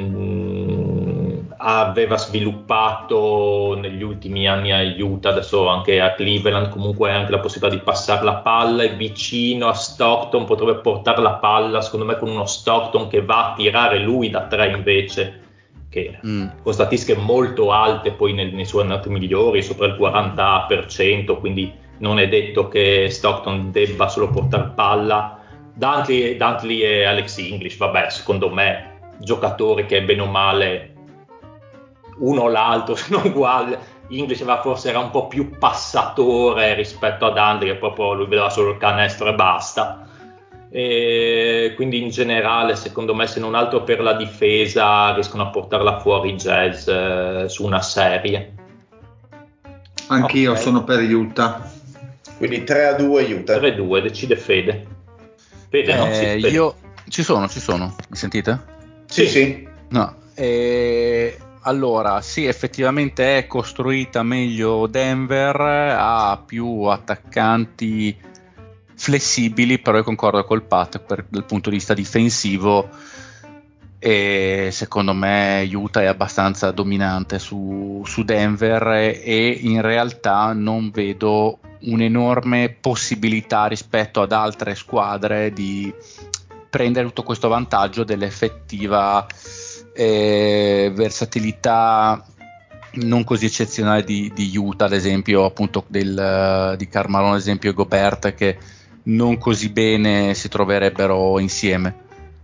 mh, aveva sviluppato negli ultimi anni a Utah, adesso anche a Cleveland, comunque anche la possibilità di passare la palla, è vicino a Stockton, potrebbe portare la palla secondo me con uno Stockton che va a tirare lui da tre invece, che mm. con statistiche molto alte poi nei, nei suoi annati migliori, sopra il quaranta per cento, quindi non è detto che Stockton debba solo portare palla. Dantley, Dantley e Alex English, vabbè, secondo me giocatori che bene o male uno o l'altro sono uguali. English forse era un po' più passatore rispetto a Dantley, che proprio lui vedeva solo il canestro e basta. E quindi in generale secondo me, se non altro per la difesa, riescono a portarla fuori Jazz eh, su una serie. Anch'io okay. sono per Utah, quindi tre a due Utah. tre a due, decide Fede. Fede, eh, no? Sì, Fede. Io ci sono, ci sono, mi sentite? Sì, sì, sì. No, eh, allora sì, effettivamente è costruita meglio Denver, ha più attaccanti flessibili, però io concordo col Pat per, dal punto di vista difensivo, e secondo me Utah è abbastanza dominante su, su Denver, e in realtà non vedo un'enorme possibilità rispetto ad altre squadre di prendere tutto questo vantaggio dell'effettiva eh, versatilità non così eccezionale di, di Utah, ad esempio appunto del, di Carmelo, ad esempio, e Gobert, che non così bene si troverebbero insieme.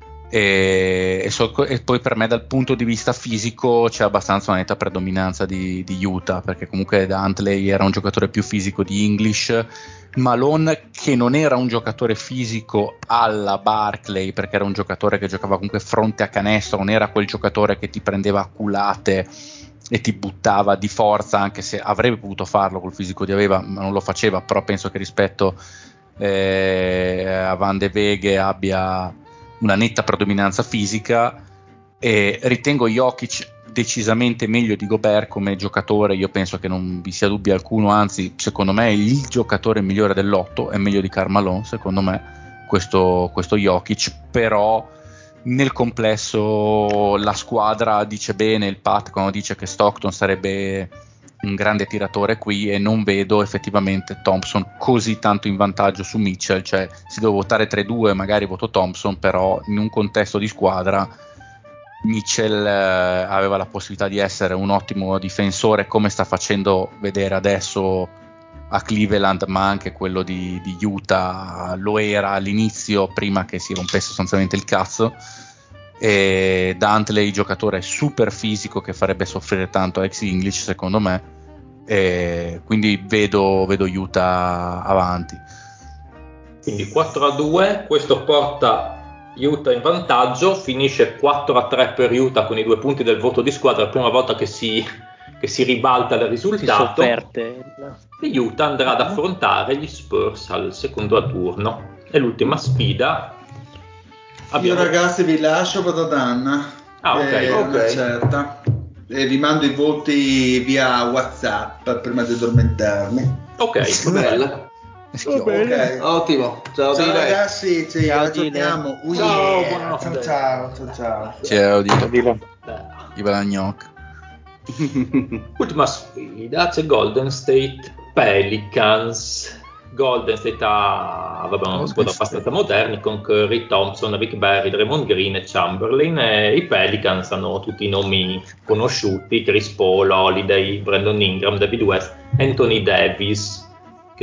E, e, so, e poi per me dal punto di vista fisico c'è abbastanza una netta predominanza di, di Utah, perché comunque Dantley era un giocatore più fisico di English, Malone che non era un giocatore fisico alla Barkley, perché era un giocatore che giocava comunque fronte a canestro, non era quel giocatore che ti prendeva a culate e ti buttava di forza, anche se avrebbe potuto farlo col fisico che aveva, ma non lo faceva. Però penso che rispetto eh, a Van de Veghe abbia una netta predominanza fisica, e ritengo Jokic decisamente meglio di Gobert come giocatore. Io penso che non vi sia dubbio alcuno, anzi secondo me è il giocatore migliore dell'otto, è meglio di Carmelo secondo me questo, questo Jokic. Però nel complesso la squadra dice bene il Pat quando dice che Stockton sarebbe un grande tiratore qui, e non vedo effettivamente Thompson così tanto in vantaggio su Mitchell. Cioè, se devo votare tre due magari voto Thompson, però in un contesto di squadra Mitchell eh, aveva la possibilità di essere un ottimo difensore, come sta facendo vedere adesso a Cleveland, ma anche quello di, di Utah lo era all'inizio, prima che si rompesse sostanzialmente il cazzo. E Dantley, giocatore super fisico che farebbe soffrire tanto a ex English secondo me, e quindi vedo, vedo Utah avanti. Quindi quattro a due, questo porta Utah in vantaggio, finisce quattro a tre per Utah con i due punti del voto di squadra, la prima volta che si, che si ribalta il risultato. Si sovverte. E Utah andrà ad affrontare gli Spurs al secondo turno. È l'ultima sfida. Abbiamo... Io ragazzi vi lascio, vado da Anna, ah, okay, è okay. una certa, e vi mando i voti via WhatsApp prima di addormentarmi. Ok, bella. Okay. Ottimo. Ciao, ciao Dile. Ragazzi, ci ciao, aggiorniamo. Dile. Ciao, yeah. ciao, ciao, ciao, ciao. Ciao, Dile. Viva la gnocca. Ultima sfida, c'è Golden State Pelicans. Golden State ha vabbè, una squadra abbastanza moderna con Curry, Thompson, Rick Barry, Draymond Green e Chamberlain, e i Pelicans hanno tutti i nomi conosciuti: Chris Paul, Holiday, Brandon Ingram, David West, Anthony Davis, che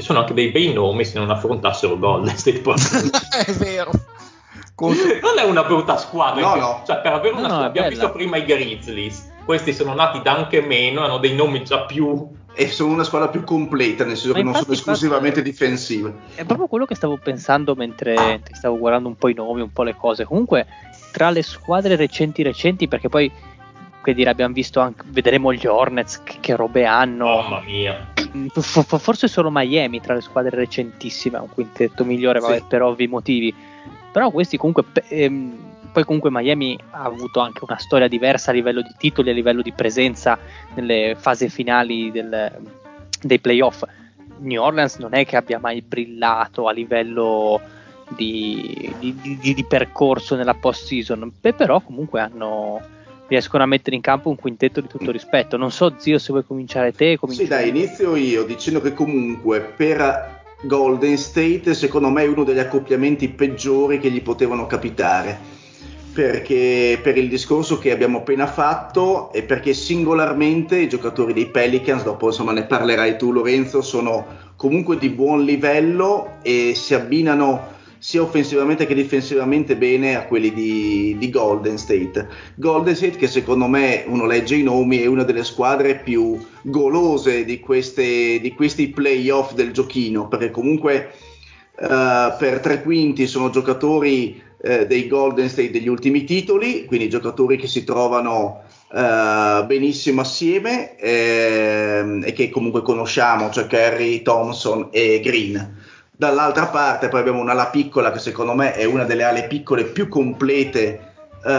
che sono anche dei bei nomi se non affrontassero Golden State. È vero. Non è una brutta squadra, no, no. Cioè, per avere una no, no, squadra, abbiamo bella. visto prima i Grizzlies, questi sono nati da anche meno, hanno dei nomi già più, e sono una squadra più completa, nel senso Ma che non sono infatti, esclusivamente infatti, difensive. È proprio quello che stavo pensando mentre stavo guardando un po' i nomi, un po' le cose. Comunque, tra le squadre recenti recenti, perché poi, che dire, abbiamo visto anche, vedremo gli Hornets, che, che robe hanno. mamma mia. F- forse solo Miami tra le squadre recentissime ha un quintetto migliore, vabbè, Sì. per ovvi motivi. Però questi comunque, ehm, poi comunque Miami ha avuto anche una storia diversa a livello di titoli, a livello di presenza nelle fasi finali del, dei playoff. New Orleans non è che abbia mai brillato a livello di, di, di, di percorso nella post season, Beh, però comunque hanno, riescono a mettere in campo un quintetto di tutto rispetto. Non so, zio, se vuoi cominciare te. Sì, dai, inizio io dicendo che comunque per Golden State secondo me è uno degli accoppiamenti peggiori che gli potevano capitare, perché per il discorso che abbiamo appena fatto e perché singolarmente i giocatori dei Pelicans, dopo insomma ne parlerai tu Lorenzo, sono comunque di buon livello e si abbinano sia offensivamente che difensivamente bene a quelli di, di Golden State. Golden State, che secondo me, uno legge i nomi, è una delle squadre più golose di, queste, di questi playoff del giochino, perché comunque uh, per tre quinti sono giocatori uh, dei Golden State degli ultimi titoli, quindi giocatori che si trovano uh, benissimo assieme eh, e che comunque conosciamo, cioè Curry, Thompson e Green. Dall'altra parte poi abbiamo un'ala piccola che secondo me è una delle ale piccole più complete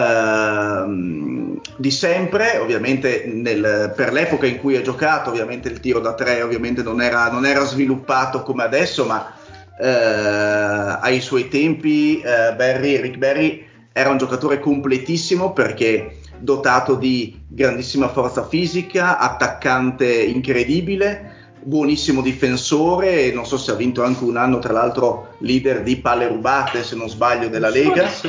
ehm, di sempre, ovviamente nel, per l'epoca in cui ha giocato ovviamente il tiro da tre ovviamente non era, non era sviluppato come adesso, ma eh, ai suoi tempi eh, Barry, Rick Barry era un giocatore completissimo perché dotato di grandissima forza fisica, attaccante incredibile, buonissimo difensore, non so se ha vinto anche un anno tra l'altro leader di palle rubate se non sbaglio della Lega. Sì.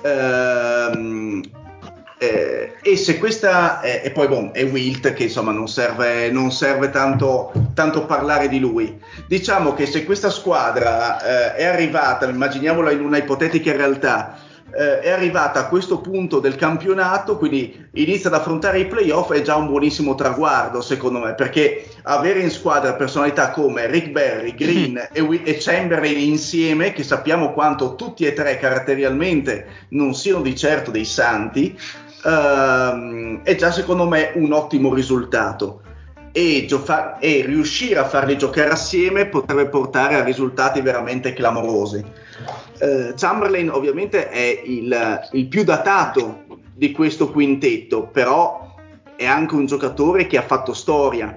Ehm, eh, e se questa eh, e poi bon, è Wilt che insomma non serve, non serve tanto, tanto parlare di lui. Diciamo che se questa squadra eh, è arrivata, immaginiamola in una ipotetica realtà, eh, è arrivata a questo punto del campionato, quindi inizia ad affrontare i playoff, è già un buonissimo traguardo secondo me, perché avere in squadra personalità come Rick Barry, Green e, e Chamberlain insieme, che sappiamo quanto tutti e tre caratterialmente non siano di certo dei santi, ehm, è già secondo me un ottimo risultato. E, giofa- e riuscire a farli giocare assieme potrebbe portare a risultati veramente clamorosi. Uh, Chamberlain ovviamente è il, il più datato di questo quintetto, però è anche un giocatore che ha fatto storia.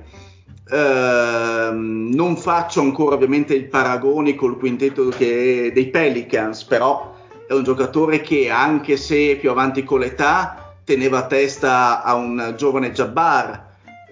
Uh, non faccio ancora ovviamente i paragoni col quintetto che, dei Pelicans, però è un giocatore che anche se più avanti con l'età teneva testa a un giovane Jabbar.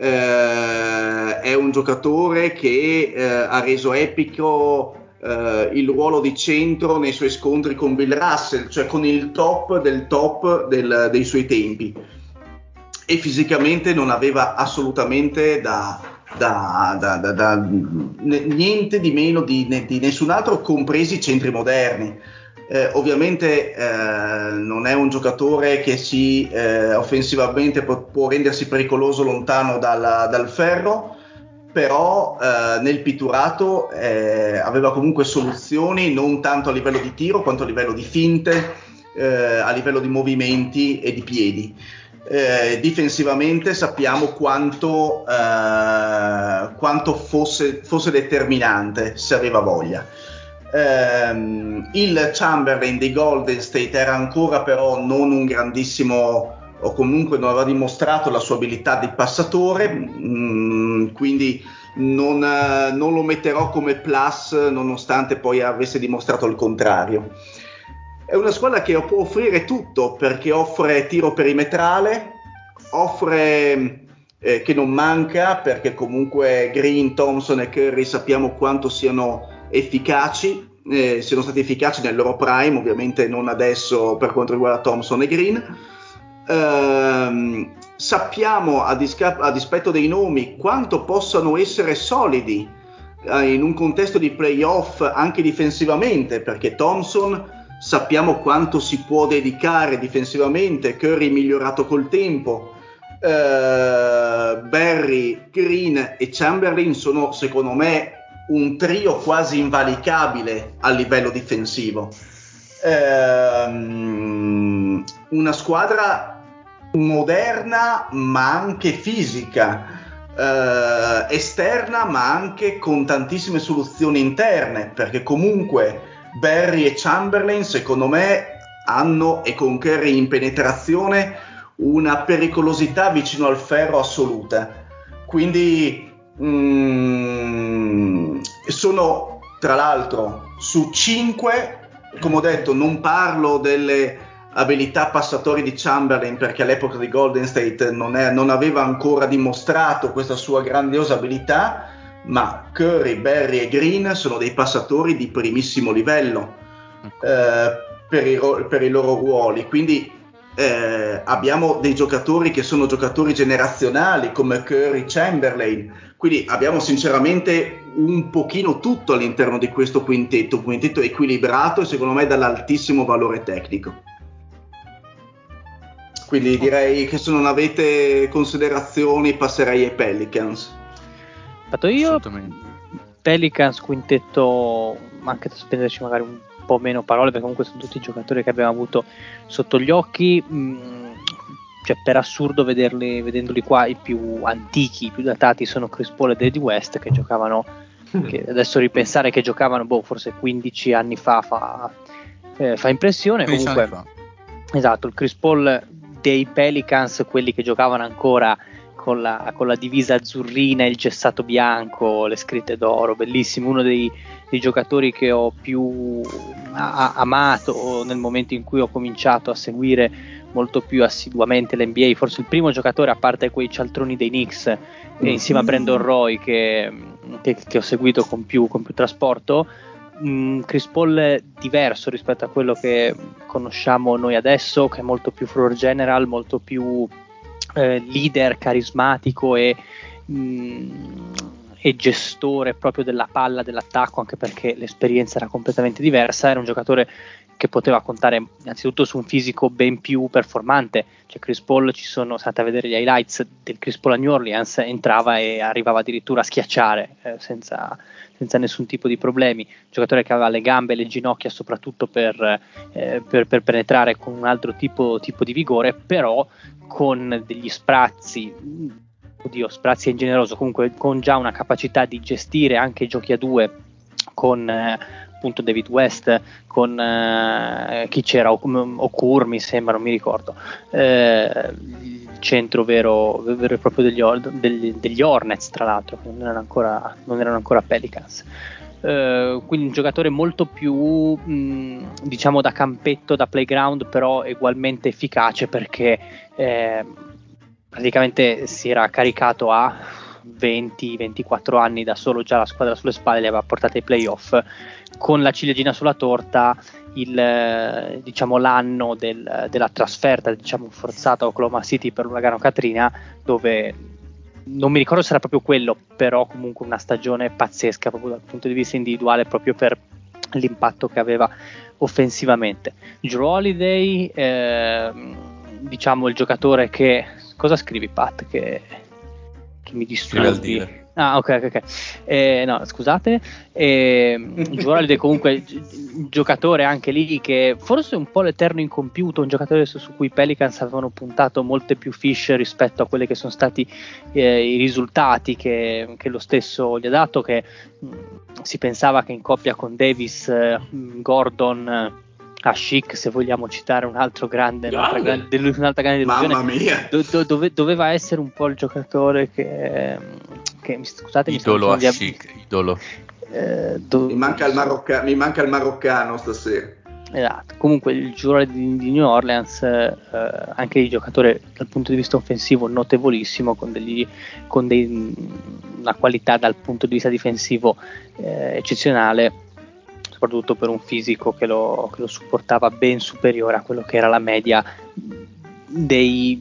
Uh, è un giocatore che uh, ha reso epico Uh, il ruolo di centro nei suoi scontri con Bill Russell, cioè con il top del top del, dei suoi tempi, e fisicamente non aveva assolutamente da, da, da, da, da niente di meno di, di nessun altro, compresi i centri moderni. Eh, ovviamente eh, non è un giocatore che si eh, offensivamente può, può rendersi pericoloso lontano dal, dal ferro, però eh, nel pitturato eh, aveva comunque soluzioni non tanto a livello di tiro quanto a livello di finte, eh, a livello di movimenti e di piedi. Eh, difensivamente sappiamo quanto, eh, quanto fosse, fosse determinante se aveva voglia. Eh, il Chamberlain dei Golden State era ancora però non un grandissimo, o comunque non aveva dimostrato la sua abilità di passatore, mh, quindi non, eh, non lo metterò come plus nonostante poi avesse dimostrato il contrario. È una squadra che può offrire tutto, perché offre tiro perimetrale, offre eh, che non manca, perché comunque Green, Thompson e Curry sappiamo quanto siano efficaci, eh, siano stati efficaci nel loro prime, ovviamente non adesso per quanto riguarda Thompson e Green. Uh, sappiamo a, disca- a dispetto dei nomi quanto possano essere solidi eh, in un contesto di playoff anche difensivamente, perché Thompson sappiamo quanto si può dedicare difensivamente, Curry migliorato col tempo, eh, Barry, Green e Chamberlain sono secondo me un trio quasi invalicabile a livello difensivo. Ehm, una squadra moderna ma anche fisica, eh, esterna ma anche con tantissime soluzioni interne, perché comunque Barry e Chamberlain secondo me hanno, e con Curry in penetrazione, una pericolosità vicino al ferro assoluta. Quindi mm, sono tra l'altro su cinque, come ho detto non parlo delle abilità passatori di Chamberlain, perché all'epoca di Golden State non, è, non aveva ancora dimostrato questa sua grandiosa abilità, ma Curry, Barry e Green sono dei passatori di primissimo livello eh, per, i, per i loro ruoli. Quindi eh, abbiamo dei giocatori che sono giocatori generazionali come Curry, Chamberlain, quindi abbiamo sinceramente un pochino tutto all'interno di questo quintetto, un quintetto equilibrato e secondo me dall'altissimo valore tecnico. Quindi direi che se non avete considerazioni passerei ai Pelicans. Fatto io, Pelicans quintetto, anche da spenderci magari un po' meno parole, perché comunque sono tutti i giocatori che abbiamo avuto sotto gli occhi, mh, cioè per assurdo vederli, vedendoli qua, i più antichi, i più datati sono Chris Paul e Eddie West, che giocavano, che adesso ripensare che giocavano boh, forse quindici anni fa fa, eh, fa impressione. Comunque fa. Esatto, il Chris Paul dei Pelicans, quelli che giocavano ancora con la, con la divisa azzurrina, il gessato bianco, le scritte d'oro, bellissimo, uno dei, dei giocatori che ho più a, amato nel momento in cui ho cominciato a seguire molto più assiduamente l'N B A, forse il primo giocatore, a parte quei cialtroni dei Knicks, mm. e insieme a Brandon Roy che, che, che ho seguito con più, con più trasporto. Mm, Chris Paul diverso rispetto a quello che conosciamo noi adesso, che è molto più floor general, molto più eh, leader, carismatico e, mm, e gestore proprio della palla, dell'attacco, anche perché l'esperienza era completamente diversa. Era un giocatore che poteva contare innanzitutto su un fisico ben più performante. Cioè Chris Paul, ci sono, se andate a vedere gli highlights del Chris Paul a New Orleans, entrava e arrivava addirittura a schiacciare eh, senza, senza nessun tipo di problemi. Giocatore che aveva le gambe e le ginocchia soprattutto per, eh, per, per penetrare con un altro tipo, tipo di vigore, però con degli sprazzi, oddio, sprazzi è ingeneroso, comunque con già una capacità di gestire anche i giochi a due con eh, appunto David West, con eh, chi c'era, Okur mi sembra, non mi ricordo, eh, il centro vero, vero e proprio degli, degli, degli Hornets, tra l'altro, che non erano ancora, non erano ancora Pelicans. Uh, quindi un giocatore molto più mh, diciamo da campetto, da playground, però ugualmente efficace, perché eh, praticamente si era caricato a venti ventiquattro anni da solo, già la squadra sulle spalle li aveva portati ai playoff, con la ciliegina sulla torta il, diciamo, l'anno del, della trasferta, diciamo, forzata a Oklahoma City per l'uragano Katrina, dove non mi ricordo se era proprio quello, però comunque una stagione pazzesca proprio dal punto di vista individuale, proprio per l'impatto che aveva offensivamente. Drew Holiday, eh, diciamo il giocatore che... Cosa scrivi, Pat? Che, che mi disturbi. Ah, ok, ok, ok. Eh, no, scusate. Eh, Drew Holiday comunque gi- giocatore anche lì che forse un po' l'eterno incompiuto, un giocatore su, su cui i Pelicans avevano puntato molte più fish rispetto a quelli che sono stati eh, i risultati che, che lo stesso gli ha dato, che mh, si pensava che in coppia con Davis, eh, Gordon, Ashik, se vogliamo citare un altro grande, un'altra grande, un'altra grande delusione, Mamma mia. do, do, dove, doveva essere un po' il giocatore che, che scusate, idolo mi Ashik, ab- idolo. Eh, do, mi, manca il marocca- mi manca il maroccano stasera. Esatto. Comunque il giocatore di, di New Orleans, eh, anche il giocatore dal punto di vista offensivo notevolissimo, con, degli, con dei, una qualità dal punto di vista difensivo eh, eccezionale, soprattutto per un fisico che lo, che lo supportava ben superiore a quello che era la media dei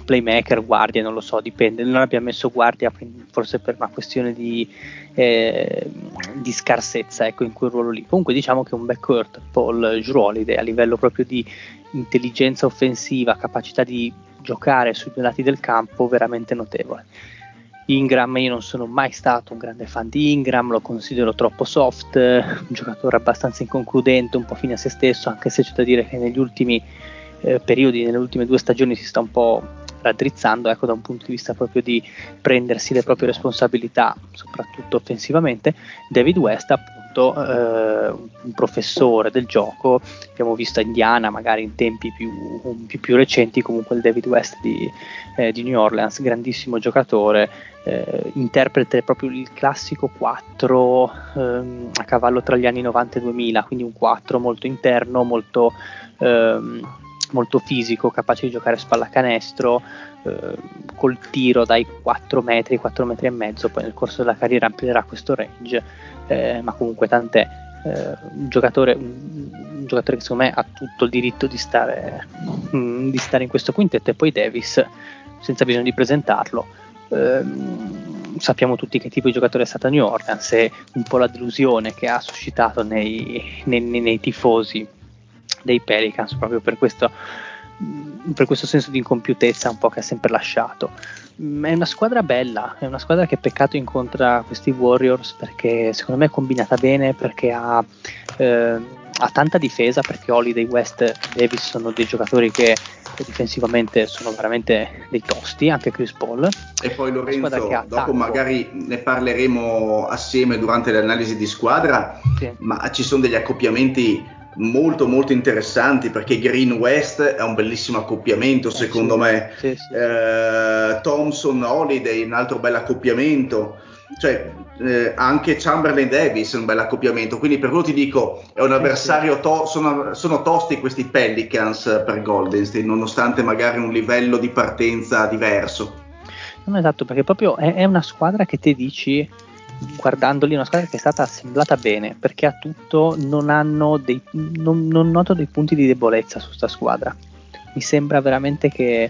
playmaker, guardia, non lo so, dipende. Non abbiamo messo guardia forse per una questione di, eh, di scarsezza, ecco, in quel ruolo lì. Comunque diciamo che un backcourt Paul Jrue Holiday a livello proprio di intelligenza offensiva, capacità di giocare sui due lati del campo veramente notevole. Ingram, io non sono mai stato un grande fan di Ingram, lo considero troppo soft, un giocatore abbastanza inconcludente, un po' fine a se stesso, anche se c'è da dire che negli ultimi eh, periodi, nelle ultime due stagioni si sta un po' raddrizzando, ecco, da un punto di vista proprio di prendersi le proprie responsabilità, soprattutto offensivamente. David West, appunto, eh, un professore del gioco, abbiamo visto a Indiana magari in tempi più, più, più recenti, comunque il David West di, eh, di New Orleans, grandissimo giocatore, eh, interprete proprio il classico quattro ehm, a cavallo tra gli anni novanta e duemila, quindi un quattro molto interno, molto ehm, molto fisico, capace di giocare a spallacanestro, eh, col tiro dai quattro metri, quattro metri e mezzo, poi nel corso della carriera amplierà questo range, eh, ma comunque tant'è, eh, un giocatore un, un giocatore che secondo me ha tutto il diritto di stare, mh, di stare in questo quintetto. E poi Davis, senza bisogno di presentarlo, eh, sappiamo tutti che tipo di giocatore è stato a New Orleans, e un po' la delusione che ha suscitato nei, nei, nei, nei tifosi dei Pelicans, proprio per questo, per questo senso di incompiutezza un po' che ha sempre lasciato. È una squadra bella, è una squadra che peccato incontra questi Warriors, perché secondo me è combinata bene, perché ha, eh, ha tanta difesa, perché Holiday, West e Davis sono dei giocatori che difensivamente sono veramente dei tosti, anche Chris Paul. E poi Lorenzo, dopo attacco. magari ne parleremo assieme durante l'analisi di squadra, sì. Ma ci sono degli accoppiamenti molto molto interessanti, perché Green West è un bellissimo accoppiamento, secondo eh, sì. me sì, sì, eh, sì. Thompson Holiday, un altro bel accoppiamento, cioè eh, anche Chamberlain Davis è un bel accoppiamento, quindi per quello ti dico è un avversario sì, sì. To- sono, sono tosti questi Pelicans per Golden State, nonostante magari un livello di partenza diverso. Non esatto, perché proprio è, è una squadra che te dici, guardandoli, una squadra che è stata assemblata bene, perché ha tutto, non hanno dei, non, non noto dei punti di debolezza su sta squadra. Mi sembra veramente che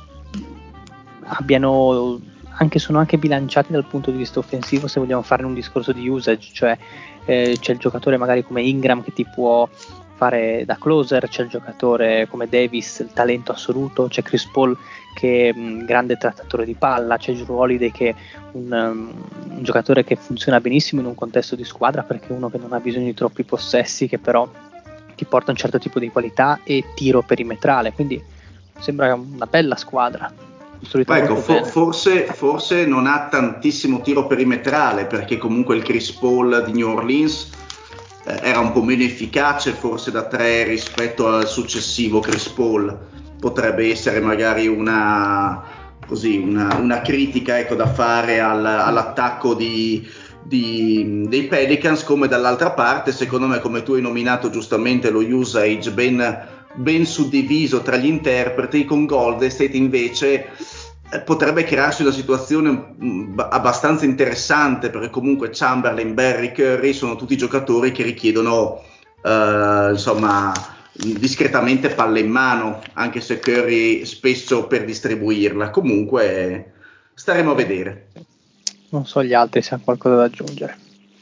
abbiano anche, sono anche bilanciati dal punto di vista offensivo, se vogliamo fare un discorso di usage, cioè eh, c'è il giocatore magari come Ingram che ti può fare da closer, c'è il giocatore come Davis, il talento assoluto, c'è Chris Paul che è un grande trattatore di palla, c'è Jrue Holiday che è un, um, un giocatore che funziona benissimo in un contesto di squadra, perché è uno che non ha bisogno di troppi possessi, che però ti porta un certo tipo di qualità e tiro perimetrale, quindi sembra una bella squadra. Ma ecco, for- forse, forse non ha tantissimo tiro perimetrale, perché comunque il Chris Paul di New Orleans eh, era un po' meno efficace forse da tre rispetto al successivo Chris Paul. Potrebbe essere magari una, così, una, una critica, ecco, da fare al, all'attacco di, di, dei Pelicans, come dall'altra parte secondo me, come tu hai nominato giustamente, lo usage ben, ben suddiviso tra gli interpreti, con Golden State invece potrebbe crearsi una situazione abbastanza interessante, perché comunque Chamberlain, Barry, Curry sono tutti giocatori che richiedono eh, insomma discretamente palla in mano, anche se Curry spesso per distribuirla. Comunque staremo a vedere. Non so gli altri se hanno qualcosa da aggiungere.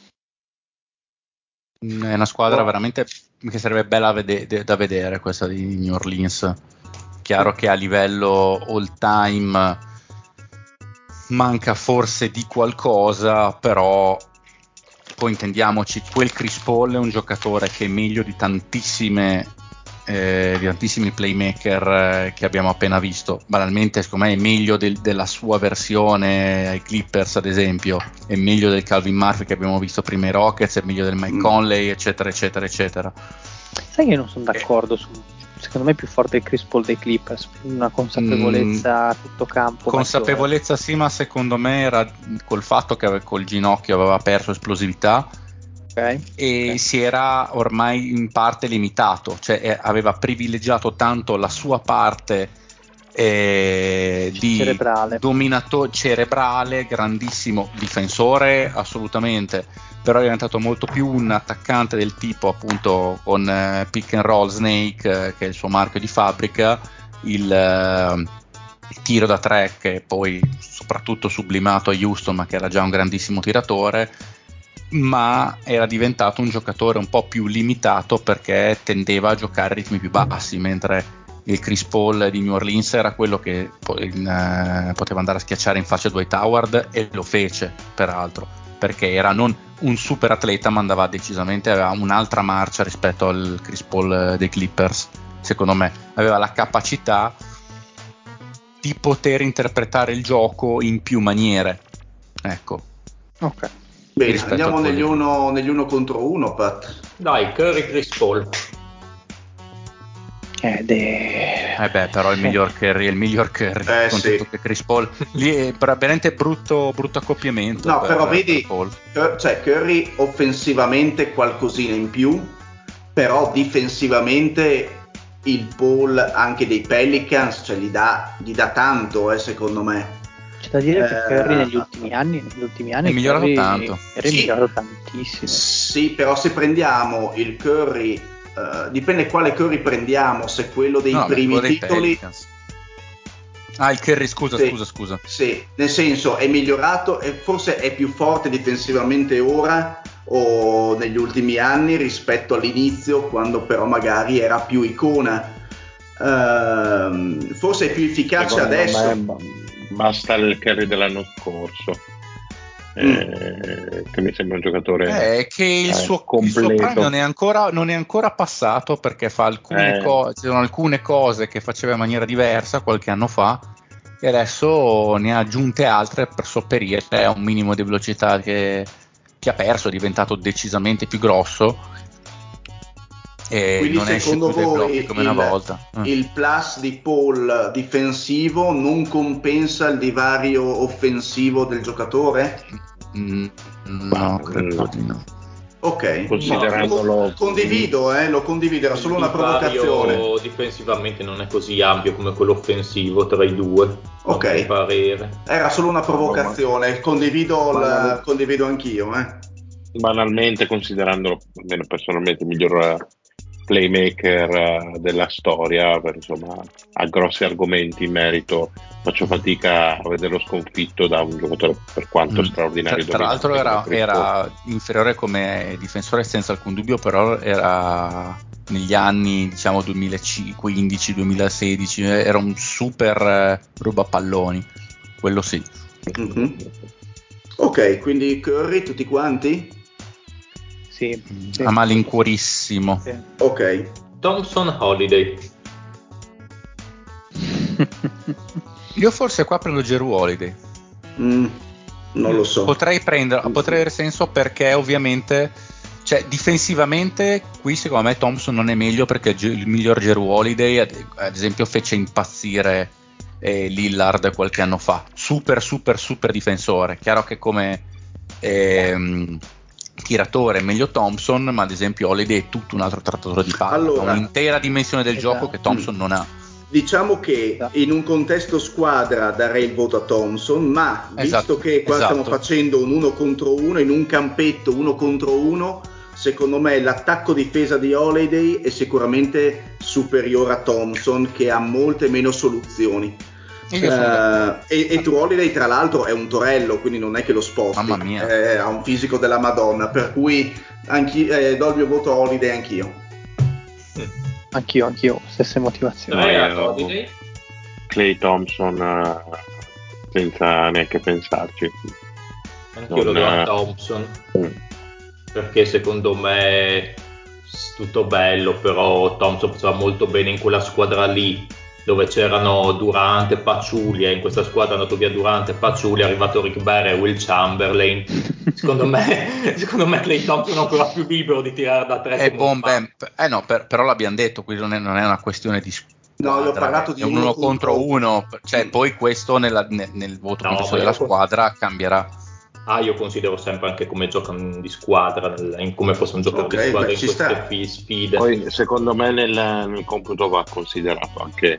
È una squadra veramente che sarebbe bella vede- da vedere, questa di New Orleans. Chiaro che a livello all time manca forse di qualcosa, però poi intendiamoci, quel Chris Paul è un giocatore che è meglio di tantissime eh, di tantissimi playmaker eh, che abbiamo appena visto. Banalmente secondo me è meglio del, della sua versione ai Clippers, ad esempio, è meglio del Calvin Murphy che abbiamo visto prima ai Rockets, è meglio del Mike mm. Conley, eccetera eccetera eccetera. Sai che non sono d'accordo eh. su secondo me è più forte il Chris Paul dei Clippers, una consapevolezza a mm, tutto campo. Consapevolezza maggiore. Sì, ma secondo me era col fatto che col ginocchio aveva perso esplosività, okay, e okay. si era ormai in parte limitato, cioè eh, aveva privilegiato tanto la sua parte eh, di cerebrale. dominatore cerebrale, grandissimo difensore assolutamente, però è diventato molto più un attaccante del tipo appunto con eh, pick and roll Snake, eh, che è il suo marchio di fabbrica, il, eh, tiro da tre, che poi soprattutto sublimato a Houston, ma che era già un grandissimo tiratore, ma era diventato un giocatore un po' più limitato perché tendeva a giocare a ritmi più bassi, mentre il Chris Paul di New Orleans era quello che in, uh, poteva andare a schiacciare in faccia Dwight Howard, e lo fece peraltro, perché era non un super atleta, ma andava decisamente, aveva un'altra marcia rispetto al Chris Paul dei Clippers. Secondo me aveva la capacità di poter interpretare il gioco in più maniere, ecco. Ok, bene, andiamo negli uno, negli uno contro uno, Pat. Dai, Curry, Chris Paul. Ed è... Eh beh, però il miglior Curry è il miglior Curry, eh, contento sì. che Chris Paul lì è veramente brutto, brutto accoppiamento. No, per, però vedi, per cioè Curry offensivamente qualcosina in più, però difensivamente il Paul anche dei Pelicans, cioè gli dà, gli dà tanto, eh, secondo me. C'è da dire eh, che Curry negli ultimi anni, negli ultimi anni è migliorato Curry, tanto. Curry Sì. è migliorato tantissimo. Sì, però se prendiamo il Curry, uh, dipende quale Curry prendiamo, se quello dei no, primi beh, titoli. Ah, il Curry, scusa, sì, scusa, scusa. Sì, nel senso è migliorato e forse è più forte difensivamente ora o negli ultimi anni rispetto all'inizio, quando però magari era più icona. Uh, forse è più efficace Secondo adesso. me basta il Curry dell'anno scorso, Mm. eh, che mi sembra un giocatore Eh, è che il, eh, suo, il completo. suo prime non è, ancora, non è ancora passato, perché fa alcune Eh. cose, ci sono alcune cose che faceva in maniera diversa qualche anno fa, e adesso ne ha aggiunte altre per sopperire a un minimo di velocità che, che ha perso, è diventato decisamente più grosso e Quindi non esce secondo più dai voi blocchi come il, una volta. Eh. il plus di Paul difensivo non compensa il divario offensivo del giocatore? Mm, no, credo di no. Ok, Considerandolo- no, condivido, eh, lo condivido, era solo una provocazione. Il divario difensivamente non è così ampio come quello offensivo tra i due. Ok. A mio parere. Era solo una provocazione, condivido, la, Banal- condivido anch'io. Eh. banalmente, considerandolo almeno personalmente il miglior playmaker della storia, per, insomma, ha grossi argomenti in merito. Faccio fatica a vederlo sconfitto da un giocatore per quanto Mm. straordinario. Tra, tra l'altro era, dominante come Chris Paul. era inferiore come difensore senza alcun dubbio, però era negli anni diciamo duemilaquindici duemilasedici, era un super eh, rubapalloni, quello sì. Mm-hmm. Ok, quindi Curry tutti quanti? Sì, Mm, sì. a malincuorissimo. Sì. Ok. Thompson, Holiday. Io forse qua prendo Jrue Holiday. Mm, non lo so. Potrei prendere, potrei avere senso, perché ovviamente, cioè, difensivamente qui secondo me Thompson non è meglio, perché il miglior Jrue Holiday ad, ad esempio fece impazzire eh, Lillard qualche anno fa, super super super difensore. Chiaro che come ehm, tiratore è meglio Thompson, ma ad esempio Holiday è tutto un altro trattatore di palla, Allora, ha un'intera dimensione del esatto. gioco che Thompson Mm. non ha. Diciamo che in un contesto squadra darei il voto a Thompson, ma visto Esatto, che qua esatto. stiamo facendo un uno contro uno, in un campetto uno contro uno, secondo me l'attacco difesa di Holiday è sicuramente superiore a Thompson, che ha molte meno soluzioni. E io sono d'accordo. Eh, e, e tu Holiday tra l'altro è un torello, quindi non è che lo sposti. Mamma mia. Eh, ha un fisico della Madonna, per cui anch'io, eh, do il mio voto a Holiday anch'io. Anch'io, anch'io, stesse motivazioni. Tre a io- Holiday. Clay Thompson, eh, senza neanche pensarci. Anch'io lo Non, do a eh, Thompson, mm. perché secondo me s- tutto bello, però Thompson stava molto bene in quella squadra lì, dove c'erano Durant e Paciulia. In questa squadra è andato via Durant e Paciulia, è arrivato Rick Barry e Will Chamberlain. Secondo me, secondo me Clay Thompson è ancora più libero di tirare da tre Eh, come bon, un matto. beh, eh no, per- però l'abbiamo detto, qui non è, non è una questione di No, io ho squadra, parlato di è un uno uno contro contro uno, cioè Mm. poi questo nella- nel, nel voto No, complesso ma della io cons- squadra cambierà. Ah, io considero sempre anche come giocano di squadra, nel- in come possono giocare Ok, di squadra beh, in ci queste sta. fi- sfide. Poi secondo me nel, nel computo va considerato anche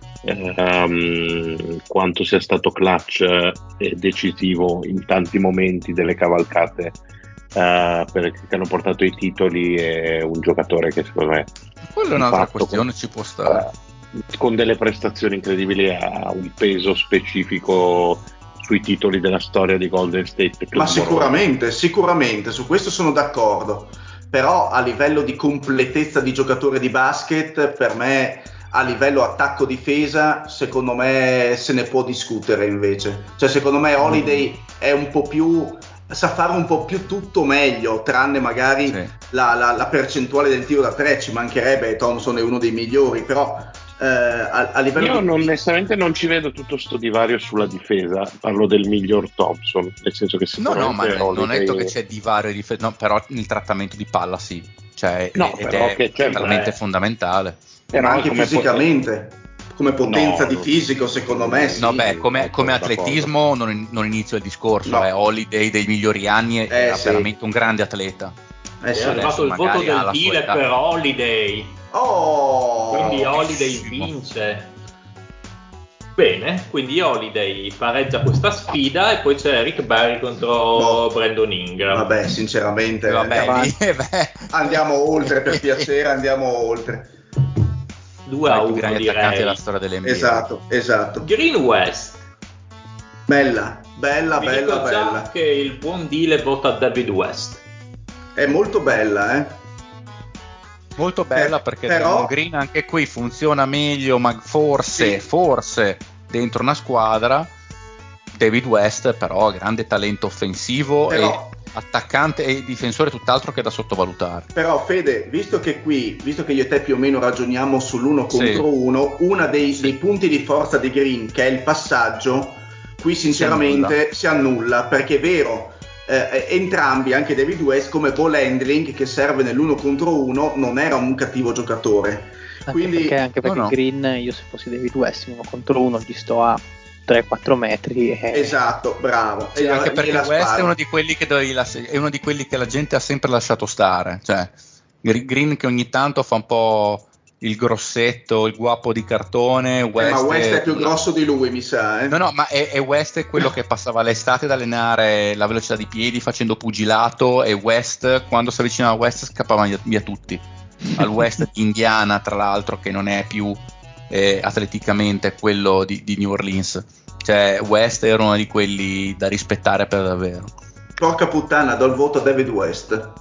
ehm, quanto sia stato clutch e decisivo in tanti momenti delle cavalcate eh, per, che hanno portato i titoli. È un giocatore che secondo me Quello è di un'altra fatto questione, ci può stare. con delle prestazioni incredibili ha un peso specifico sui titoli della storia di Golden State. Ma sicuramente, sicuramente, su questo sono d'accordo, però a livello di completezza di giocatore di basket, per me a livello attacco-difesa, secondo me se ne può discutere invece, cioè secondo me Holiday è un po' più, sa fare un po' più tutto meglio, tranne magari sì. la, la, la percentuale del tiro da tre, ci mancherebbe, Thompson è uno dei migliori, però eh, a, a livello io di... non, onestamente non ci vedo tutto sto divario sulla difesa, parlo del miglior Thompson, nel senso che sicuramente no no ma Holiday... non è detto che c'è divario di difesa, no, però il trattamento di palla sì, cioè no, ed però è che, certo, totalmente è... fondamentale. Però ma anche come fisicamente po- come potenza no, di fisico secondo me sì. No beh, come, come atletismo non, in, non inizio il discorso, no. è Holiday dei migliori anni, eh, era sì. veramente un grande atleta. Eh sì, è arrivato il voto del deal per Holiday. Oh, quindi Holiday vince. Bene, quindi Holiday pareggia questa sfida e poi c'è Rick Barry contro oh. Brandon Ingram. Vabbè, sinceramente vabbè, andiamo, lì, andiamo oltre, per piacere, andiamo oltre. due a uno direi. Attaccanti della storia delle N B A. Esatto, esatto. Green West. Bella, bella, Vi bella, dico già bella. che il buon deal vota David West. È molto bella, eh. Molto bella eh, perché però... Green anche qui funziona meglio, ma forse, sì. forse dentro una squadra. David West però grande talento offensivo però... e attaccante e difensore tutt'altro che da sottovalutare. Però Fede, visto che qui, visto che io e te più o meno ragioniamo sull'uno contro sì. uno, uno dei, sì. dei punti di forza di Green, che è il passaggio, qui sinceramente si annulla, si annulla perché è vero, eh, entrambi, anche David West come ball handling che serve nell'uno contro uno, non era un cattivo giocatore. Anche Quindi, perché, anche perché no, no. Green, io se fossi David West uno contro uno gli sto a tre quattro metri e... esatto, bravo. Sì, e anche la, perché la West è uno di quelli che è uno di quelli che la gente ha sempre lasciato stare, cioè Green che ogni tanto fa un po' il grossetto, il guapo di cartone. West eh, ma West è, è più grosso di lui, mi sa, eh? no no ma è, è West è quello che passava l'estate ad allenare la velocità di piedi facendo pugilato, e West quando si avvicinava a West scappavano via, via tutti al West di Indiana, tra l'altro, che non è più eh, atleticamente quello di, di New Orleans. Cioè West era uno di quelli da rispettare per davvero. Porca puttana, do il voto a David West.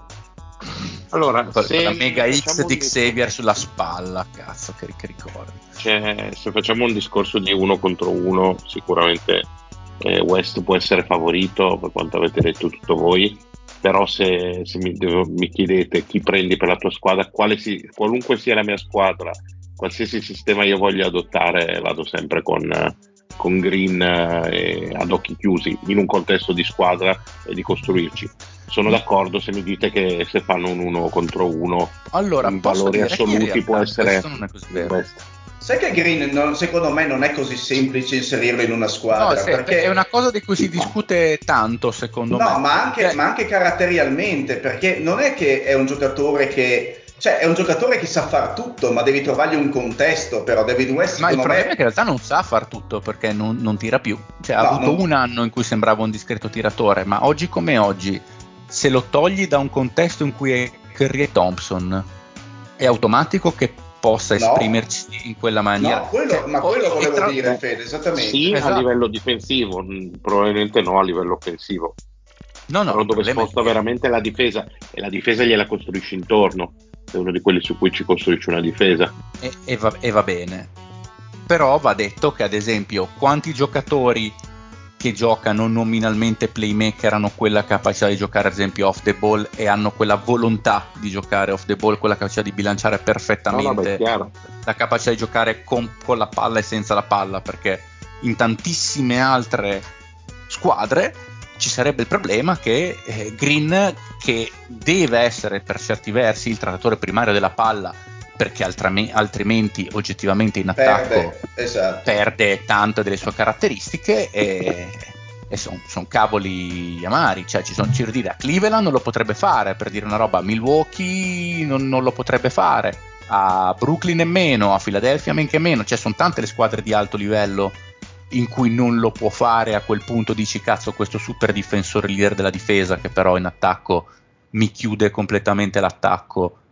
Allora, con se la Mega X Dick dis- Xavier sulla spalla, cazzo che, che ricordi. Cioè, se facciamo un discorso di uno contro uno, sicuramente eh, West può essere favorito per quanto avete detto tutto voi, però se, se mi, devo, mi chiedete chi prendi per la tua squadra, quale si, qualunque sia la mia squadra, qualsiasi sistema io voglia adottare, vado sempre con, con Green eh, ad occhi chiusi, in un contesto di squadra e di costruirci. Sono d'accordo se mi dite che se fanno un uno contro uno, allora, in valori assoluti in può essere non è così vero. West. Sai che Green non, secondo me non è così semplice inserirlo in una squadra, no, sì, perché è una cosa di cui si discute tanto, secondo no, me. ma anche, cioè... ma anche caratterialmente, perché non è che è un giocatore che, cioè è un giocatore che sa far tutto, ma devi trovargli un contesto. Però David West, ma il problema me... è che in realtà non sa far tutto, perché non, non tira più, cioè no, ha avuto non... un anno in cui sembrava un discreto tiratore, ma oggi come oggi, se lo togli da un contesto in cui è Curry e Thompson, è automatico che possa no. esprimerci in quella maniera. No, quello, cioè, ma quello oh, volevo tra... dire, Fede, esattamente. Sì, esatto. A livello difensivo, probabilmente no a livello offensivo. No, no, però dove sposta è... veramente la difesa, e la difesa gliela costruisci intorno, è uno di quelli su cui ci costruisci una difesa. E, e, va, e va bene. Però va detto che, ad esempio, quanti giocatori che giocano nominalmente playmaker hanno quella capacità di giocare, ad esempio, off the ball, e hanno quella volontà di giocare off the ball, quella capacità di bilanciare perfettamente, no, no, la capacità di giocare con, con la palla e senza la palla, perché in tantissime altre squadre ci sarebbe il problema che eh, Green, che deve essere per certi versi il trattatore primario della palla, perché altrame, altrimenti oggettivamente in attacco perde, esatto. perde tante delle sue caratteristiche, e, e sono son cavoli amari. Cioè ci sono, ci dire, a Cleveland non lo potrebbe fare, per dire una roba, a Milwaukee non, non lo potrebbe fare, a Brooklyn nemmeno, a Philadelphia men che meno. Cioè sono tante le squadre di alto livello in cui non lo può fare. A quel punto dici, cazzo, questo super difensore leader della difesa, che però in attacco mi chiude completamente l'attacco,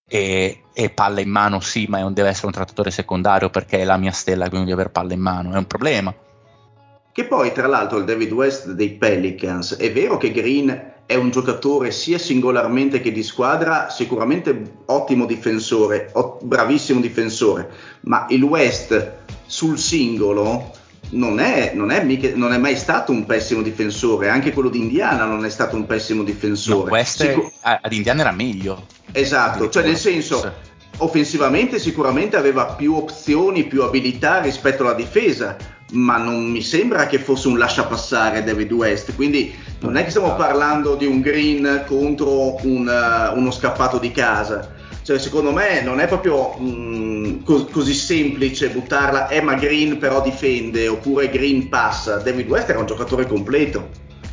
e, e palla in mano sì, ma non deve essere un trattatore secondario perché è la mia stella, quindi deve avere palla in mano, è un problema. Che poi tra l'altro il David West dei Pelicans, è vero che Green è un giocatore sia singolarmente che di squadra, sicuramente ottimo difensore, ot- bravissimo difensore, ma il West sul singolo non è, non, è mica, non è mai stato un pessimo difensore, anche quello di Indiana non è stato un pessimo difensore. No, West Sicu- ad Indiana era meglio. Esatto, cioè nel senso, offensivamente sicuramente aveva più opzioni, più abilità rispetto alla difesa, ma non mi sembra che fosse un lasciapassare David West, quindi non è che stiamo parlando di un Green contro un, uh, uno scappato di casa. Cioè, secondo me non è proprio mh, co- così semplice buttarla, eh ma Green però difende, oppure Green passa. David West era un giocatore completo.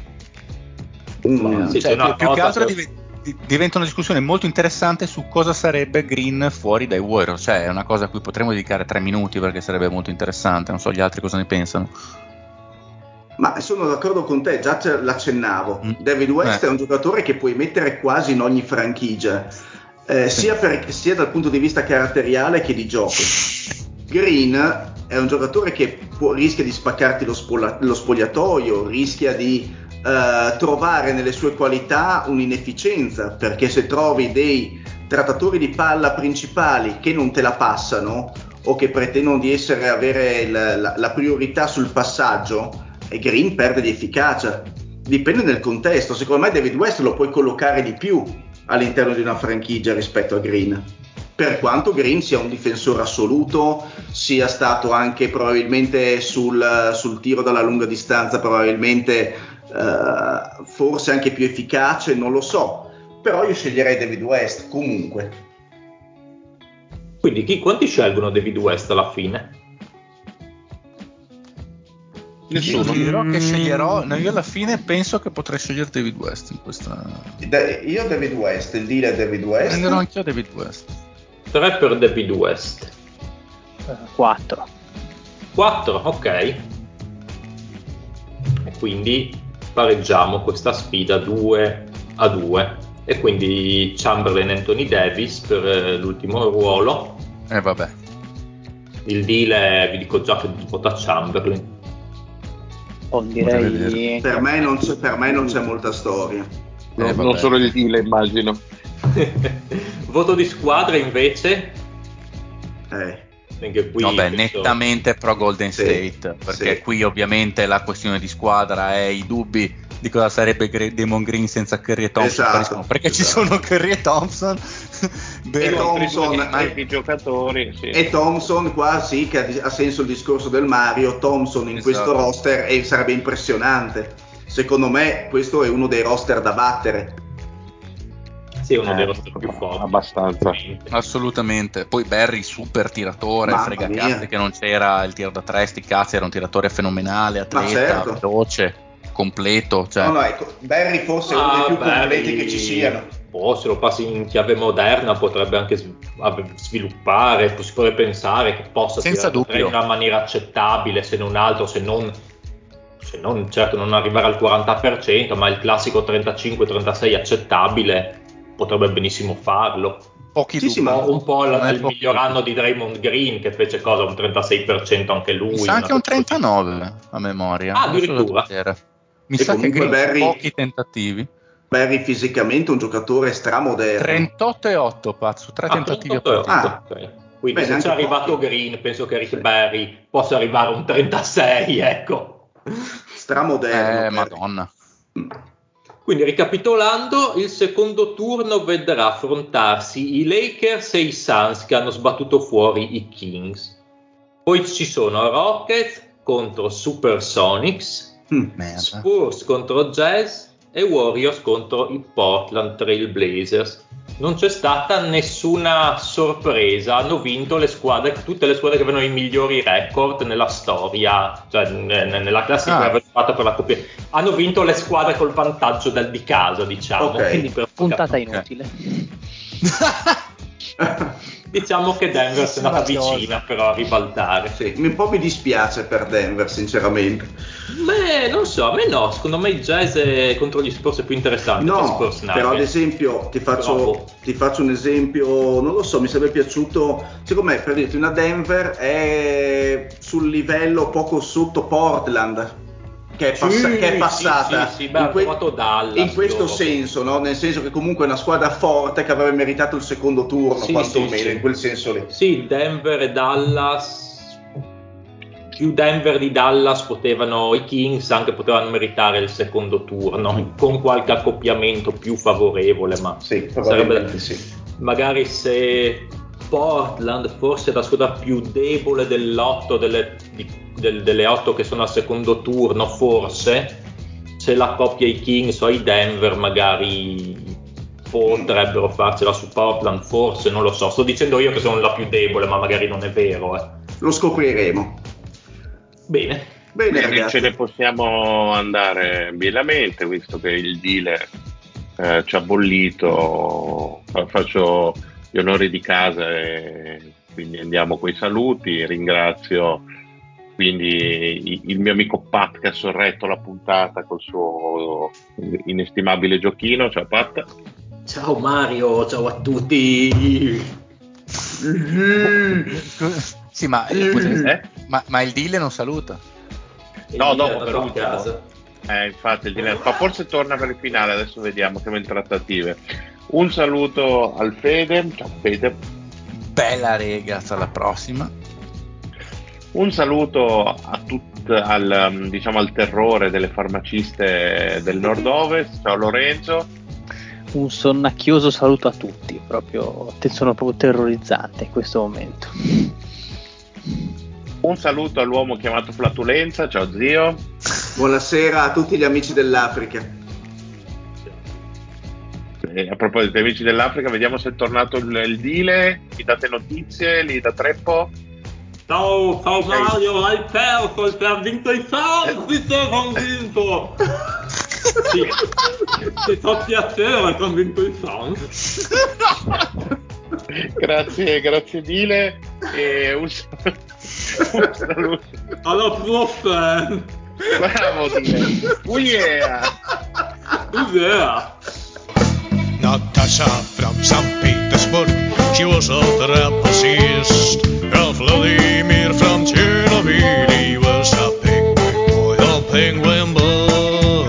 Mm, sì, cioè, più, più che altro che... div- diventa una discussione molto interessante su cosa sarebbe Green fuori dai Warriors, cioè è una cosa a cui potremmo dedicare tre minuti perché sarebbe molto interessante, non so gli altri cosa ne pensano. Ma sono d'accordo con te, già l'accennavo. Mm. David West eh. è un giocatore che puoi mettere quasi in ogni franchigia, eh, sì. sia, per, sia dal punto di vista caratteriale che di gioco. Green è un giocatore che può, rischia di spaccarti lo, spola, lo spogliatoio, rischia di uh, trovare nelle sue qualità un'inefficienza, perché se trovi dei trattatori di palla principali che non te la passano o che pretendono di essere avere il, la, la priorità sul passaggio, e Green perde di efficacia. Dipende nel contesto. Secondo me David West lo puoi collocare di più all'interno di una franchigia rispetto a Green, per quanto Green sia un difensore assoluto, sia stato anche probabilmente sul, sul tiro dalla lunga distanza probabilmente uh, forse anche più efficace, non lo so, però io sceglierei David West comunque. Quindi chi, quanti scelgono David West alla fine? Nessuno. Io dirò che sceglierò, no, io alla fine penso che potrei scegliere David West in questa. Io David West, il deal è David West. Prenderò anch'io David West. tre per David West. quattro. quattro, ok. E quindi pareggiamo questa sfida due a due. E quindi Chamberlain e Anthony Davis per eh, l'ultimo ruolo. E eh, vabbè. Il deal è, vi dico già che vota Chamberlain. Oh, direi per, me non c'è, per me non c'è molta storia. No, eh, non solo il deal, immagino. Voto di squadra invece. Eh. Anche qui Vabbè, penso... nettamente pro Golden sì, State, perché sì. qui ovviamente la questione di squadra è i dubbi di cosa sarebbe Damon Green senza Curry e Thompson, esatto, perché esatto. ci sono Curry e Thompson. E Thompson, i giocatori, sì. E Thompson qua sì che ha senso il discorso del Mario. Thompson in esatto. questo roster e sarebbe impressionante. Secondo me questo è uno dei roster da battere. Sì, uno eh, dei roster più forti. Abbastanza. Assolutamente. Poi Barry super tiratore, Mamma frega mia. cazzi che non c'era il tiro da tre, sti cazzi, era un tiratore fenomenale, atleta, certo. veloce, completo. Cioè. No, no, ecco, Barry forse è uno ah, dei più Barry... completi che ci siano. Oh, se lo passi in chiave moderna potrebbe anche sviluppare, si potrebbe pensare che possa senza dubbio in una maniera accettabile, se non altro, se non, se non certo non arrivare al quaranta per cento, ma il classico trentacinque trentasei accettabile potrebbe benissimo farlo. Pochi sì, dubbi. sì, ma un po' il, il pochi miglior dubbi. anno di Draymond Green che fece cosa? Un trentasei per cento anche lui. Mi sa anche un trentanove a memoria. Ah, addirittura. Mi e sa che Green Barry... pochi tentativi. Barry fisicamente un giocatore stramoderno. trentotto e otto Pazzo, tre ah, tentativi a partita. Ah, okay. Quindi bene, se c'è arrivato pochi. Green, penso che Rick sì. Barry possa arrivare a un trentasei, ecco. Stramoderno. Eh, Madonna. Quindi ricapitolando, il secondo turno vedrà affrontarsi i Lakers e i Suns che hanno sbattuto fuori i Kings. Poi ci sono Rockets contro Supersonics, Mm. Spurs contro Jazz e Warriors contro i Portland Trail Blazers. Non c'è stata nessuna sorpresa, hanno vinto le squadre, tutte le squadre che avevano i migliori record nella storia, cioè n- n- nella classifica Ah. che avevano fatto per la coppia. Hanno vinto le squadre col vantaggio del, di casa, diciamo. Ok. Quindi per puntata okay. inutile. Diciamo che Denver si è andata vicina però a ribaltare. Sì, un po' mi dispiace per Denver sinceramente. Beh, non so, a me no, secondo me il jazz è contro gli Spurs è più interessante. No, però ad esempio ti faccio, ti faccio un esempio, non lo so, mi sarebbe piaciuto, secondo me, per dirti, una Denver è sul livello poco sotto Portland, che è, passa- sì, che è passata sì, sì, sì, beh, in, que- Dallas, in questo loro. senso, no? Nel senso che comunque è una squadra forte che avrebbe meritato il secondo turno, sì, quantomeno, sì, sì. in quel senso lì. Sì, Denver e Dallas, più Denver di Dallas potevano, i Kings anche potevano meritare il secondo turno, con qualche accoppiamento più favorevole, ma sì, sarebbe sì. Magari se Portland forse è la squadra più debole dell'otto delle, di, del, delle otto che sono al secondo turno, forse se la coppia i Kings o i Denver magari potrebbero farcela su Portland, forse, non lo so, sto dicendo io che sono la più debole, ma magari non è vero, eh. Lo scopriremo. Bene. Bene, Bene, ragazzi. ce ne possiamo andare bielamente, visto che il dealer eh, ci ha bollito. Faccio gli onori di casa e quindi andiamo coi saluti. Ringrazio quindi il mio amico Pat che ha sorretto la puntata col suo inestimabile giochino. Ciao Pat. Ciao Mario, ciao a tutti. Sì, ma, eh? ma, ma il dealer non saluta. No, dopo per a ultimo. casa. Eh, infatti, il dealer, ma forse torna per il finale, adesso vediamo, siamo in trattative. Un saluto al Fede. Ciao Fede. Bella rega, alla prossima. Un saluto a tut, al, diciamo, al terrore delle farmaciste del nord-ovest. Ciao Lorenzo. Un sonnacchioso saluto a tutti, proprio sono proprio terrorizzante in questo momento. Un saluto all'uomo chiamato Flatulenza. Ciao zio. Buonasera a tutti gli amici dell'Africa. E a proposito dei amici dell'Africa, vediamo se è tornato il, il Dile. Gli date notizie, gli da Treppo. Ciao, ciao Sei... Mario, hai perso, hai vinto i salti, ti ho vinto. Sì, ti fa piacere che ho vinto i salti. Grazie, grazie Dile. E un, un saluto. Alla prossima. Bravo Dile. Oh yeah. Oh yeah. Natasha from Saint Petersburg, she was a trapezist. Vladimir from Chernobyl, he was a penguin boy, a penguin boy.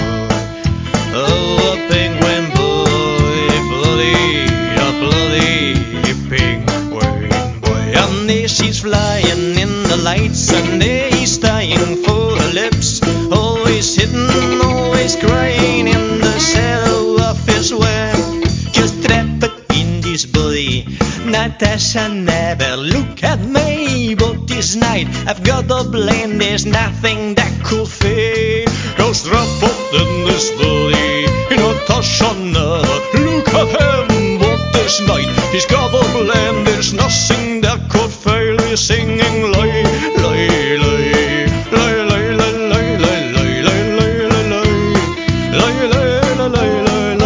Oh, a penguin boy, bloody, a bloody penguin boy. And there she's flying in the lights, and there he's dying for her lips. Always hidden, always crying in the shadow of his web. Just trapped in this body. Natasha, never look at me, but this night I've got a blame, there's nothing that could fade. Cause trapped in this body, Natasha, never look at him, but this night he's got a blame, there's nothing that could fail. He's singing lay, lay, lay, lay, lay, lay, lay, lay, lay, lay, lay, lay, lay, lay, lay,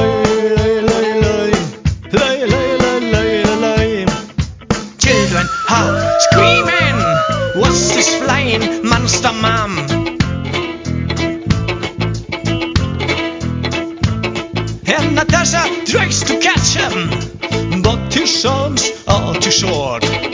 children are screaming, what's this flying monster, mom? And Natasha tries to catch him, but his arms are too short.